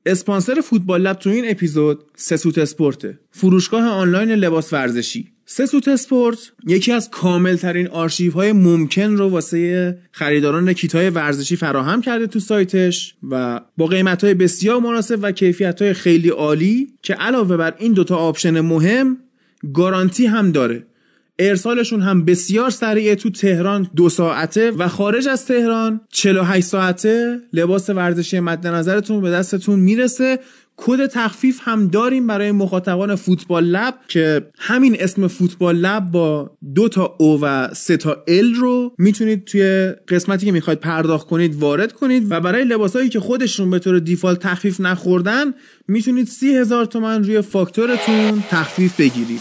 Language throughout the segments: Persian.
اسپانسر فوتبال لب تو این اپیزود سسوت اسپورت، فروشگاه آنلاین لباس ورزشی. سسوت اسپورت یکی از کاملترین آرشیوهای ممکن رو واسه خریداران کیت‌های ورزشی فراهم کرده تو سایتش و با قیمت‌های بسیار مناسب و کیفیت‌های خیلی عالی که علاوه بر این دوتا آپشن مهم گارانتی هم داره. ارسالشون هم بسیار سریعه، تو تهران 2 ساعته و خارج از تهران 48 ساعته لباس ورزشی مد نظرتون به دستتون میرسه. کد تخفیف هم داریم برای مخاطبان فوتبال لب که همین اسم فوتبال لب با 2 تا O و 3 تا L رو میتونید توی قسمتی که میخواید پرداخت کنید وارد کنید و برای لباسایی که خودشون به طور دیفالت تخفیف نخوردن میتونید 30,000 تومان روی فاکتورتون تخفیف بگیرید.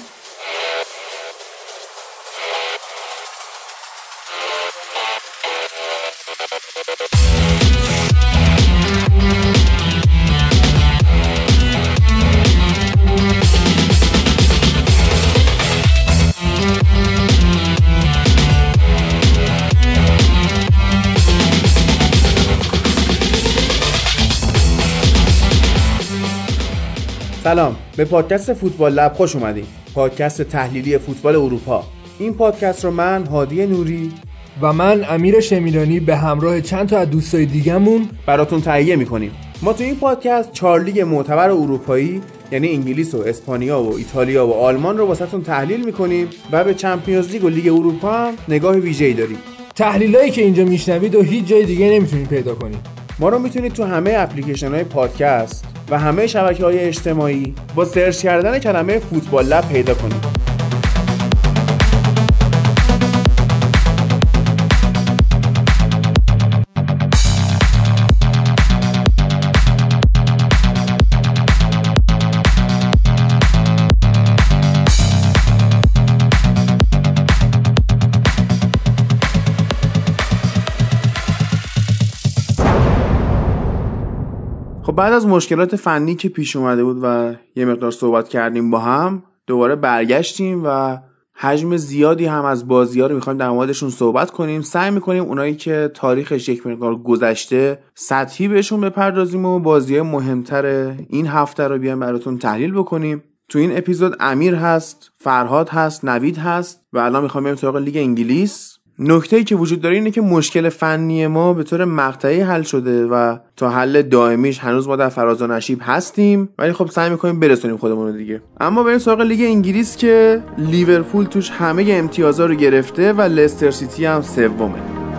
سلام، به پادکست فوتبال لب خوش اومدید. پادکست تحلیلی فوتبال اروپا. این پادکست رو من هادی نوری و من امیر شمیرانی به همراه چند تا از دوستای دیگه‌مون براتون تهیه می‌کنیم. ما تو این پادکست 4 لیگ معتبر اروپایی یعنی انگلیس و اسپانیا و ایتالیا و آلمان رو واسهتون تحلیل می‌کنیم و به چمپیونز لیگ و لیگ اروپا هم نگاه ویژه‌ای داریم. تحلیلایی که اینجا میشنوید و هیچ جای دیگه نمیتونید پیدا کنید. ما رو میتونید تو همه اپلیکیشن‌های پادکست و همه شبکه‌های اجتماعی با سرچ کردن کلمه فوتبال لب پیدا کنید. خب بعد از مشکلات فنی که پیش اومده بود و یه مقدار صحبت کردیم با هم، دوباره برگشتیم و حجم زیادی هم از بازی‌ها رو می‌خوایم در موردشون صحبت کنیم. سعی می‌کنیم اونایی که تاریخش یک مقدار گذشته سطحی بهشون بپردازیم و بازی‌های مهمتر این هفته رو بیایم براتون تحلیل بکنیم. تو این اپیزود امیر هست، فرهاد هست، نوید هست و الان می‌خوایم بریم سراغ لیگ انگلیس. نکته‌ای که وجود داره اینه که مشکل فنی ما به طور مقطعی حل شده و تا حل دائمیش هنوز ما در فراز و نشیب هستیم، ولی خب سعی می‌کنیم برسونیم خودمون رو دیگه. اما بریم سراغ لیگ انگلیس که لیورپول توش همه امتیازا رو گرفته و لستر سیتی هم سومه.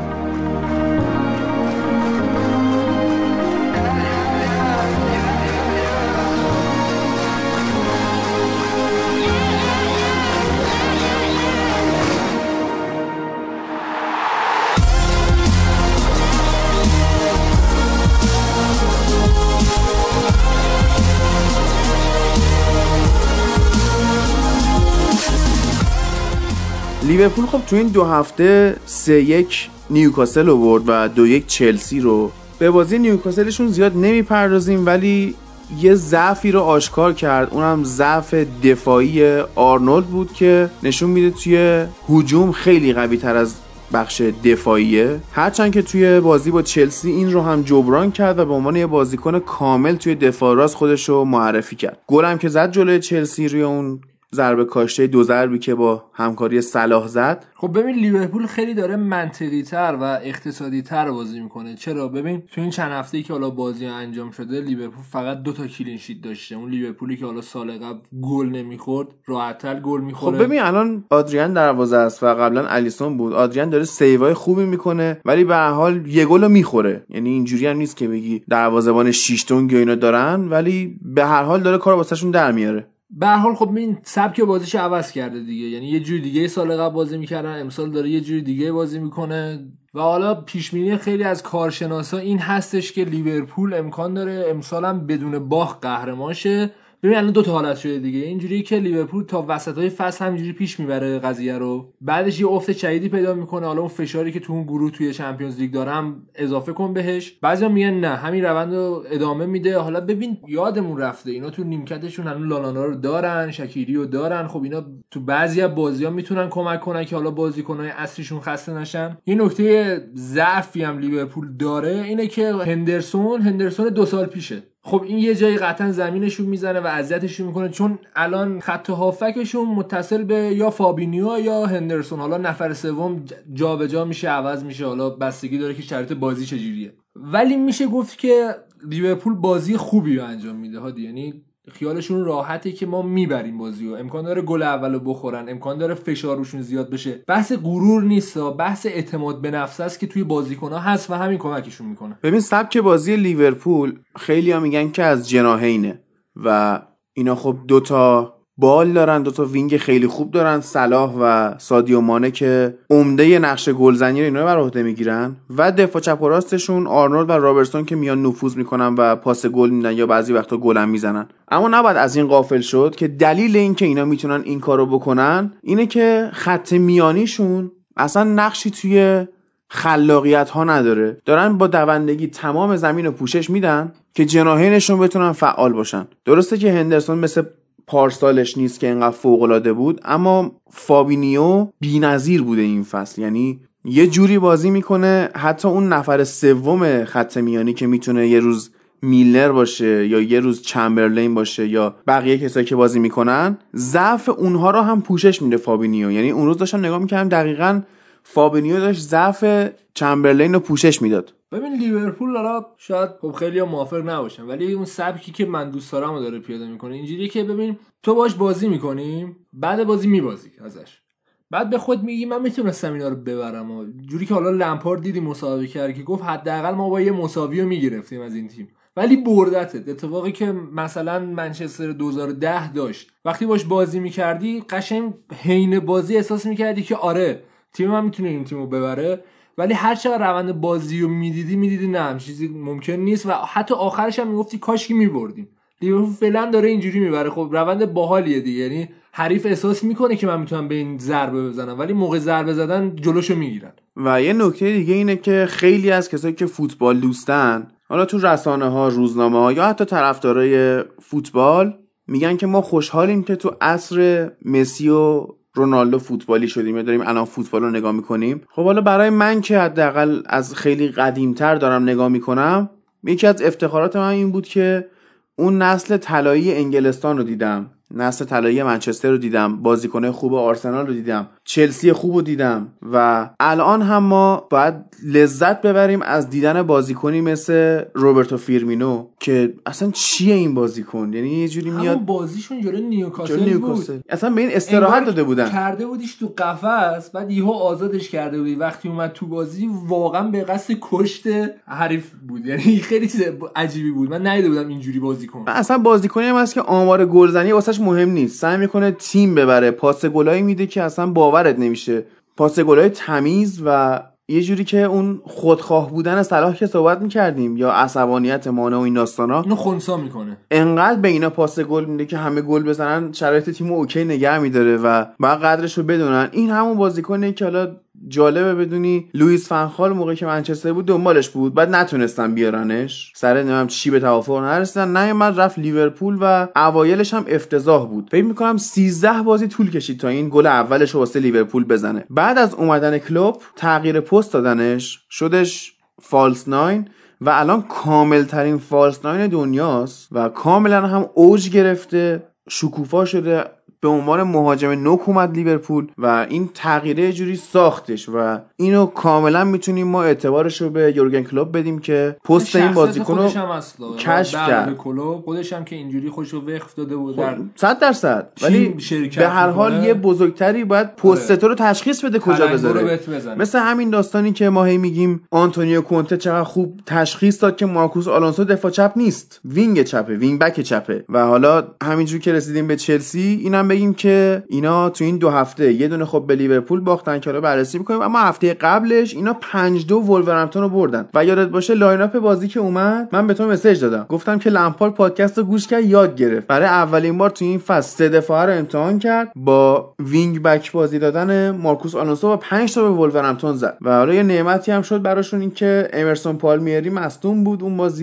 لیورپول خب تو این 2 هفته 3-1 نیوکاسل رو برد و 2-1 چلسی رو. به بازی نیوکاسلشون زیاد نمیپردازیم ولی یه ضعفی رو آشکار کرد، اونم ضعف دفاعی آرنولد بود که نشون میده توی هجوم خیلی قوی تر از بخش دفاعیه، هرچند که توی بازی با چلسی این رو هم جبران کرد و به عنوان یه بازیکن کامل توی دفاع راست خودش رو معرفی کرد. گل هم که زد جلوی چلسی روی اون ضربه کاشته 2 ضربی که با همکاری صلاح زد. خب ببین لیورپول خیلی داره منطقی تر و اقتصادی تر بازی میکنه. چرا؟ ببین تو این چند هفته‌ای که حالا بازی انجام شده لیورپول فقط 2 تا کلین شیت داشته. اون لیورپولی که حالا سال قبل گل نمیخورد راحت‌تر گل میخوره. خب ببین الان آدریان دروازه است و قبلا الیسون بود. آدریان داره سیوای خوبی میکنه ولی به هر حال یه گل میخوره. یعنی اینجوری هم نیست که بگی دروازه‌بان 6 تونگ اینا دارن، ولی به هر حال داره کارو واسهشون در میاره. به هر حال خب این سبک بازیش عوض کرده دیگه، یعنی یه جوری دیگه سال قبل بازی میکردن، امسال داره یه جوری دیگه بازی میکنه و حالا پیشبینی خیلی از کارشناسا این هستش که لیورپول امکان داره امسال هم بدون باخت قهرمان شه. ببین الان 2 تا حالت شده دیگه، اینجوریه که لیورپول تا وسطای فصل همینجوری پیش میبره قضیه رو، بعدش یه افت شدیدی پیدا میکنه، حالا اون فشاری که تو اون گروه توی چمپیونز لیگ دارم اضافه کن بهش. بعضیا میگن نه همین روند رو ادامه میده. حالا ببین یادمون رفته اینا تو نیمکتشون هنوز لالانا رو دارن، شکیری رو دارن، خب اینا تو بعضی از بازی‌ها میتونن کمک کنن که حالا بازیکن‌های اصلیشون خسته نشن. یه نکته ضعفی هم لیورپول داره اینه که هندرسون 2 سال پیشه، خب این یه جایی قطعا زمینشون میزنه و اذیتشون میکنه، چون الان خط هافکشون متصل به یا فابینیو یا هندرسون، حالا نفر سوم جابجا میشه، عوض میشه، حالا بستگی داره که شرایط بازی چجوریه. ولی میشه گفت که لیورپول بازی خوبی رو انجام میده ها، یعنی خیالشون راحته که ما میبریم بازیو، امکان داره گل اولو بخورن، امکان داره فشار روشون زیاد بشه. بحث غرور نیست، بحث اعتماد به نفس است که توی بازیکن‌ها هست و همین کمکشون میکنه. ببین سبک بازی لیورپول خیلی‌ها میگن که از جناحینه و اینا خب دوتا بال دارن، دوتا وینگ خیلی خوب دارن، صلاح و سادیو مانه که عمده نقش گلزنی رو اینا رو بر عهده میگیرن و دفاع چپ و راستشون آرنولد و رابرتسون که میان نفوذ میکنن و پاس گل میدن یا بعضی وقتا گلم میزنن. اما نباید از این غافل شد که دلیل این که اینا میتونن این کارو بکنن اینه که خط میانیشون اصلا نقشی توی خلاقیت ها نداره، دارن با دوندگی تمام زمین رو پوشش میدن که جناحینشون بتونن فعال باشن. درسته که هندرسون مثل پارسالش نیست که اینقدر فوق‌العاده بود، اما فابینیو بی‌نظیر بوده این فصل، یعنی یه جوری بازی میکنه حتی اون نفر سوم خط میانی که میتونه یه روز میلنر باشه یا یه روز چمبرلین باشه یا بقیه کسایی که بازی میکنن، ضعف اونها رو هم پوشش میده فابینیو. یعنی اون روز داشتم نگاه میکردم دقیقاً فابینیو داشت ضعف چمبرلین رو پوشش میداد. ببین لیورپول حالا شاید خب خیلی‌ها موافق نباشن، ولی اون سبکی که من دوست دارم رو داره پیاده میکنه. اینجوریه که ببین تو باش بازی میکنیم، بعد بازی میبازی ازش، بعد به خود میگی من میتونستم اینا رو ببرم، و جوری که حالا لمپارد دیدی مسابقه کرد که گفت حداقل ما با یه مساوی رو میگرفتیم از این تیم، ولی بردتت. اتفاقی که مثلا منچستر 2010 داشت، وقتی باش بازی میکردی قشنگ حین بازی احساس میکردی که آره تیم من میتونه این تیمو ببره، ولی هر چقدر روند بازی رو میدیدی نه هم چیزی ممکن نیست و حتی آخرش هم میگفتی کاش که میبردیم. لیورپول فعلا داره اینجوری میبره، خب روند باحالیه دیگه، یعنی حریف احساس میکنه که من میتونم به این ضربه بزنم، ولی موقع ضربه زدن جلوشو میگیرن. و یه نکته دیگه اینه که خیلی از کسایی که فوتبال دوستن، حالا تو رسانه ها، روزنامه ها یا حتی طرفدارای فوتبال، میگن که ما خوشحالیم که تو عصر مسی و رونالدو فوتبالی شدیم یا داریم الان فوتبال رو نگاه میکنیم. خب حالا برای من که حداقل از خیلی قدیمتر دارم نگاه میکنم، یکی از افتخارات من این بود که اون نسل طلایی انگلستان رو دیدم، نسل طلایی منچستر رو دیدم، بازیکن‌های خوب آرسنال رو دیدم، چلسی خوب رو دیدم و الان هم ما باید لذت ببریم از دیدن بازیکنی مثل روبرتو فیرمینو که اصلا چیه این بازیکن، یعنی یه جوری میاد همون بازیشون جلوی نیوکاسل بود، اصلا به این استراحت داده بودن، کرده بودیش تو قفس، بعد یهو آزادش کرده بودی، وقتی اومد تو بازی واقعا به قصد کشت حریف بود، یعنی خیلی چیز عجیبی بود، من ندیده بودم اینجوری بازیکن. اصلا بازیکنی هم هست که آمار گلزنی واسش مهم نیست، سعی میکنه تیم ببره، پاس گلایی میده که اصلا باورت نمیشه، پاس گلای تمیز و یه جوری که اون خودخواه بودن صلاح که صحبت میکردیم یا عصبانیت مانع و این داستانا اینو خنثی میکنه، انقدر به اینا پاس گل میده که همه گل بزنن، شرایط تیمو اوکی نگه میداره و باید قدرش رو بدونن. این همون بازیکنه که حالا جالبه بدونی لوئیس فنخال موقعی که منچستر بود دنبالش بود، بعد نتونستن بیارنش، سر نمیدونم چی به توافق نرسیدن، نیومد رفت لیورپول و اوایلش هم افتضاح بود. فکر میکنم 13 بازی طول کشید تا این گل اولش رو واسه لیورپول بزنه. بعد از اومدن کلوب تغییر پست دادنش، شدش فالس ناین و الان کامل ترین فالس ناین دنیاست و کاملا هم اوج گرفته، شکوفا شده، به عنوان مهاجم نوک اومد لیورپول و این تغییره جوری ساختش و اینو کاملا میتونیم ما اعتبارش رو به یورگن کلوپ بدیم که پست این بازیکن رو کشف کرد. خودش هم که اینجوری خودش رو وقف داده بود در 100%، ولی به هر حال یه بزرگتری باید پست تو رو تشخیص بده کجا بذاره. مثل همین داستانی که ما هی میگیم آنتونیو کونته چقدر خوب تشخیص داد که مارکوس آلونسو دفاع چپ نیست، وینگ چپه، وینگ بک چپه. و حالا همینجوری که رسیدیم به چلسی، اینم بگیم که اینا تو این 2 هفته یه دونه خب به لیورپول باختن که رو بررسی می‌کنیم، اما هفته قبلش اینا 5-2 وولورهمپتون رو بردن و یادت باشه لاین اپ بازی که اومد من به تو مسیج دادم، گفتم که لمپارد پادکست رو گوش کرد، یاد گرفت، برای اولین بار تو این فصل 3 دفاعه رو امتحان کرد، با وینگ بک بازی دادن مارکوس آلونسو و 5 تا به وولورهمپتون زد و حالا یه نعمتی هم شد براشون این که امرسون پالمیری مصدوم بود اون بازی،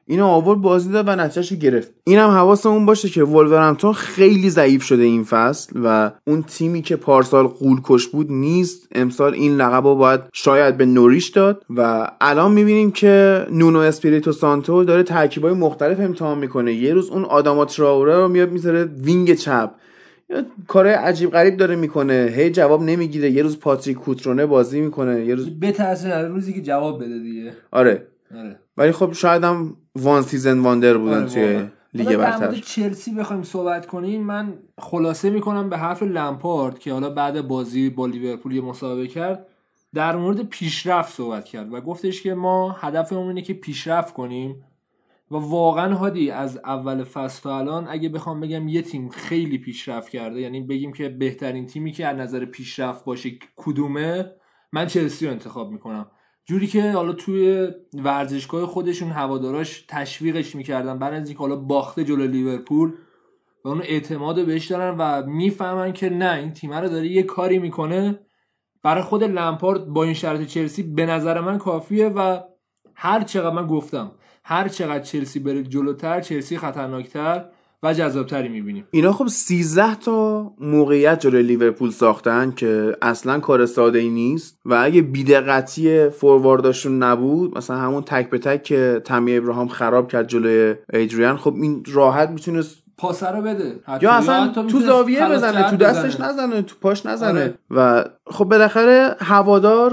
اینو آورد بازی داد و نتیجهشو گرفت. اینم حواسمون باشه که ولورهمپتون خیلی ضعیف شده این فصل و اون تیمی که پارسال غول‌کش بود نیست. امسال این لقبو باید شاید به نوریچ داد و الان میبینیم که نونو اسپیریتو سانتو داره ترکیبای مختلف امتحان میکنه. یه روز اون آداما تراوره رو میاد میذاره وینگ چپ، کارهای عجیب غریب داره میکنه، هی جواب نمیگیره. یه روز پاتریک کوترونه بازی میکنه، یه روز بترسه روزی که جواب بده دیگه. آره. ولی خب شاید هم وان سیزن واندر بودن توی لیگ برتر. در مورد چلسی بخوایم صحبت کنیم، من خلاصه میکنم به حرف لمپارد که حالا بعد بازی با لیورپول یه مسابقه کرد، در مورد پیشرفت صحبت کرد و گفتش که ما هدفمون اینه که پیشرفت کنیم و واقعا هادی از اول فصل تا الان اگه بخوام بگم یه تیم خیلی پیشرفت کرده، یعنی بگیم که بهترین تیمی که از نظر پیشرفت باشه کدومه، من چلسی رو انتخاب میکنم. جوری که حالا توی ورزشگاه خودشون هواداراش تشویقش میکردن بعد از اینکه حالا باخته جلوی لیورپول و اون اعتماد بهش دارن و میفهمن که نه این تیم رو داره یه کاری میکنه. برای خود لمپارد با این شرط چلسی به نظر من کافیه و هر چقدر من گفتم هر چقدر چلسی بره جلوتر چلسی خطرناکتر و جذابتری میبینیم. اینا خب 13 تا موقعیت جلوی لیورپول ساختن که اصلا کار ساده ای نیست و اگه بی‌دقتی فوروارداشون نبود، مثلا همون تک به تک که تامی ابراهام خراب کرد جلوی ایدریان، خب این راحت میتونست پاسه رو بده یا اصلا تو زاویه بزنه، تو دستش نزنه، تو پاش نزنه. آره. و خب بالاخره هوادار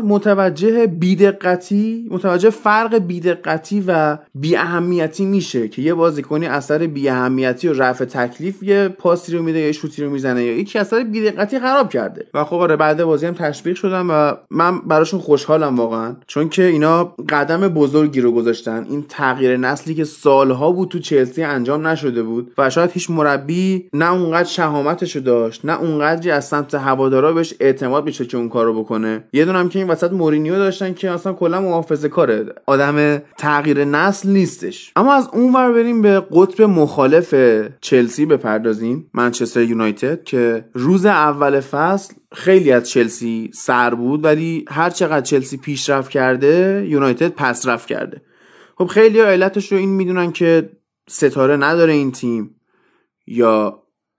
متوجه فرق بی‌دقتی و بی‌اهمیتی میشه که یه بازیکنی اثر بی‌اهمیتی و رفع تکلیف یه پاسی رو میده یا شوتی رو میزنه یا یکی اثر بی‌دقتی خراب کرده. و خب آره بعد بازی هم تشویق شدم و من براشون خوشحالم واقعا، چون که اینا قدم بزرگی رو گذاشتن. این تغییر نسلی که سالها بود تو چلسی انجام نشده بود و شاید هیچ مربی نه اونقدر شهامتشو داشت نه اونقدری از سمت هوادارا بهش اعتماد میشه که اون کارو بکنه. یه دونه هم که این وسط مورینیو داشتن که اصلا کلا محافظه‌کاره، آدم تغییر نسل نیستش. اما از اونور بریم به قطب مخالف چلسی بپردازیم، منچستر یونایتد، که روز اول فصل خیلی از چلسی سر بود ولی هر چقدر چلسی پیشرفت کرده یونایتد پسرفت کرده. خب خیلی ها علتش رو این میدونن که ستاره نداره این تیم یا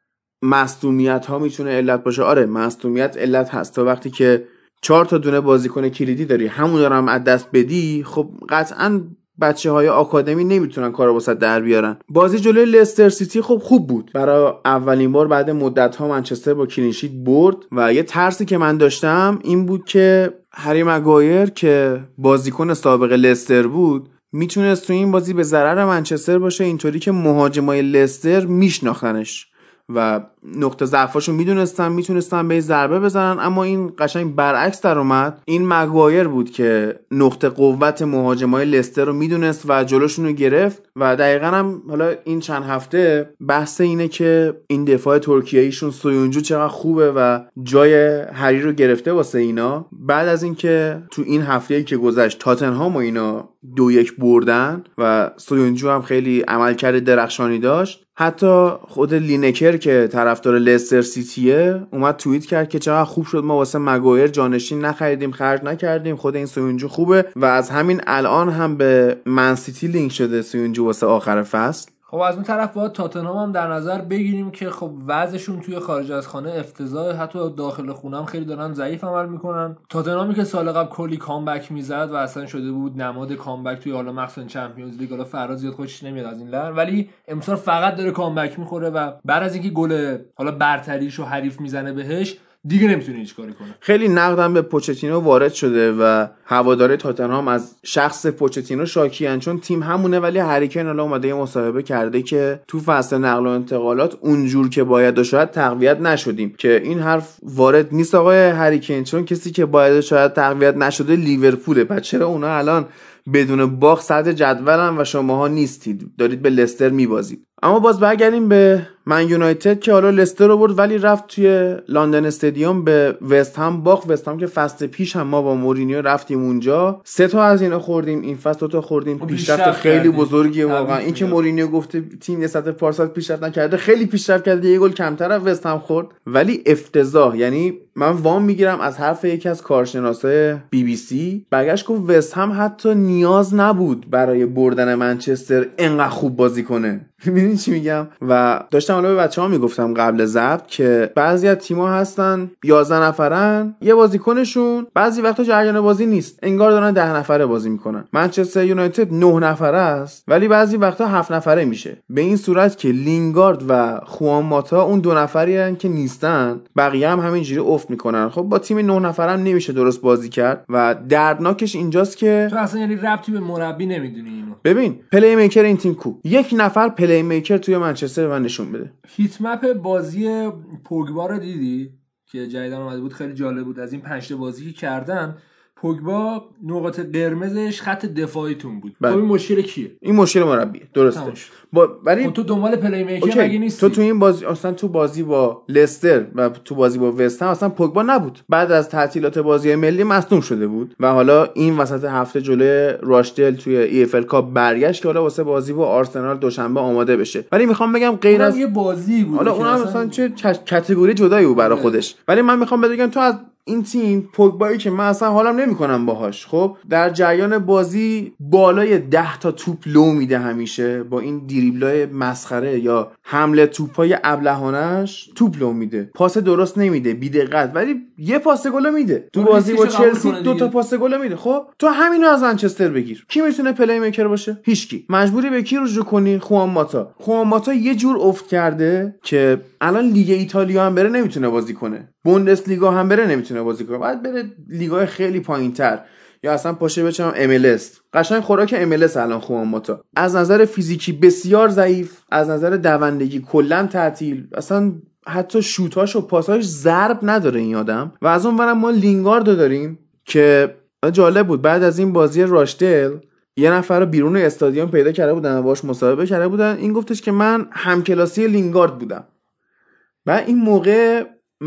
مصدومیت ها میتونه علت باشه. آره مصدومیت علت هست. تا وقتی که 4 تا دونه بازیکن کلیدی داری همون دارم از دست بدی، خب قطعاً بچه‌های آکادمی نمیتونن کارو واسه در بیارن. بازی جلوی لستر سیتی خب خوب بود. برای اولین بار بعد مدت‌ها منچستر با کلین شیت برد و یه ترسی که من داشتم این بود که هری مگایر که بازیکن سابق لستر بود میتونست تو این بازی به ضرر منچستر باشه، اینطوری که مهاجمای لستر میشناختنش و نقطه ضعفاشو میتونستن به ضربه بزنن. اما این قشنگ برعکس در اومد. این مگوایر بود که نقطه قوت مهاجمای لستر رو میدونست و جلوشون رو گرفت و دقیقاً هم حالا این چند هفته بحث اینه که این دفاع ترکیه‌ایشون سویونجو چقدر خوبه و جای هری رو گرفته واسه اینا. بعد از اینکه تو این هفته‌ای که گذشت تاتنهام و اینا 2-1 بردن و سویونجو هم خیلی عملکرد درخشانی داشت، حتی خود لینکر که طرفدار لستر سیتیه اومد توییت کرد که چقدر خوب شد ما واسه مگوایر جانشین نخریدیم، خرج نکردیم، خود این سویونجو خوبه و از همین الان هم به من سیتی لینک شده سویونجو واسه آخر فصل. خب از اون طرف باید تاتنهام هم در نظر بگیریم که خب وضعشون توی خارج از خانه افتضاح، حتی داخل خونه هم خیلی دارن ضعیف عمل میکنن. تاتنهامی که سال قبل کلی کامبک میزد و اصلا شده بود نماد کامبک توی حالا مخصوصا چمپیونز لیگ، حالا فرض زیاد خوشش نمیاد از این لر، ولی امسال فقط داره کامبک میخوره و بعد از اینکه گل حالا برتریشو حریف میزنه بهش دیگه نمیتونه هیچ کاری کنه. خیلی نقدم به پوچتینو وارد شده و هواداره تاتنهام از شخص پوچتینو شاکیان، چون تیم همونه ولی هری کین حالا اومده یه مصاحبه کرده که تو فصل نقل و انتقالات اونجور که باید و شاید تقویت نشدیم، که این حرف وارد نیست آقای هری کین، چون کسی که باید و شاید تقویت نشده لیورپوله. بعد چرا اونا الان بدون باخت صدر جدولن و شماها نیستید، دارید به لستر میبازید؟ اما باز برگردیم به من یونایتد که حالا لستر رو برد ولی رفت توی لندن استادیوم به وست هم باخت. وست هم که فصل پیش هم ما با مورینیو رفتیم اونجا 3 تا از اینا خوردیم، این فصل 2 تا خوردیم. پیشرفت خیلی بزرگیه واقعا. این که مورینیو گفته تیم نسبت پارسال پیشرفت نکرده، خیلی پیشرفت کرده، یه گل کمتر از وست هم خورد ولی افتضاح. یعنی من وام میگیرم از حرف یکی از کارشناسای BBC، برگشت گفت وست هم حتی نیاز نبود برای بردن منچستر انقدر خوب بازی کنه. می‌بینید چی میگم؟ و داشتم حالا به بچه‌ها میگفتم قبل ضبط که بعضی از تیم‌ها هستن 11 نفرن، یه بازیکنشون بعضی وقتا جریان بازی نیست، انگار دارن 10 نفره بازی میکنن. منچستر یونایتد 9 نفره است ولی بعضی وقتا 7 نفره میشه، به این صورت که لینگارد و خوان ماتا اون 2 نفری هستن که نیستن، بقیه هم همینجوری افت میکنن. خب با تیم 9 نفره هم نمیشه درست بازی کرد و دردناکش اینجاست که تو اصلا یعنی ربطی به مربی نمیدونی اینو. ببین پلی میکر این تیم کو؟ یک نفر پلی میکر توی منچستر من نشون بده. هیت مپ بازی پوگبا رو دیدی که جدیدن اومده بود؟ خیلی جالب بود. از این 5 تا بازی که کردن پوگبا نقاط قرمزش خط دفاعیتون بود. خب این مشکل کیه؟ این مشکل مربیه، درسته. ولی تو دنبال پلی میکر مگه نیستی؟ تو این بازی اصلا تو بازی با لستر و تو بازی با وست هم اصلا پوگبا نبود. بعد از تعطیلات بازی ملی مصدوم شده بود و حالا این وسط هفته جلوی راشدل توی EFL کاپ برگشت که حالا واسه بازی با آرسنال دوشنبه آماده بشه. ولی میخوام بگم غیر از یه بازی بود، حالا اونم مثلا چه کاتگوری جدایی بود برای خودش. ولی من میخوام بگم تو از این تیم پوگبایی که من اصلا حالم نمیکنم باهاش، خب در جریان بازی بالای 10 تا توپ لو میده همیشه با این دریبلای مسخره یا حمله توپای ابلهانش توپ لو میده، پاس درست نمیده، بی‌دقت، ولی یه پاس گل میده. تو بازی با چلسی 2 تا پاس گل میده. خب تو همینو از منچستر بگیر، کی میتونه پلی میکر باشه؟ هیچکی. مجبوری به کی رجوع کنی؟ خوان ماتا یه جور افت کرده که الان لیگ ایتالیا هم بره نمیتونه بازی کنه، بوندسلیگا هم بره نمیتونه بازی کنه، باید بره لیگای خیلی پایینتر یا اصلا پاشه بچم MLS. قشنگ خوراک MLS الان خوان ماتا. از نظر فیزیکی بسیار ضعیف، از نظر دوندگی کلا تعطیل، اصلا حتی شوتاش و پاساش ضرب نداره این آدم. و از اون ورم ما لینگاردو داریم که جالب بود، بعد از این بازی راشدل یه نفر رو بیرون استادیوم پیدا کرده بودن و باهاش مصاحبه کرده بودن. این گفتش که من همکلاسی لینگارد بودم و این موقع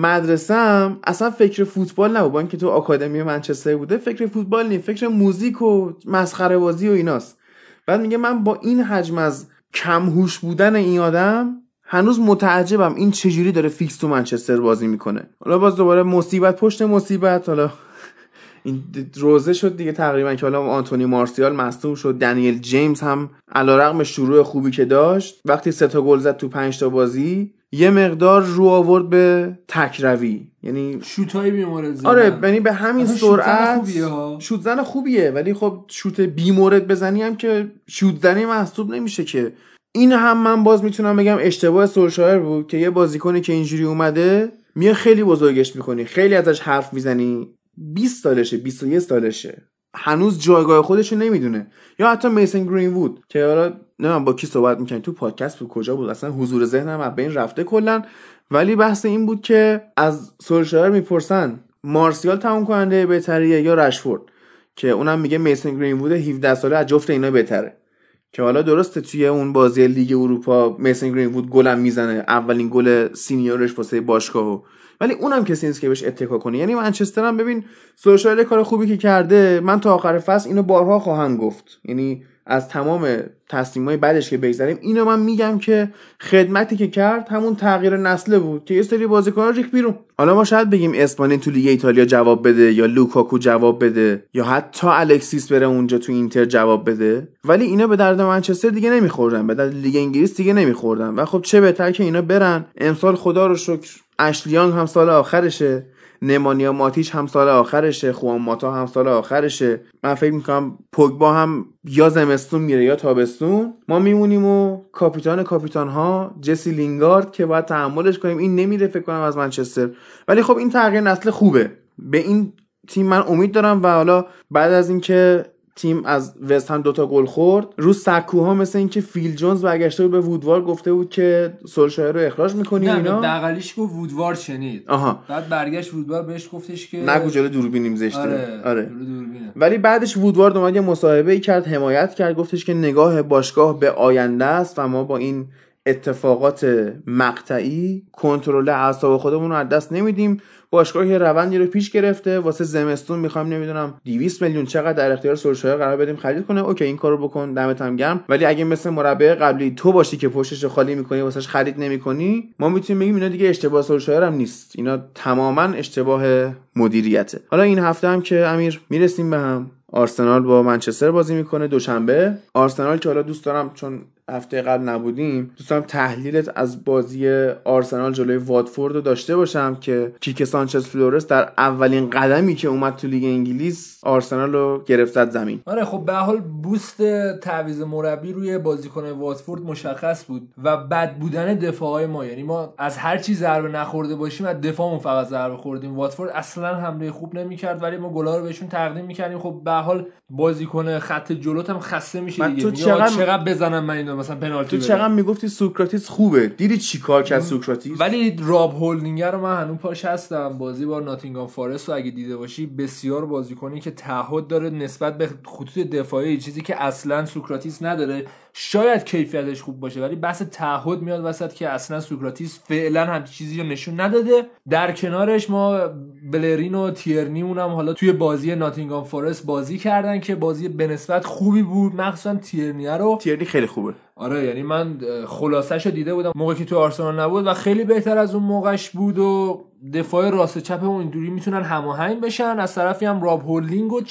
مدرسه‌ام اصلا فکر فوتبال نبود، با اینکه تو آکادمی منچستر بوده، فکر فوتبال نیست، فکر موزیک و مسخره بازی و ایناست. بعد میگه من با این حجم از کم هوش بودن این آدم هنوز متعجبم این چجوری داره فیکس تو منچستر بازی میکنه. حالا باز دوباره مصیبت پشت مصیبت، حالا این روزه شد دیگه تقریبا که حالا آنتونی مارسیال مصدوم شد، دنیل جیمز هم علیرغم شروع خوبی که داشت وقتی 3 تا گل زد تو 5 تا بازی یه مقدار رو آورد به تکروی، یعنی شوتای بیمورد زدن. آره یعنی به همین سرعت شوت زن خوبیه ولی خب شوت بیمورد بزنی هم که شوت زنی محسوب نمیشه که. این هم من باز میتونم بگم اشتباه سولشایر بود که یه بازیکنی که اینجوری اومده میاد خیلی بزرگش میکنی، خیلی ازش حرف میزنی، 20 سالشه 21 سالشه هنوز جایگاه خودشو نمیدونه. یا حتی میسن گرین وود که حالا نمیدونم با کی صحبت میکنن تو پادکست بود کجا بود، اصلا حضور ذهنم از بین رفته کلا، ولی بحث این بود که از سولشایر میپرسن مارسیال تموم کننده بهتریه یا رشفورد، که اونم میگه میسن گرین وود 17 ساله از جفت اینا بهتره. که حالا درسته توی اون بازی لیگ اروپا میسن گرین وود گلم میزنه، اولین گل سینیورش واسه باشگاهو، ولی اونم کسی نیست که بهش اتکا کنه. یعنی منچستر هم ببین سولشایر کار خوبی که کرده، من تا آخر فصل اینو بارها خواهم گفت، یعنی از تمام تصمیمای بعدش که بگذریم اینو من میگم که خدمتی که کرد همون تغییر نسل بود که یه سری بازیکن‌ها ریخت بیرون. حالا ما شاید بگیم اسپانی تو لیگ ایتالیا جواب بده یا لوکاکو جواب بده یا حتی الکسیس بره اونجا تو اینتر جواب بده، ولی اینا به درد منچستر دیگه نمیخوردن، به درد لیگ انگلیس دیگه نمیخوردن و خب چه بهتر که اینا برن. امسال خدا رو شکر اشلیانگ هم سال آخرشه، نمانیا ماتیچ هم سال آخرشه، خوان ماتا هم سال آخرشه. من فکر میکنم پوگبا هم یا زمستون میره یا تابستون. ما میمونیم و کاپیتان ها جسی لینگارد که باید تحملش کنیم، این نمیره فکر کنم از منچستر. ولی خب این تغییر نسل خوبه، به این تیم من امید دارم. و حالا بعد از اینکه تیم از وست هم 2 تا گل خورد رو سکوها، مثل این که فیل جونز برگشته بود به وودوارد گفته بود که سولشایر رو اخراج می‌کنی اینا. نه بغلیش گفت وودوارد شنید. بعد برگشت وودوارد بهش گفتش که نگو جلو دوربینیم زشته. آره. جلو دوربینه. ولی بعدش وودوارد اومد یه مصاحبه‌ای کرد، حمایت کرد، گفتش که نگاه باشگاه به آینده است و ما با این اتفاقات مقطعی کنترل اعصاب خودمون رو از دست نمیدیم. باشگاه یه روندی رو پیش گرفته واسه زمستون میخوام نمیدونم 200 میلیون چقدر در اختیار سولشایر قرار بدیم خرید کنه، اوکی این کارو بکن، دمت هم گرم. ولی اگه مثل مربی قبلی تو باشی که پشتش خالی میکنی واسش خرید نمیکنی، ما میتونیم بگیم اینا دیگه اشتباه سولشایر هم نیست، اینا تماما اشتباه مدیریته. حالا این هفته هم که امیر میرسیم به هم، آرسنال با منچستر بازی میکنه دوشنبه. آرسنال که حالا دوست دارم چون هفته قبل نبودیم دوست دارم تحلیلت از بازی آرسنال جلوی واتفورد رو داشته باشم که کیک سانچز فلورس در اولین قدمی که اومد تو لیگ انگلیس آرسنال رو گرفت زد زمین. آره خب به حال بوست تعویض مربی روی بازیکن واتفورد مشخص بود و بد بودن دفاعای ما، یعنی ما از هر چی ضربه نخورده باشیم از دفاعمون فقط ضربه خوردیم. واتفورد اصلا حمله خوب نمیکرد ولی ما گلا رو بهشون تقدیم میکردیم. خب به حال بازیکن خط جلوت هم خسته میشه دیگه، چقدر بزنم من اینو مثلا پنالتی تو چقدر میگفتی سوکراتیس خوبه، دیدی چیکار کرد سوکراتیس. ولی راب هولدینگر رو من هنوز پاش هستم. بازی با ناتینگهام فارست رو اگه دیده باشی بسیار بازیکنی که تعهد داره نسبت به خطوط دفاعی، چیزی که اصلا سوکراتیس نداره. شاید کیفیتش خوب باشه ولی بحث تعهد میاد وسط که اصلا سوکراتیس فعلا هم چیزی رو نشون نداده. در کنارش ما بلرین و تیرنی اونم حالا توی بازی ناتینگهام فارست بازی کردن که بازی به نسبت خوبی بود، مخصوصا تیرنی خیلی خوبه. آره یعنی من خلاصه‌شو دیده بودم موقعی که تو آرسنال نبود و خیلی بهتر از اون موقعش بود و دفاع راست چپ اون اینجوری میتونن هماهنگ بشن. از طرفی هم راب هولدینگ و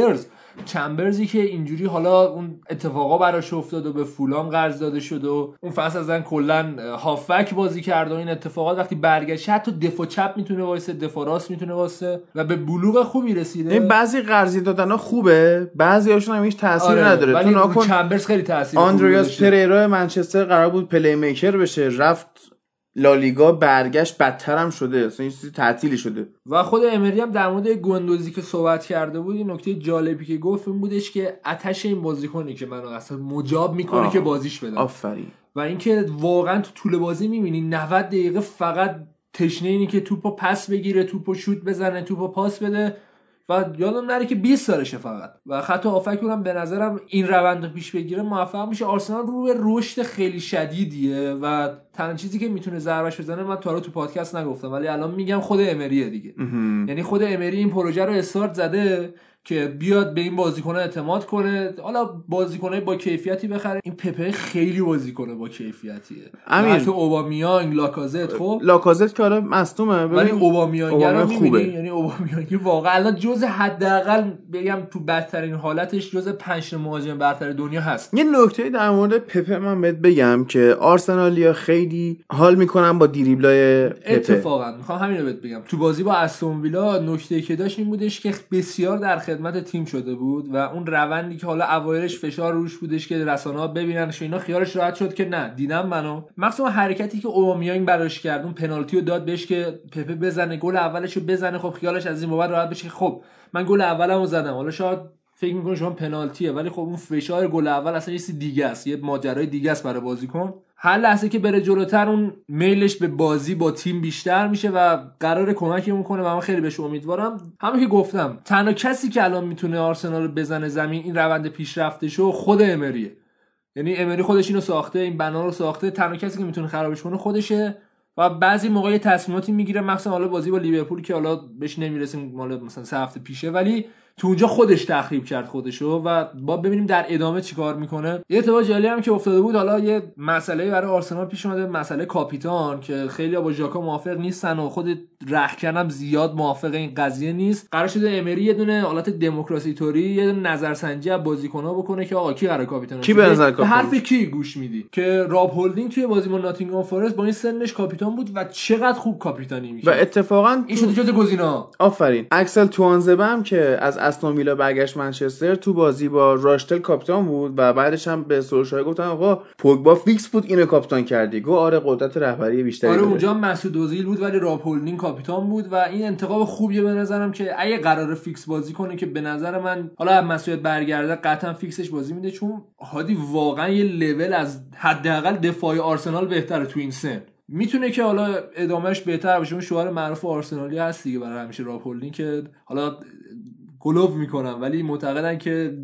چمبرزی که اینجوری حالا اون اتفاقا براش افتاد و به فولام قرض داده شد و اون فصل ازن کلا هافبک بازی کرد و این اتفاقات وقتی برگشت حتی دفاع چپ میتونه وایسه، دفاع راست میتونه وایسه و به بلوغ خوبی رسیده. این بعضی قرضی دادنا خوبه، بعضی هاشون هم هیچ تأثیری نداره. ولی تو چمبرز خیلی تاثیر آندریاس پریرا منچستر قرار بود پلی میکر بشه، رفت لالیگا برگشت بدتر هم شده، اصلا این چیزی تعطیلی شده. و خود امری هم در مورد گوندوزی که صحبت کرده بود این نکته جالبی که گفت این بودش که آتش این بازیکنی که منو اصلا مجاب میکنه که بازیش بدم. آفرین. و اینکه واقعا تو طول بازی میبینی 90 دقیقه فقط تشنه اینی که توپو پس بگیره، توپو شوت بزنه، توپو پاس بده و یادم نره که 20 سالشه فقط. و خط هافک اونم به نظرم این روند رو پیش بگیره موفق میشه. آرسنال رو به رشد خیلی شدیدیه و تنها چیزی که میتونه ضربش بزنه من تا تو پادکست نگفتم ولی الان میگم خود امریه دیگه. یعنی خود امری این پروژه رو استارت زده که بیاد به این بازیکن‌ها اعتماد کنه، حالا بازیکن‌های با کیفیتی بخره. این پپه خیلی بازیکن با کیفیتیه. حتی اوبامیانگ، لاکازت، خب لاکازت که حالا مصدومه ولی اوبامیانگ رو خوبه. یعنی اوبامیانگ واقعا الان جزء حداقل بگم تو بدترین حالتش جزء 5 مهاجم برتر دنیا هست. یه نکته در مورد پپه من بهت بگم که آرسنالیا خیلی حال میکنن با دریبلای پپه. اتفاقا میخوام همین رو بهت بگم. تو بازی با استون ویلا نکته‌ای که داشت این بودش که بسیار در خدمت تیم شده بود و اون روندی که حالا اوایلش فشار روش بودش که رسانه‌ها ببیننش اینا خیالش راحت شد که نه دیدم منو. مخصوصا حرکتی که اوبامیانگ براش کرد، اون پنالتی رو داد بهش که پپه بزنه گل اولشو بزنه، خب خیالش از این بابت راحت بشه خب من گل اولمو زدم. حالا شاید فکر می‌کنه شما پنالتیه ولی خب اون فشار گل اول اصلا یه چیز دیگه است، یه ماجرای دیگه است برای بازیکن. هر لحظه که بره جلوتر اون میلش به بازی با تیم بیشتر میشه و قراره کمکمون کنه و من خیلی بهش امیدوارم. همون که گفتم تنها کسی که الان میتونه آرسنال رو بزنه زمین این روند پیشرفتشو خود امریه. یعنی امری خودش اینو ساخته، این بنا رو ساخته، تنها کسی که میتونه خرابش کنه خودشه و بعضی موقع تصمیماتی میگیره مثلا حالا بازی با لیورپول که حالا بهش نمیرسیم مال مثلا 3 هفته پیشه ولی تو اونجا خودش تخریب کرد خودشو و با ببینیم در ادامه چیکار میکنه. یه اتفاق جالبی هم که افتاده بود، حالا یه مسئله برای آرسنال پیش اومده، مسئله کاپیتان که خیلی با ژاکا موافق نیستن و خود رخکن هم زیاد موافق این قضیه نیست. قرار شده امری یه دونه حالت دموکراسی طوری یه نظرسنجی از بازیکن‌ها بکنه که آقا کی قرار کاپیتان کی به نظر به حرف کی گوش میدی. که راب هولدینگ توی بازی با ناتینگهام فارست با این سنش کاپیتان بود و چقدر خوب کاپیتانی می‌کرد و اتفاقا این شده جز گزینه‌ها. آفرین. اکسل توانزبه هم که از استون ویلا برگشت منچستر تو بازی با راشتل کاپیتان بود و بعدش هم به سولشایر گفتن آقا پوگبا فیکس بود اینو کاپیتان کردی. گفت آره قدرت رهبری بیشتری داره. آره اونجا مسعود اوزیل بود ولی راب هولدینگ کاپیتان بود و این انتخاب خوبیه به نظرم که اگه قرار فیکس بازی کنه که به نظر من حالا مسعود برگرده قطعا فیکسش بازی میده چون هادی واقعا یه لول از حداقل دفاع آرسنال بهتره تو این سن. میتونه که حالا ادامهش بهتر بشه. اون شعار معروف آرسنالی هست دیگه برای همیشه راب هولدینگ که حالا گلوف میکنم ولی معتقدن که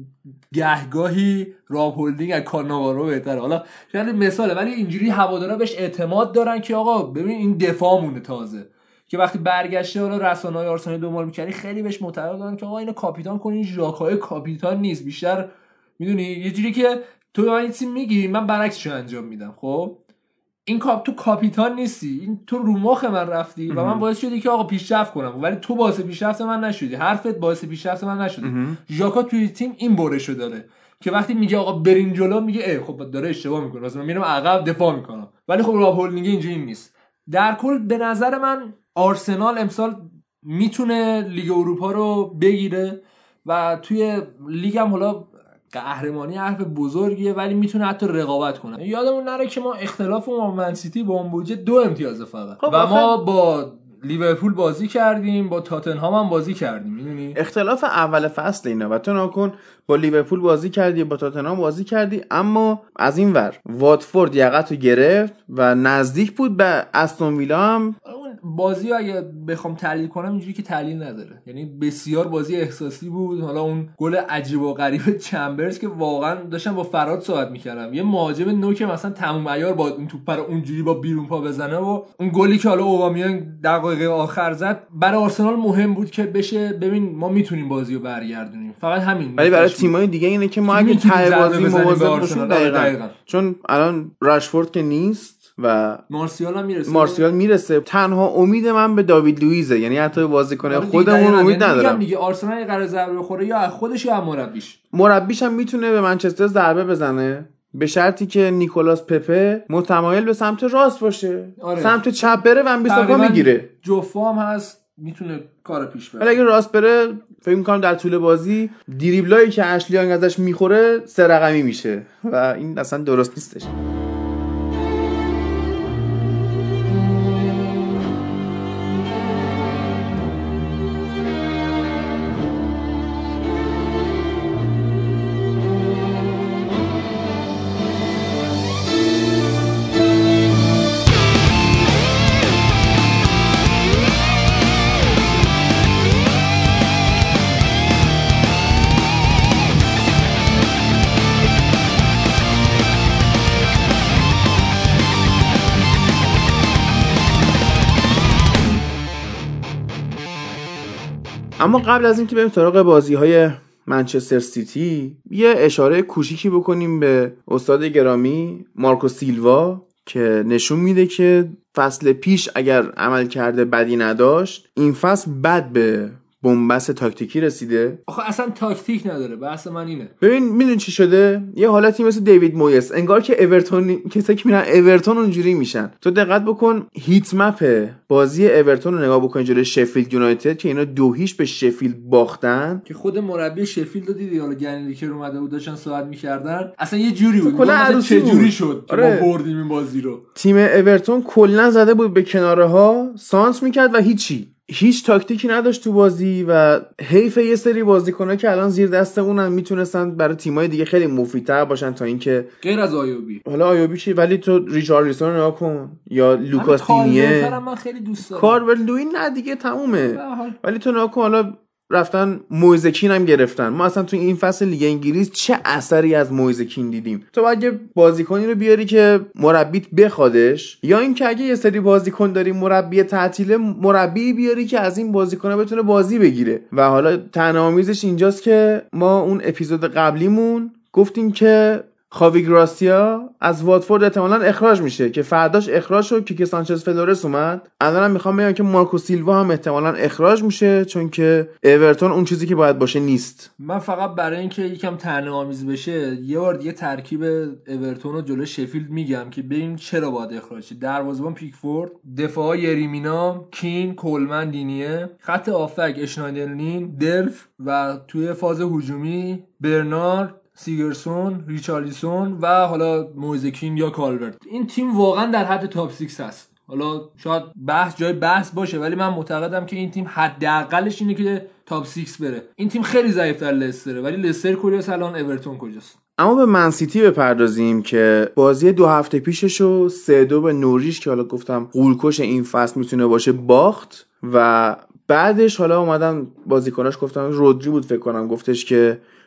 گهگاهی راب هولدینگ از کاناوارو بهتره. حالا شاید مثاله، ولی اینجوری هوادارا بهش اعتماد دارن که آقا ببین این دفاعمونه تازه، که وقتی برگشته حالا رسانه‌های آرسنال دنبال می‌کردی خیلی بهش معتقد بودن که آقا اینو کاپیتان کنین، ژاکای کاپیتان نیست، بیشتر میدونی یه جوری که تو به من این چیزی میگی من برعکسش انجام میدم. خب این تو کاپیتان نیستی، این تو رو مخ من رفتی و من باعث شدی که آقا پیشرفت کنم، ولی تو باعث پیشرفت من نشدی، حرفت باعث پیشرفت من نشده. ژاکا توی تیم این برشو داره که وقتی میگه آقا برین جلو میگه خب داره اشتباه میکنه، مثلا من میرم عقب دفاع میکنم، ولی خب راب هولدینگ اینجوری نیست. در کل به نظر من آرسنال امسال میتونه لیگ اروپا رو بگیره و توی لیگ هم حالا قهرمانی حرف بزرگیه ولی میتونه حتی رقابت کنه. یادمون نره که ما اختلافمون با من سیتی با اون بودجه 2 امتیاز فقط و ما با لیورپول بازی کردیم، با تاتنهام هم بازی کردیم. میدونی اختلاف اول فصل اینا و تو ناکن با لیورپول بازی کردی، با تاتنهام بازی کردی، اما از این ور واتفورد یقتو گرفت و نزدیک بود به استون ویلا. هم بازی رو اگه بخوام تحلیل کنم اینجوری که تحلیل نداره، یعنی بسیار بازی احساسی بود. حالا اون گل عجیب و غریب چمبرز که واقعا داشتم با فراد صحبت میکردم، یه مهاجم نوک مثلا تموم عیار با اون توپ رو اونجوری با بیرون پا بزنه، و اون گلی که حالا اوبامیان دقایق آخر زد برای آرسنال مهم بود که بشه ببین ما میتونیم بازی رو برگردونیم، فقط همین. ولی برای تیمای دیگه اینه که ما اگه ته بازی مواظب باشیم دقیقاً، چون الان راشفورد که نیست و مارسیال میرسه. تنها امید من به داوید لوئیزه، یعنی حتی بازیکن خودمون امید ندارم. میگم دیگه آرسنال قرار ضربه بخوره یا خودش یا مربیش هم میتونه به منچستر ضربه بزنه به شرطی که نیکولاس پپه متمایل به سمت راست باشه. سمت چپ بره و بیساکا میگیره، جوفام هست میتونه کار پیش بره. ولی اگه راست بره فکر می‌کنم در طول بازی دریبلایی که اشلی یانگ ازش میخوره 3 رقمی میشه و این اصلا درست نیستش. اما قبل از اینکه بریم سراغ بازی‌های منچستر سیتی یه اشاره کوچیکی بکنیم به استاد گرامی مارکو سیلوا که نشون میده که فصل پیش اگر عمل کرده بدی نداشت این فصل بد به بنبست تاکتیکی رسیده. آخه اصلا تاکتیک نداره، بحث من اینه. ببین میدون چی شده؟ یه حالتی مثل دیوید مویس، انگار که اورتون کسایی که میرن اورتون اونجوری میشن. تو دقت بکن هیت مپ بازی اورتون رو نگاه بکن جلوی شفیلد یونایتد که اینا 2-0 به شفیلد باختن، که خود مربی شفیلد رو دیدی حالا گنلی که اومده بود داشتن صحبت می‌کردن، اصلا یه جوری بود مثلا چه جوری شد که ما بردیم این بازی رو. تیم اورتون کلا زده بود به کناره ها، سانس میکرد و هیچ تاکتیکی نداشت تو بازی و حیف یه سری بازیکن‌ها که الان زیر دست اونن میتونستن برای تیمای دیگه خیلی مفیدتر باشن تا اینکه غیر از آیوبی. حالا آیوبی چی، ولی تو ریچارلیسون رو نگاه کن یا لوکاس دینیه، من خیلی دوست دارم. کارول لوین نه دیگه تمومه. ولی تو نگاه کن حالا رفتن مویزکین هم گرفتن. ما اصلا تو این فصل لیگ انگلیس چه اثری از مویزکین دیدیم؟ تو اگه بازیکنی رو بیاری که مربیت بخوادش، یا اینکه اگه یه سری بازیکن داری مربی تعطیله، مربی بیاری که از این بازیکن‌ها بتونه بازی بگیره. و حالا تنامیزش اینجاست که ما اون اپیزود قبلیمون گفتیم که خاوی گراسیا از واتفورد احتمالاً اخراج میشه که فرداش اخراج شد که سانچز فلورس اومد. الانم میخوام بگم که مارکو سیلوا هم احتمالاً اخراج میشه چون که اورتون اون چیزی که باید باشه نیست. من فقط برای اینکه یکم طعنه‌آمیز بشه یه بار دیگه ترکیب اورتون رو جلوی شفیلد میگم که ببین چرا باید اخراج شه. دروازه‌بان پیکفورد، دفاع یریمینا، کین، کولمن، دینیه، خط هافک اشنایدرلین، دلف و توی فاز هجومی برنارد، سیگرسون، ریچارلیسون و حالا مویزکین یا کالورت. این تیم واقعا در حد تاپ 6 هست. حالا شاید جای بحث باشه ولی من معتقدم که این تیم حداقلش اینه که تاپ 6 بره. این تیم خیلی ضعیف‌تر لستره، ولی لستر کجاست الان، اورتون کجاست؟ اما به منسیتی بپردازیم که بازی 2 هفته پیششو 3-2 به نوریچ که حالا گفتم غولکش این فصل میتونه باشه باخت و بعدش حالا اومدن بازیکناش گفتن رودری بود فکر کنم گفتش که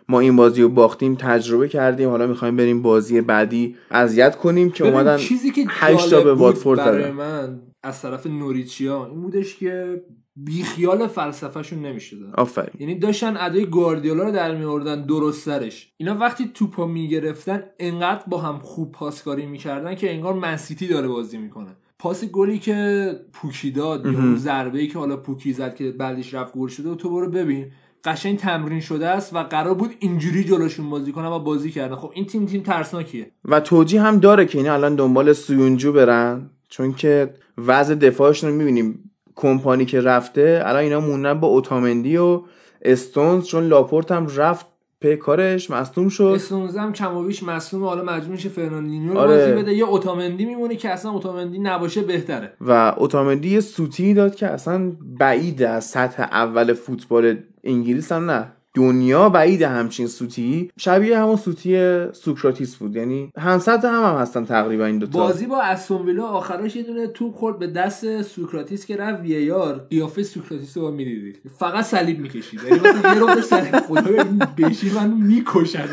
ما این بازی رو باختیم تجربه کردیم، حالا میخوایم بریم بازی بعدی اذیت کنیم که اومدن چیزی که 8 تا به واتفورد برای زدن. من از طرف نوریچیا این بودش که بیخیال فلسفه‌شون نمیشدن. آفرین. یعنی داشتن ادای گواردیولا رو در میآوردن درست‌ترش. اینا وقتی توپو میگرفتن انقدر با هم خوب پاسکاری میکردن که انگار منسیتی داره بازی میکنه. پاس گلی که پوکی داد یا اون ضربه‌ای که حالا پوکی زد که بعدش رفت گل شده و تو برو ببین قشنگ تمرین شده است و قرار بود اینجوری جلوشون بازی کنن و بازی کردن. خب این تیم ترسناکیه و توجیه هم داره که اینا الان دنبال سویونجو برن، چون که وضع دفاعشون رو می‌بینیم. کمپانی که رفته الان اینا موندن با اوتامندی و استونز، چون لاپورت هم رفت پی کارش مصدوم شد. استونز هم کم و بیش مصدومه، حالا مجبور میشه فرناندینیو رو بازی بده. یه اوتامندی میمونه که اصلا اوتامندی نباشه بهتره. و اوتامندی یه سوتی داد که اصلا بعیده از سطح اول فوتبال انگلیس هم نه دنیا بعیده همچین سوتی، شبیه همون سوتی سوکراتیس بود، یعنی هم سطح هم هستن تقریبا این دوتا. بازی با استون ویلا آخرش یه دونه توپ خورد به دست سوکراتیس که رفت وی آر، قیافه سوکراتیس رو می‌دیدید فقط صلیب می‌کشید، یعنی مثلا یه رو صلیب خدا بشین منو می‌کشن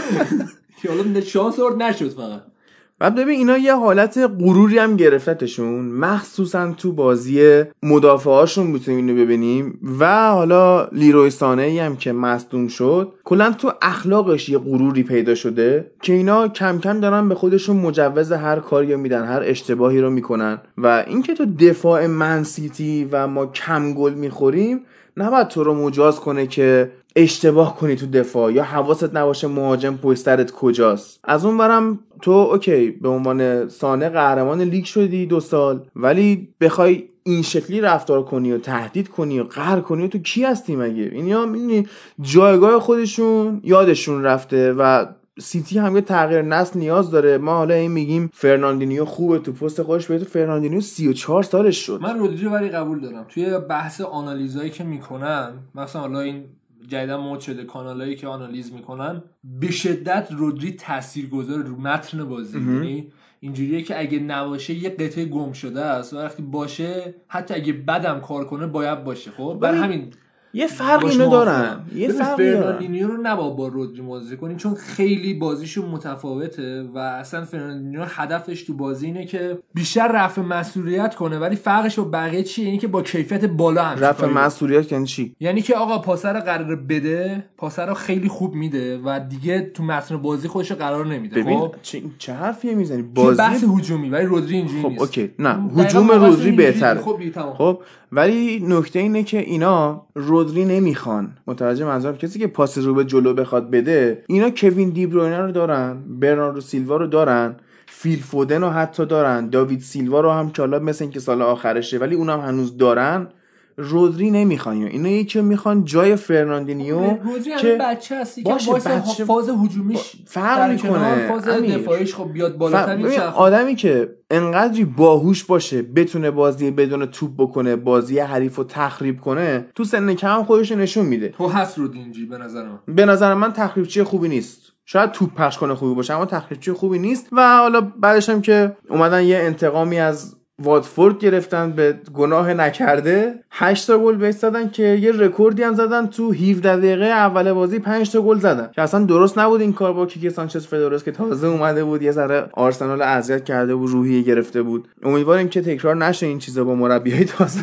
که حالا شانس آورد نشد فقط. بعد ببین اینا یه حالت غروری هم گرفتتشون، مخصوصا تو بازی مدافعاشون میتونیم اینو ببینیم و حالا لیروی سانه‌ای هم که مصدوم شد. کلا تو اخلاقش یه غروری پیدا شده که اینا کم کم دارن به خودشون مجوز هر کاری رو میدن، هر اشتباهی رو میکنن و اینکه تو دفاع منسیتی و ما کم گل میخوریم نباید تو رو مجاز کنه که اشتباه کنی تو دفاع یا حواست نباشه مهاجم پشت سرت کجاست. از اون برم تو اوکی به عنوان سانه قهرمان لیگ شدی 2 سال، ولی بخوای این شکلی رفتار کنی و تهدید کنی و قهر کنی و تو کی هستی مگه؟ اینا میدونی جایگاه خودشون یادشون رفته و سیتی هم یه تغییر نسل نیاز داره. ما حالا این میگیم فرناندینیو خوبه تو پست خودش، به تو فرناندینیو 34 سالش شد. من رودریگو ولی قبول دارم توی بحث آنالیزایی که میکنن، مثلا حالا این جدیدا مود شده کانالایی که آنالیز میکنن، به شدت رودری تاثیرگذار رو متن بازی. یعنی اینجوریه که اگه نباشه یه قطعه گم شده است و وقتی باشه حتی اگه بدم کار کنه باید باشه. خب بر همین یه فرق اینو دارن، یه فرق فرناندینیو رو نباید با رودری بازی کنی چون خیلی بازیشون متفاوته و اصلا فرناندینیو هدفش تو بازی اینه که بیشتر رفع مسئولیت کنه، ولی فرقش با بقیه چیه؟ اینه که با کیفیت بالا هم رفع مسئولیت یعنی چی؟ یعنی که آقا پاسر قرار بده، پاسر رو خیلی خوب میده و دیگه تو متن بازی خودش قرار نمیده. خب چه حرفی میزنی؟ بازی بحث هجومی، ولی رودری اینجوری خب نیست. اوکی نه هجوم رودری بهتره. خب ولی نکته اینه که اینا رودری نمیخوان. متوجه منظورم؟ کسی که پاس رو به جلو بخواد بده، اینا کوین دی بروینه رو دارن، برناردو سیلوا رو دارن، فیل فودن رو حتی دارن، داوید سیلوا رو هم که حالا مثل اینکه سال آخرشه ولی اونم هنوز دارن. رودری نمیخوان، اینا یکی میخوان جای فرناندینیو که بچه هستی که واسه فاز هجومیش فرق میکنه، فاز دفاعیش خب بیاد بالاتر. آدمی که انقدری باهوش باشه بتونه بازی بدون توپ بکنه، بازی حریفو تخریب کنه، تو سن کم خودش نشون میده. تو هست رودری اینجوری به نظر من تخریبچی خوبی نیست. شاید توپ پخش کنه خوبی باشه اما تخریبچی خوبی نیست. و حالا بعدش هم که اومدن یه انتقامی از واتفورد گرفتن به گناه نکرده، 8 تا گل بهش زدن که یه رکوردی هم زدن تو 17 دقیقه اول بازی 5 تا گل زدن که اصلا درست نبود این کار با کیکی سانچز فدورس که تازه اومده بود یه ذره آرسنال اذیت کرده بود، روحیه گرفته بود. امیدواریم که تکرار نشه این چیزا با مربیای تازه.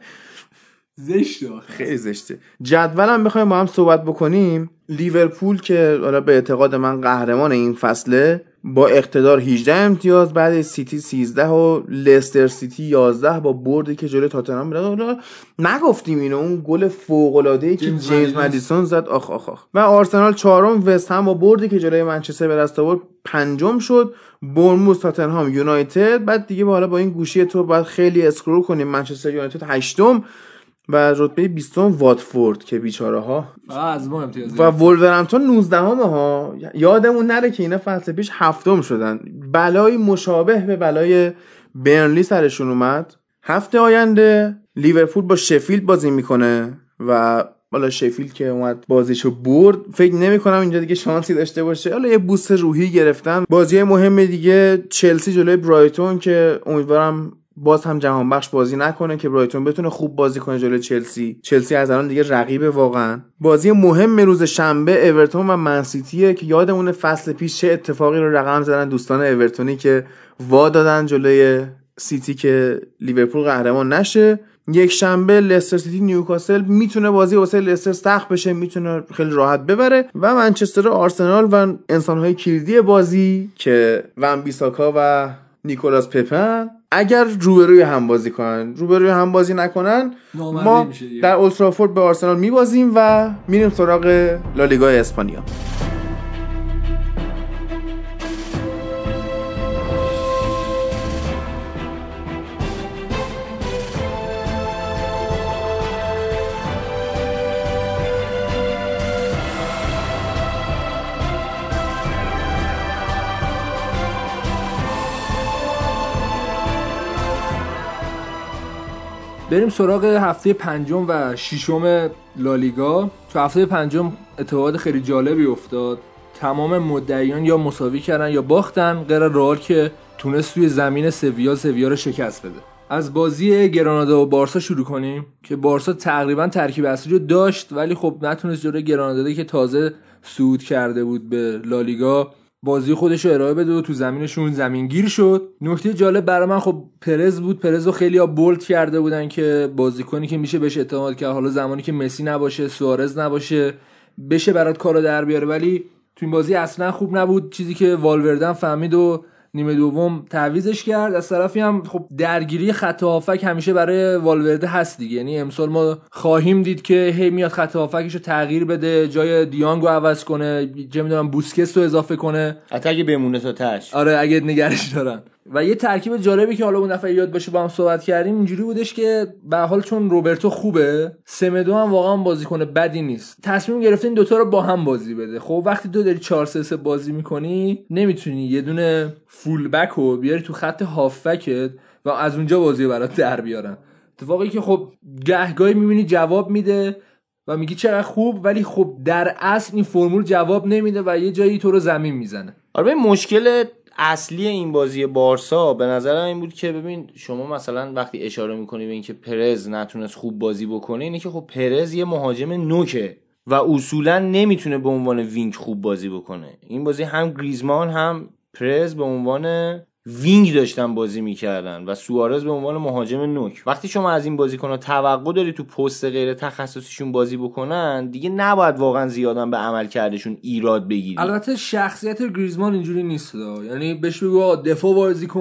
زشته، خیلی زشته. جدولم بخوایم با هم صحبت بکنیم، لیورپول که حالا به اعتقاد من قهرمان این فصله با اقتدار 18 امتیاز، بعد سیتی 13 و لستر سیتی 11 با بردی که جلوی تاتنهام بود. نگفتیم اینو، اون گل فوق العاده ای که جیمز مدیسون زد آخ آخ آخ. و آرسنال چهارم، وست هم با بردی که جلوی منچستر به دست آورد پنجم شد، برنموث، تاتنهام، یونایتد. بعد دیگه حالا با این گوشی تو بعد خیلی اسکرول کنیم، منچستر یونایتد هشتم و رتبه 20 واتفورد که بیچاره ها از ما امتیاز، و وولورهمپتون 19 ها. یادمون نره که اینا فصل پیش هفتم شدن. بلایی مشابه به بلای برنلی سرشون اومد. هفته آینده لیورپول با شفیلد بازی میکنه و حالا شفیلد که اومد بازیشو برد، فکر نمی‌کنم اینجا دیگه شانسی داشته باشه. حالا یه بوست روحی گرفتن. بازی مهم دیگه چلسی جلوی برایتون که امیدوارم باز هم جهان بخش بازی نکنه که برایتون بتونه خوب بازی کنه جلوی چلسی از الان دیگه رقیبه واقعا. بازی مهم روز شنبه اورتون و منسیتیه که یادمونه فصل پیش چه اتفاقی رو رقم زدن دوستان اورتونی که وا دادن جلوی سیتی که لیورپول قهرمان نشه. یک شنبه لستر سیتی نیوکاسل میتونه بازی واسه لستر سخت بشه، میتونه خیلی راحت ببره. و منچستر آرسنال و انسان‌های کلیدی بازی که ون بیساکا و نیکولاس پپن اگر روبروی هم بازی کنن، روبروی هم بازی نکنن ما در اولترافورد به آرسنال میبازیم و میریم سراغ لالیگا اسپانیا. بریم سراغ هفته پنجم و ششم لالیگا. تو هفته پنجم اتفاقات خیلی جالبی افتاد. تمام مدعیان یا مساوی کردن یا باختن غیر رئال که تونست توی زمین سویا رو شکست بده. از بازی گرانادا و بارسا شروع کنیم که بارسا تقریبا ترکیب اصلی رو داشت ولی خب نتونست جلوی گرانادا که تازه صعود کرده بود به لالیگا بازی خودش رو ارائه بده و تو زمینشون زمینگیر شد. نکته جالب برای من خب پرز بود. پرز رو خیلی‌ها بولد کرده بودن که بازیکنی که میشه بهش اعتماد کرد حالا زمانی که مسی نباشه، سوارز نباشه، بشه برات کارو در بیاره، ولی تو این بازی اصلا خوب نبود. چیزی که والوردن فهمید و نیمه دوم تعویضش کرد. از طرفی هم خب درگیری خط هافک همیشه برای والورده هست دیگه، یعنی امسال ما خواهیم دید که هی میاد خط هافکش رو تغییر بده، جای دیانگو عوض کنه، چه میدونم بوسکس رو اضافه کنه، حتی اگه بمونه تا تاش. آره اگه نگرش دارن. و یه ترکیب جالبی که حالا اون دفعه یاد باشه با هم صحبت کردیم اینجوری بودش که به حال چون روبرتو خوبه، سمدو هم واقعا بازیکن بدی نیست، تصمیم گرفته این دوتا رو با هم بازی بده. خب وقتی تو داری 4-3-3 بازی میکنی نمیتونی یه دونه فول بک رو بیاری تو خط هافبکت و از اونجا بازی رو برات در بیارن. اتفاقی که خب گهگاهی میبینی جواب میده و میگی چقدر خوب، ولی خب در اصل این فرمول جواب نمیده و یه جایی تو رو زمین میزنه. آره مشکل اصلی این بازی بارسا به نظر این بود که ببین شما مثلا وقتی اشاره میکنی به اینکه پرز نتونست خوب بازی بکنه، اینه که خب پرز یه مهاجم نوکه و اصولا نمیتونه به عنوان وینگ خوب بازی بکنه. این بازی هم گریزمان هم پرز به عنوان وینگ داشتن بازی میکردن و سوارز به عنوان مهاجم نوک. وقتی شما از این بازیکن‌ها توقع داری تو پست غیر تخصصیشون بازی بکنن، دیگه نباید واقعا زیادا به عملکردشون ایراد بگیری. البته شخصیت گریزمان اینجوری نیست، یعنی بهش بگو دفاع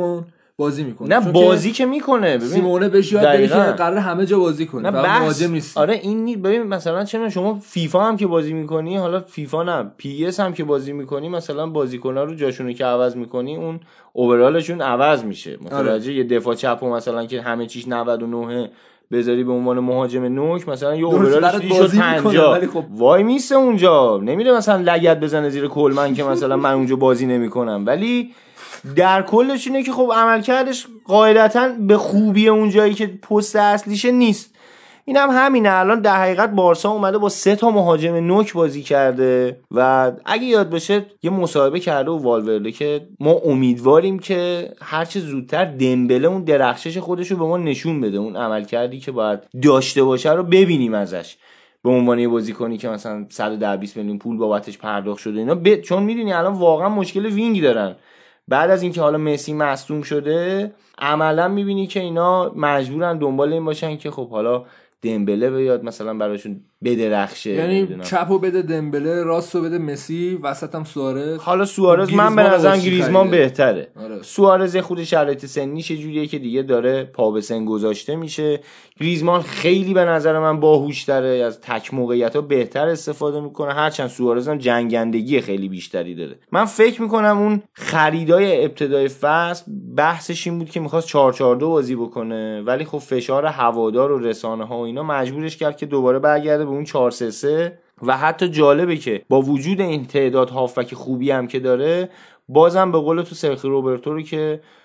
بازی میکنه. نه بازی که میکنه، ببین سیمونه بهش یاد بده که قرار همه جا بازی کنه، فقط مهاجم نیست. آره این ببین مثلا چه شما فیفا هم که بازی میکنی، حالا فیفا نه پی اس هم که بازی میکنی، مثلا بازیکن‌ها رو جاشونو که عوض میکنی اون اوورالشون عوض میشه. متوجه یه دفاع چپو مثلا که همه چیش 99 بذاری به عنوان مهاجم نوک، مثلا یه اوورالش شد 50 خب وای میسه اونجا، نمیره مثلا لگد بزنه زیر کلمن که مثلا من اونجا بازی نمیکنم. ولی در کلش اینه که خب عملکردش قاعدتاً به خوبی اون جایی که پست اصلیشه نیست. این هم همینه. الان در حقیقت بارسا اومده با 3 تا مهاجم نوک بازی کرده و اگه یاد باشه یه مصاحبه کرده و والورده که ما امیدواریم که هرچه زودتر دمبله اون درخشش خودش رو به ما نشون بده، اون عملکردی که باید داشته باشه رو ببینیم ازش به عنوان یه بازیکنی که مثلا 110-20 میلیون پول بابتش پرداخت شده اینا چون میدونی الان واقعا مشکل وینگ دارن. بعد از اینکه حالا مسی مصدوم شده عملا میبینی که اینا مجبورن دنبال این باشن که خب حالا دمبله بیاد مثلا براشون بدرخشه، یعنی چپو بده دمبله، راستو بده مسی، وسطم سوارز. حالا سوارز من به نظرم گریزمان بهتره. سوارز خود شرایط سنیش جوریه که دیگه داره پا به سن گذاشته میشه. گریزمان خیلی به نظر من باهوش‌تره، از تک موقعیت‌ها بهتر استفاده میکنه، هرچند سوارز هم جنگندگی خیلی بیشتری داره. من فکر میکنم اون خریدای ابتدای فصل بحثش این بود که می‌خواست 4-4-2 بازی بکنه، ولی خب فشار هوادار و رسانه‌ها و اینا مجبورش کرد که دوباره برگرده به اون 4-3-3 و حتی جالبه که با وجود این تعداد هافبک خوبی هم که داره، بازم به قول تو سرخی روبرتو رو که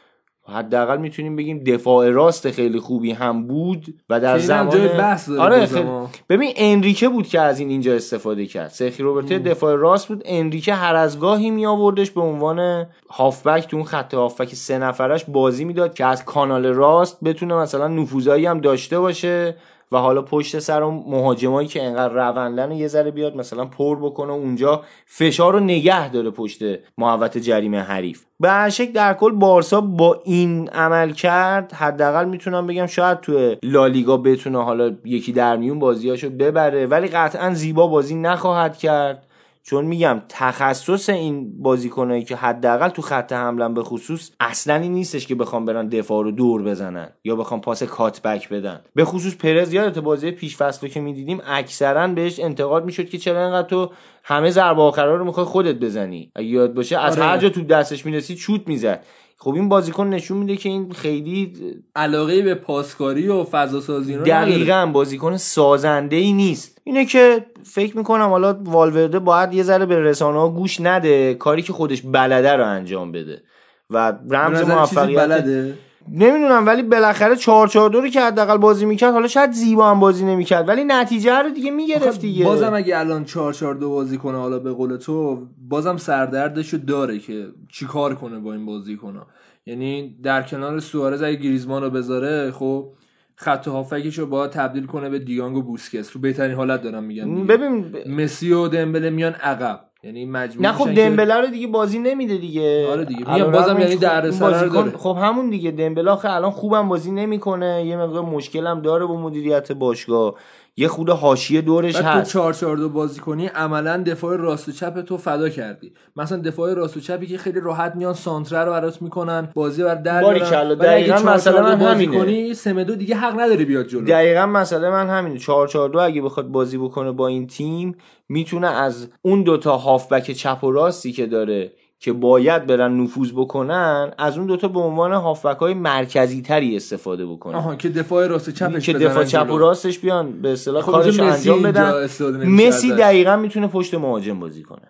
حداقل میتونیم بگیم دفاع راست خیلی خوبی هم بود و در زمان آره ببین انریکه بود که از اینجا استفاده کرد. سرخی روبرتو دفاع راست بود، انریکه هر از گاهی می آوردش به عنوان هافبک تو اون خط هافبک 3 نفرش بازی میداد که از کانال راست بتونه مثلا نفوذایی هم داشته باشه و حالا پشت سر اون مهاجمایی که انقدر روندن یه ذره بیاد مثلا پر بکنه اونجا فشار رو نگه داره پشت محوطه جریمه حریف. به هر شکل در کل بارسا با این عمل کرد حداقل میتونم بگم شاید تو لالیگا بتونه حالا یکی در میون بازیاشو ببره، ولی قطعا زیبا بازی نخواهد کرد، چون میگم تخصص این بازیکنایی که حداقل تو خط حمله به خصوص اصلا این نیستش که بخوام برن دفاع رو دور بزنن یا بخوام پاس کات بک بدن. به خصوص پرز یادت بازی پیش فصلو که میدیدیم اکثرا بهش انتقاد میشد که چرا اینقدر تو همه ضربه آخرا رو میخوای خودت بزنی، اگه یاد باشه از هر جا تو دستش میرسید شوت میزد. خب این بازیکن نشون میده که این خیلی علاقه به پاسکاری و فضا سازی رو دقیقاً بازیکن سازنده‌ای نیست. اینه که فکر میکنم حالا والورده باید یه ذره به رسانه‌ها گوش نده، کاری که خودش بلده رو انجام بده و رمز موفقیت بلده. نمیدونم ولی بالاخره 4-4-2 رو که حداقل بازی میکرد، حالا شاید زیبا هم بازی نمیکرد ولی نتیجه رو دیگه میگرفت دیگه. بازم اگه الان 4-4-2 بازی کنه حالا به قول تو بازم سردردشو داره که چیکار کنه با این بازیکن‌ها. یعنی در کنار سوارز اگه گریزمان رو بذاره خب خط هافکش رو باید تبدیل کنه به دیانگ و بوسکس. تو بهترین حالت دارم میگم دیگه. ببین مسی و دمبله میان عقب، یعنی مجبور نه خب دمبله رو دیگه بازی نمیده دیگه. آره دیگه میگم بازم یعنی در سر داره. خب همون دیگه دمبله آخه الان خوبم بازی نمیکنه، یه مقدار مشکلم داره با مدیریت باشگاه، یه خود حاشیه دورش هست. تو 4-4-2 بازی کنی عملا دفاع راست و چپ تو فدا کردی. مثلا دفاع راست و چپی که خیلی راحت میان سانتره رو برات میکنن، بازی بر در میارن. دقیقاً مسئله من همینه. کنی سمدو دیگه حق نداره بیاد جلو. دقیقاً مسئله من همینه. 4-4-2 اگه بخواد بازی بکنه با این تیم میتونه از اون دوتا هافبک چپ و راستی که داره که باید برن نفوذ بکنن، از اون دوتا به عنوان هافبک‌های مرکزی تری استفاده بکنه که دفاع راست چپش که دفاع چپ و راستش بیان به اصطلاح کارش انجام بدن. مسی دقیقاً میتونه پشت مهاجم بازی کنه.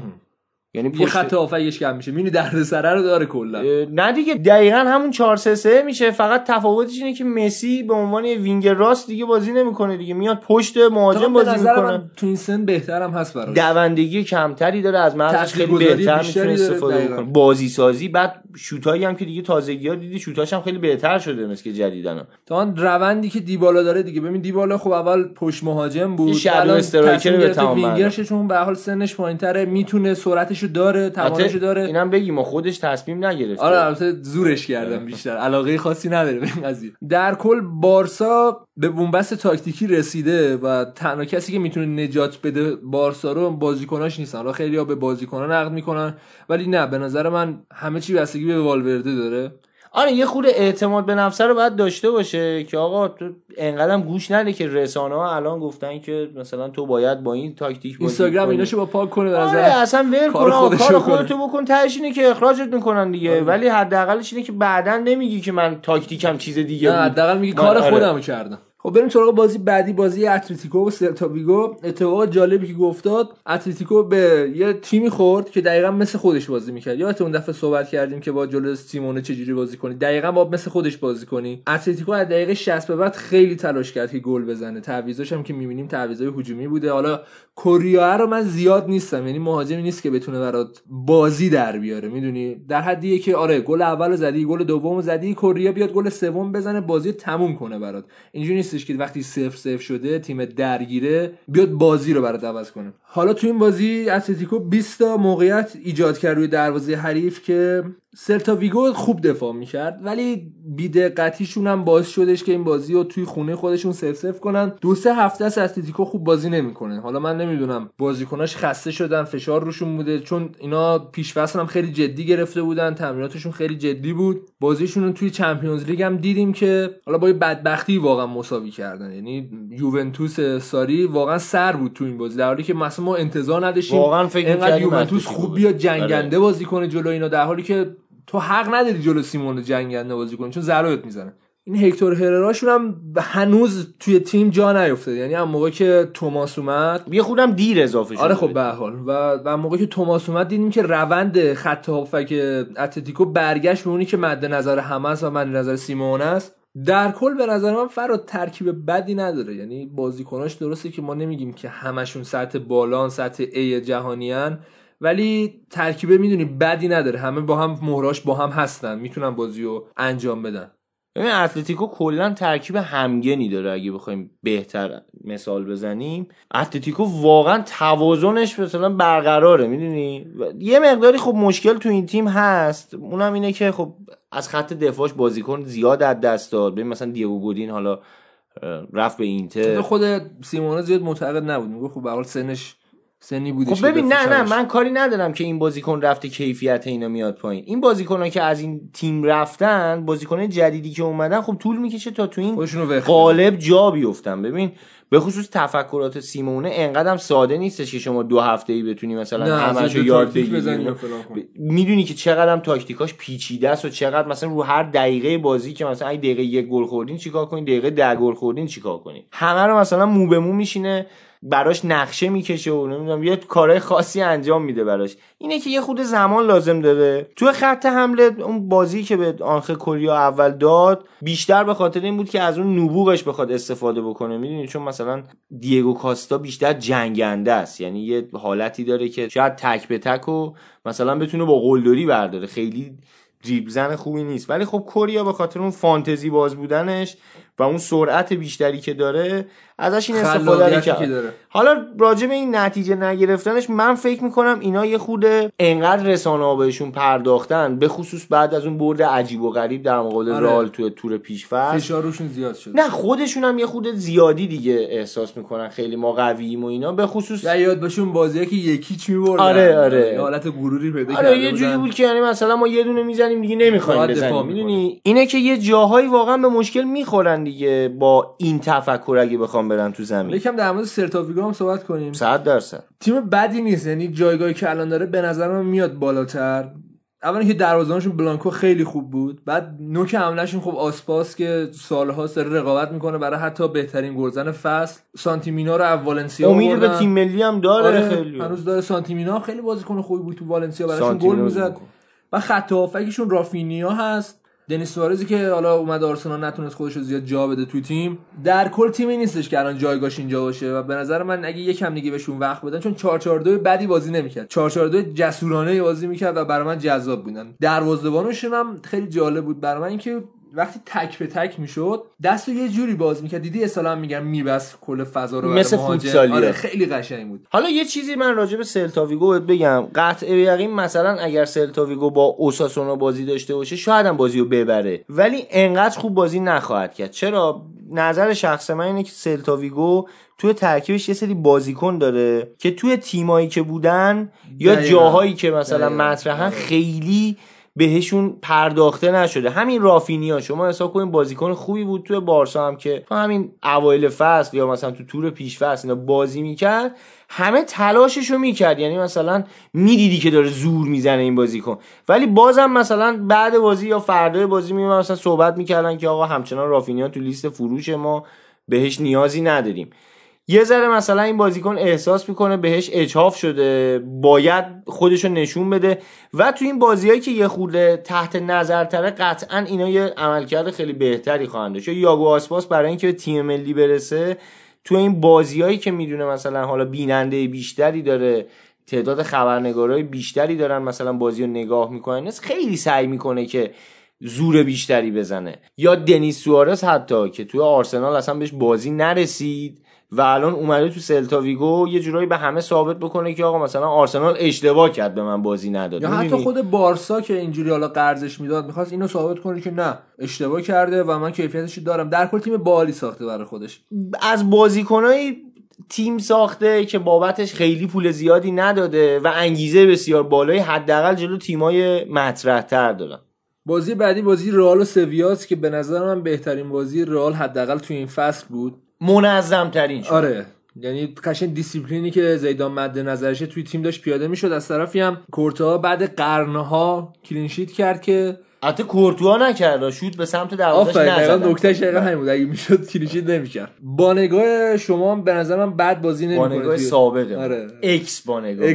یعنی یه خط هافکش کم میشه، میبینی دردسر رو داره کلا. نه دیگه دقیقاً همون 4-3-3 میشه، فقط تفاوتش اینه که مسی به عنوان یه وینگر راست دیگه بازی نمیکنه دیگه، میاد پشت مهاجم بازی میکنه. تو این سن بهترم هست براش، دوندگی کمتری داره، از مرزش خیلی بهتر میتونه استفاده بکنه، بازی سازی، بعد شوتایی هم که دیگه تازگی‌ها دیدی شوتاش هم خیلی بهتر شده مثل که جدیدن. تا اون روندی که دیبالا داره دیگه، ببین دیبالا خب اول پشت مهاجم بود، الان استرایکر به تمام وینگرش، چون به حال سنش پایین‌تره میتونه سرعتشو داره، توانشو داره. اینم بگیم ما خودش تصمیم نگرفت. آره البته زورش کردم بیشتر، علاقه خاصی نداره به این قضیه. در کل بارسا به بنبست تاکتیکی رسیده و تنها کسی که میتونه نجات بده بارسا رو بازیکناش نیستن. حالا خیلی‌ها به بازیکنان نقد میکنن ولی نه، به نظر من همه چی بستگی به والورده داره. آره یه خورده اعتماد به نفس رو باید داشته باشه که آقا تو انقدرم گوش نده که رسانه‌ها الان گفتن که مثلا تو باید با این تاکتیک بازی کنی، اینستاگرام ایناشو با پاک کنه. به نظر اصلا ول کن، کار خودتو بکن، تهش اینه که اخراجت میکنن دیگه. ولی حداقلش اینه که بعدن نمیگی که من تاکتیکم چیز دیگه بود، حداقل میگی کار خودمو کردم. خب بریم سراغ بازی بعدی، بازی اتلتیکو و سلتا ویگو. اتفاق جالبی که افتاد، اتلتیکو به یه تیمی خورد که دقیقاً مثل خودش بازی می‌کرد. یادت اون دفعه صحبت کردیم که با جلوی سیمونه چجوری بازی کنی، دقیقاً با مثل خودش بازی کنی. اتلتیکو از دقیقه 60 به بعد خیلی تلاش کرد که گل بزنه. تعویضاش هم که می‌بینیم تعویضای هجومی بوده. حالا کوریا رو من زیاد نیستم، یعنی مهاجمی نیست که بتونه برات بازی در بیاره، میدونی، در حدیه که آره گل اولو زدی، گل دومو زدی، کوریا بیاد گل سوم بزنه بازی تموم کنه برات. اینجوری نیستش که وقتی 0-0 شده تیم درگیره بیاد بازی رو برات عوض کنه. حالا تو این بازی اتلتیکو 20 تا موقعیت ایجاد کرد روی دروازه حریف که سلتا ویگو خوب دفاع میکرد، ولی بی‌دقتیشون هم باعث شدش که این بازی رو توی خونه خودشون 0-0 کنن. 2-3 هفته است اتلتیکو خوب بازی نمیکنه. حالا من نمیدونم بازیکناش خسته شدن، فشار روشون بوده، چون اینا پیش فصل هم خیلی جدی گرفته بودن، تمریناتشون خیلی جدی بود. بازیشون رو توی چمپیونز لیگ هم دیدیم که حالا با بدبختی واقعا مساوی کردن. یعنی یوونتوس ساری واقعا سر بود تو این بازی، در حالی که مثلا ما انتظار نداشتیم واقعا فکر می‌کردیم یوونتوس خوب بیاد جنگنده بازی کنه جلو اینا، در حالی که تو حق نداری جلو سیمون جنگنده بازی کنی چون ضربت میزنه. این هکتور هرراشون هم هنوز توی تیم جا نیافتاد. یعنی هم موقع که توماس اومد یه خودم دیر اضافه شد. آره خب به هر حال و موقعی که توماس اومد دیدیم که روند خط هافک اتلتیکو برگشت به اونی که مد نظر همه است و مد نظر سیمونه است. در کل به نظر من فراد ترکیب بدی نداره. یعنی بازیکناش درسته که ما نمیگیم که همشون سطح بالان، سطح A جهانیان، ولی ترکیبه میدونی بدی نداره. همه با هم مهراش با هم هستن، میتونن بازیو انجام بدن. ببین اتلتیکو کلا ترکیب همگنی داره. اگه بخوایم بهتر مثال بزنیم، اتلتیکو واقعا توازنش مثلا برقراره. میدونی یه مقداری خب مشکل تو این تیم هست، اونم اینه که خب از خط دفاعش بازیکن زیاد از دست داد. ببین مثلا دیگو گودین حالا رفت به اینتر، خود سیمونه زیاد معتقد نبود، میگه خب به هر حال سنی بودی. خب ببین نه من کاری ندارم که این بازیکن رفته کیفیت اینا میاد پایین. این بازیکن‌ها که از این تیم رفتن، بازیکن‌های جدیدی که اومدن، خب طول میکشه تا تو این قالب جا بیفتن. ببین به خصوص تفکرات سیمونه انقدرم ساده نیستش که شما 2 هفته‌ای بتونی مثلا همه‌شو یاد بگیری. میدونی که چقدرم تاکتیکاش پیچیده است و چقدر مثلا رو هر دقیقه بازی که مثلا اگه دقیقه 1 گل خوردین چیکار کنین، دقیقه 10 گل خوردین چیکار کنین، همه رو مثلا مو به مو میشینه براش نقشه میکشه و نمیدونم یه کارهای خاصی انجام میده براش. اینه که یه خود زمان لازم داره. تو خط حمله اون بازی که به آنخه کوریا اول داد بیشتر به خاطر این بود که از اون نبوغش بخواد استفاده بکنه. میدونی چون مثلا دیگو کاستا بیشتر جنگنده است، یعنی یه حالتی داره که شاید تک به تک و مثلا بتونه با قلدری برداره، خیلی دریبل زن خوبی نیست. ولی خب کوریا به خاطر اون فانتزی باز بودنش و اون سرعت بیشتری که داره ازش این استفاده کرد. حالا راجع به این نتیجه نگرفتنش من فکر میکنم اینا یه خود انقدر رسانه‌ها بهشون پرداختن، به خصوص بعد از اون برد عجیب و غریب در مقابل رئال تو تور پیش‌فصل، فشار روشون زیاد شد. نه خودشون هم یه خود زیادی دیگه احساس میکنن خیلی ما قوییم و اینا. به خصوص یاد بهشون بازیه که یکیچ میبردن. آره. حالت غروری پیدا کردن. یه جوری بود که یعنی مثلا ما یه دونه میزنیم دیگه نمیخوایم بزنیم. میدونی اینه که یه جاهایی واقعا به مشکل میخورن دیگه با این تفکر اگه بخوام برن تو زمین. یکم در مورد سلتا ویگو هم صحبت کنیم. 100% تیم بدی نیست، یعنی جایگاهی که الان داره به نظر من میاد بالاتر. اولا که دروازه‌بانشون بلانکو خیلی خوب بود، بعد نوک حملهشون خب آسپاس که سال‌ها سر رقابت میکنه برای حتی بهترین گلزن فصل. سانتیمینا رو از والنسیا امید به تیم ملی هم داره. خیلی هنوز داره. سانتیمینا خیلی بازیکن خوبی بود تو والنسیا، براشون گل میزد. و خط هافکشون رافینیا هست، دنیس سوارزی که حالا اومد آرسنال نتونست خودش رو زیاد جا بده تو تیم. در کل تیمی نیستش که الان جایگاهش اینجا باشه و به نظر من اگه یکم دیگه بهشون وقت بدن، چون 4-4-2 بدی بازی نمیکرد، 4-4-2 جسورانه بازی میکرد و برای من جذاب بودن. دروازه‌بانشون هم خیلی جالب بود برای من، اینکه وقتی تک به تک میشد دستو یه جوری باز میکرد، دیدی اسلام میگم میبس کل فضا رو مثل فوتسالیه. آره خیلی قشنگ بود. حالا یه چیزی من راجع به سلتا ویگو بگم، قطع به یقین مثلا اگر سلتا ویگو با اوساسونا بازی داشته باشه شاید هم بازی رو ببره، ولی انقدر خوب بازی نخواهد کرد. چرا؟ نظر شخص من اینه که سلتا ویگو توی ترکیبش یه سری بازیکن داره که توی تیمایی که بودن یا جاهایی که مثلا مطرحن خیلی بهشون پرداخته نشده. همین رافینیا شما حساب کنین بازیکن خوبی بود توی بارسا هم که تو همین اوایل فصل یا مثلا تو تور پیش فصل اینا بازی میکرد، همه تلاششو میکرد، یعنی مثلا میدیدی که داره زور میزنه این بازیکن، ولی بازم مثلا بعد بازی یا فردای بازی میومد مثلا صحبت میکردن که آقا همچنان رافینیا تو لیست فروش ما بهش نیازی نداریم. یه ذره مثلا این بازیکن احساس میکنه بهش اجحاف شده، باید خودشو نشون بده و تو این بازیایی که یه خورده تحت نظر تره قطعا اینا یه عملکرد خیلی بهتری خواهند داشت. یاگو آسپاس برای اینکه به تیم ملی برسه تو این بازیایی که میدونه مثلا حالا بیننده بیشتری داره، تعداد خبرنگارای بیشتری دارن مثلا بازی رو نگاه میکنن، خیلی سعی میکنه که زور بیشتری بزنه. یا دنیس سوارز حتی که توی آرسنال اصلا بهش بازی نرسید و الان اومده تو سلتا ویگو یه جورایی به همه ثابت بکنه که آقا مثلا آرسنال اشتباه کرد به من بازی نداد. یا حتی خود بارسا که اینجوری حالا قرضش میداد میخواست اینو ثابت کنه که نه اشتباه کرده و من کیفیتش دارم. در کل تیم باحالی ساخته برای خودش، از بازیکنای تیم ساخته که بابتش خیلی پول زیادی نداده و انگیزه بسیار بالایی حداقل جلو تیمای مطرح‌تر دارن. بازی بعدی بازی رئال و سویاس که به نظر من بهترین بازی رئال حداقل تو این فصل بود، منظم ترین شد. آره یعنی قشنگ دیسیپلینی که زیدان مد نظرشه توی تیم داشت پیاده میشد. از طرفی هم کورتوا بعد قرنها کلین شیت کرد که البته کورتوا نکرد، شوت به سمت دروازه‌اش نزد. نکتهش دقیقاً همین بود، اگه میشد کلینشیت نمی‌کرد. با نگاه شما به نظر من بد بازی نمی‌کنه. با نگاه سابقه. آره. ایکس با نگاه.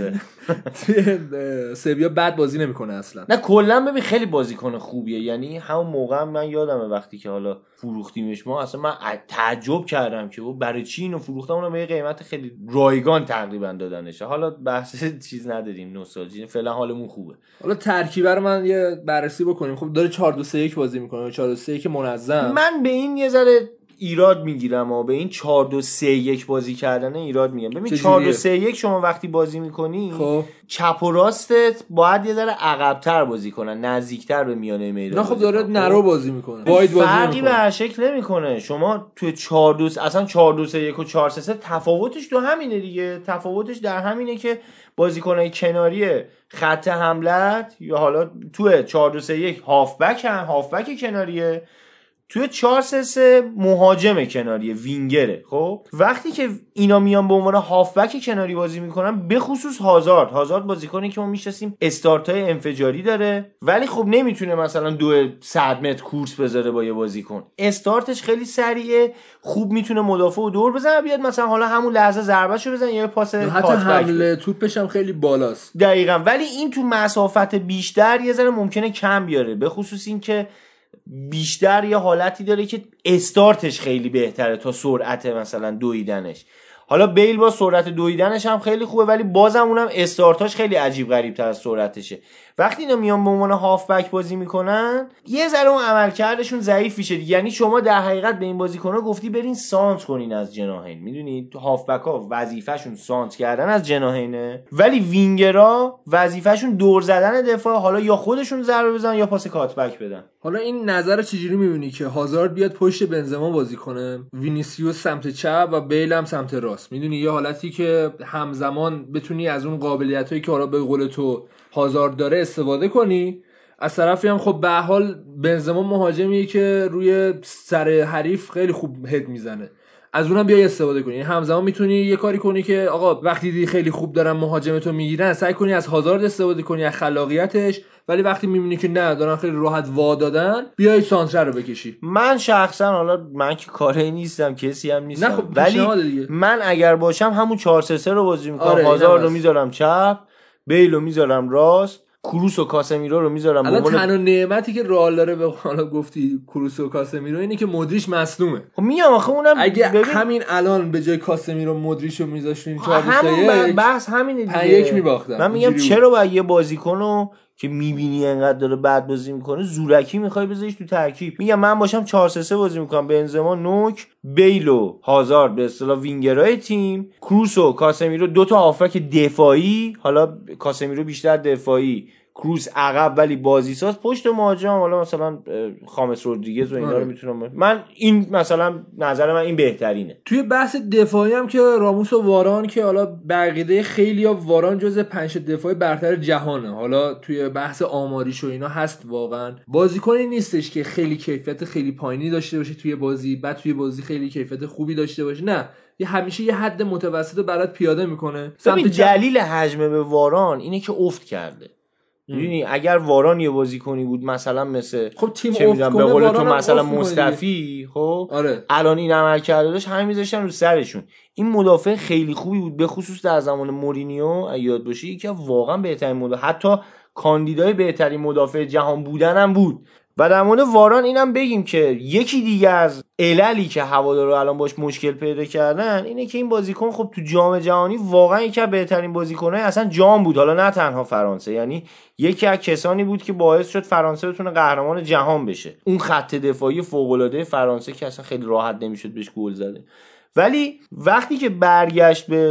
سویا بد بازی نمی‌کنه اصلا. نه کلا ببین خیلی بازیکن خوبیه، یعنی همون موقع من یادمه وقتی که حالا فروختیمش ما اصلا من تعجب کردم که برای چی اینو فروختم، اونو به قیمت خیلی رایگان تقریبا دادنش. حالا بحث چیز نداریم، نوستالژی، فعلا حالمون خوبه. حالا ترکیب رو من یه بررسی بکنیم. خب داره 4-2-3-1 بازی میکنه، 4-2-3-1 منظم. من به این یه ذره ایراد میگیرم و به این 4-2-3-1 بازی کردن ایراد میگم. ببین 4-2-3-1 شما وقتی بازی میکنی خب چپ و راستت باید یه ذره عقب‌تر بازی کنن، نزدیکتر به میانه میدان. نه خب داره نرو بازی میکنه، واید بازی فرقی میکنه، به هر شکل نمیکنه. شما توی 4-2 اصلا 4-2-3-1 و 4-3-3 تفاوتش تو همینه دیگه. تفاوتش در همینه که بازیکنای کناری خط حملت یا حالا توی 4-2-3-1 هافبک کناریه، توی 4-3-3 مهاجم کناریه، وینگره. خب وقتی که اینا میان به عنوان هافبک کناری بازی میکنن، به خصوص هازارد بازیکنی که ما میشناسیم استارتای انفجاری داره، ولی خب نمیتونه مثلا 200 متر کورس بذاره با یه بازیکن. استارتش خیلی سریعه، خوب میتونه مدافع و دور بزنه، بیاد مثلا حالا همون لحظه ضربهشو بزنه یا پاس حتی حمله توپش هم خیلی بالاست. دقیقاً. ولی این تو مسافت بیشتر یه ذره ممکنه کم بیاره، به خصوص این که بیشتر یه حالتی داره که استارتش خیلی بهتره تا سرعت مثلا دویدنش. حالا بیل با سرعت دویدنش هم خیلی خوبه، ولی بازم اونم استارتاش خیلی عجیب غریب تر از سرعتشه. وقتی اینا میان به عنوان هافبک بازی میکنن، یه ذره اون عملکردشون ضعیف میشه. یعنی شما در حقیقت به این بازیکن‌ها گفتی برین سانت کنین از جناحین. میدونید هافبک‌ها وظیفه‌شون سانت کردن از جناحینه، ولی وینگرها وظیفه‌شون دور زدن دفاع، حالا یا خودشون ضربه بزنن یا پاس کاتبک بدن. حالا این نظر چجوری میبینی که هازارد بیاد پشت بنزما بازی کنه، وینیسیوس سمت چپ و بیل هم سمت راست؟ میدونی یه حالتی که همزمان بتونی از اون قابلیتایی که حالا به قول تو هازارد داره استفاده کنی، از طرفی هم خب به حال بنزما مهاجمیه که روی سر حریف خیلی خوب هد میزنه، از اونم بیای استفاده کنی. همزمان میتونی یه کاری کنی که آقا وقتی دیدی خیلی خوب دارن مهاجمتو میگیرن، سعی کنی از هازارد استفاده کنی، از خلاقیتش، ولی وقتی میبینی که نه دارن خیلی راحت وا دادن، بیای سانتر رو بکشی. من شخصا، حالا من که کاری نیستم، کسی هم نیستم، نه خب ولی من اگر باشم همون 4-3-3 رو بازی میکنم. آره هازارد رو میذارم چپ، بیل رو میذارم راست، کروس و کاسمیرو رو میذارم. الان تنها نعمتی که رئال داره به حالا گفتی کروس و کاسمیرو اینه که مودریچ مصدومه. خب میگم آخه اونم اگه همین الان به جای کاسمیرو مودریچ رو میذاشتین 4-2-3-1 همون بحث همینه دیگه. 5-1 میباختن. من میگم چرا باید یه بازیکنو که میبینی انقدر داره بد بازی میکنه زورکی میخوای بذاریش تو ترکیب؟ میگم من باشم 4-3-3 بازی میکنم، بنزما نوک، بیل و هازارد به اصطلاح وینگرای تیم، کروس و کاسمیرو دو تا هافبک دفاعی، حالا کاسمیرو بیشتر دفاعی، کروس عقب ولی بازیساز، پشت مهاجم حالا مثلا خامس رودریگز و اینا رو میتونم. من این مثلا نظر من این بهترینه. توی بحث دفاعی هم که راموس و واران، که حالا بقیده خیلی‌ها واران جزء 5 دفاعی برتر جهانه، حالا توی بحث آماریش و اینا هست، واقعا بازیکنی نیستش که خیلی کیفیت خیلی پایینی داشته باشه توی بازی، بعد توی بازی خیلی کیفیت خوبی داشته باشه. نه، یه همیشه یه حد متوسط رو برات پیاده میکنه. دلیل حجم به واران اینه که افت کرده. میدونی اگر واران یه بازیکنی بود مثلا مثل خب تیم افت کنه، به قول تو مثلا مصطفی، خب آره. الان این عمل کرده داشت همین میذاشتن رو سرشون. این مدافع خیلی خوبی بود، به خصوص در زمان مورینیو یاد باشی که واقعا بهترین مدافع، حتی کاندیدای بهترین مدافع جهان بودن هم بود. و در مورد واران اینم بگیم که یکی دیگه از عللی که هوادارا الان باش مشکل پیدا کردن اینه که این بازیکن خب تو جام جهانی واقعا یکی از بهترین بازیکن‌های اصلا جام بود، حالا نه تنها فرانسه، یعنی یکی از کسانی بود که باعث شد فرانسه بتونه قهرمان جهان بشه. اون خط دفاعی فوق‌العاده فرانسه که اصلا خیلی راحت نمیشد بهش گل زده، ولی وقتی که برگشت به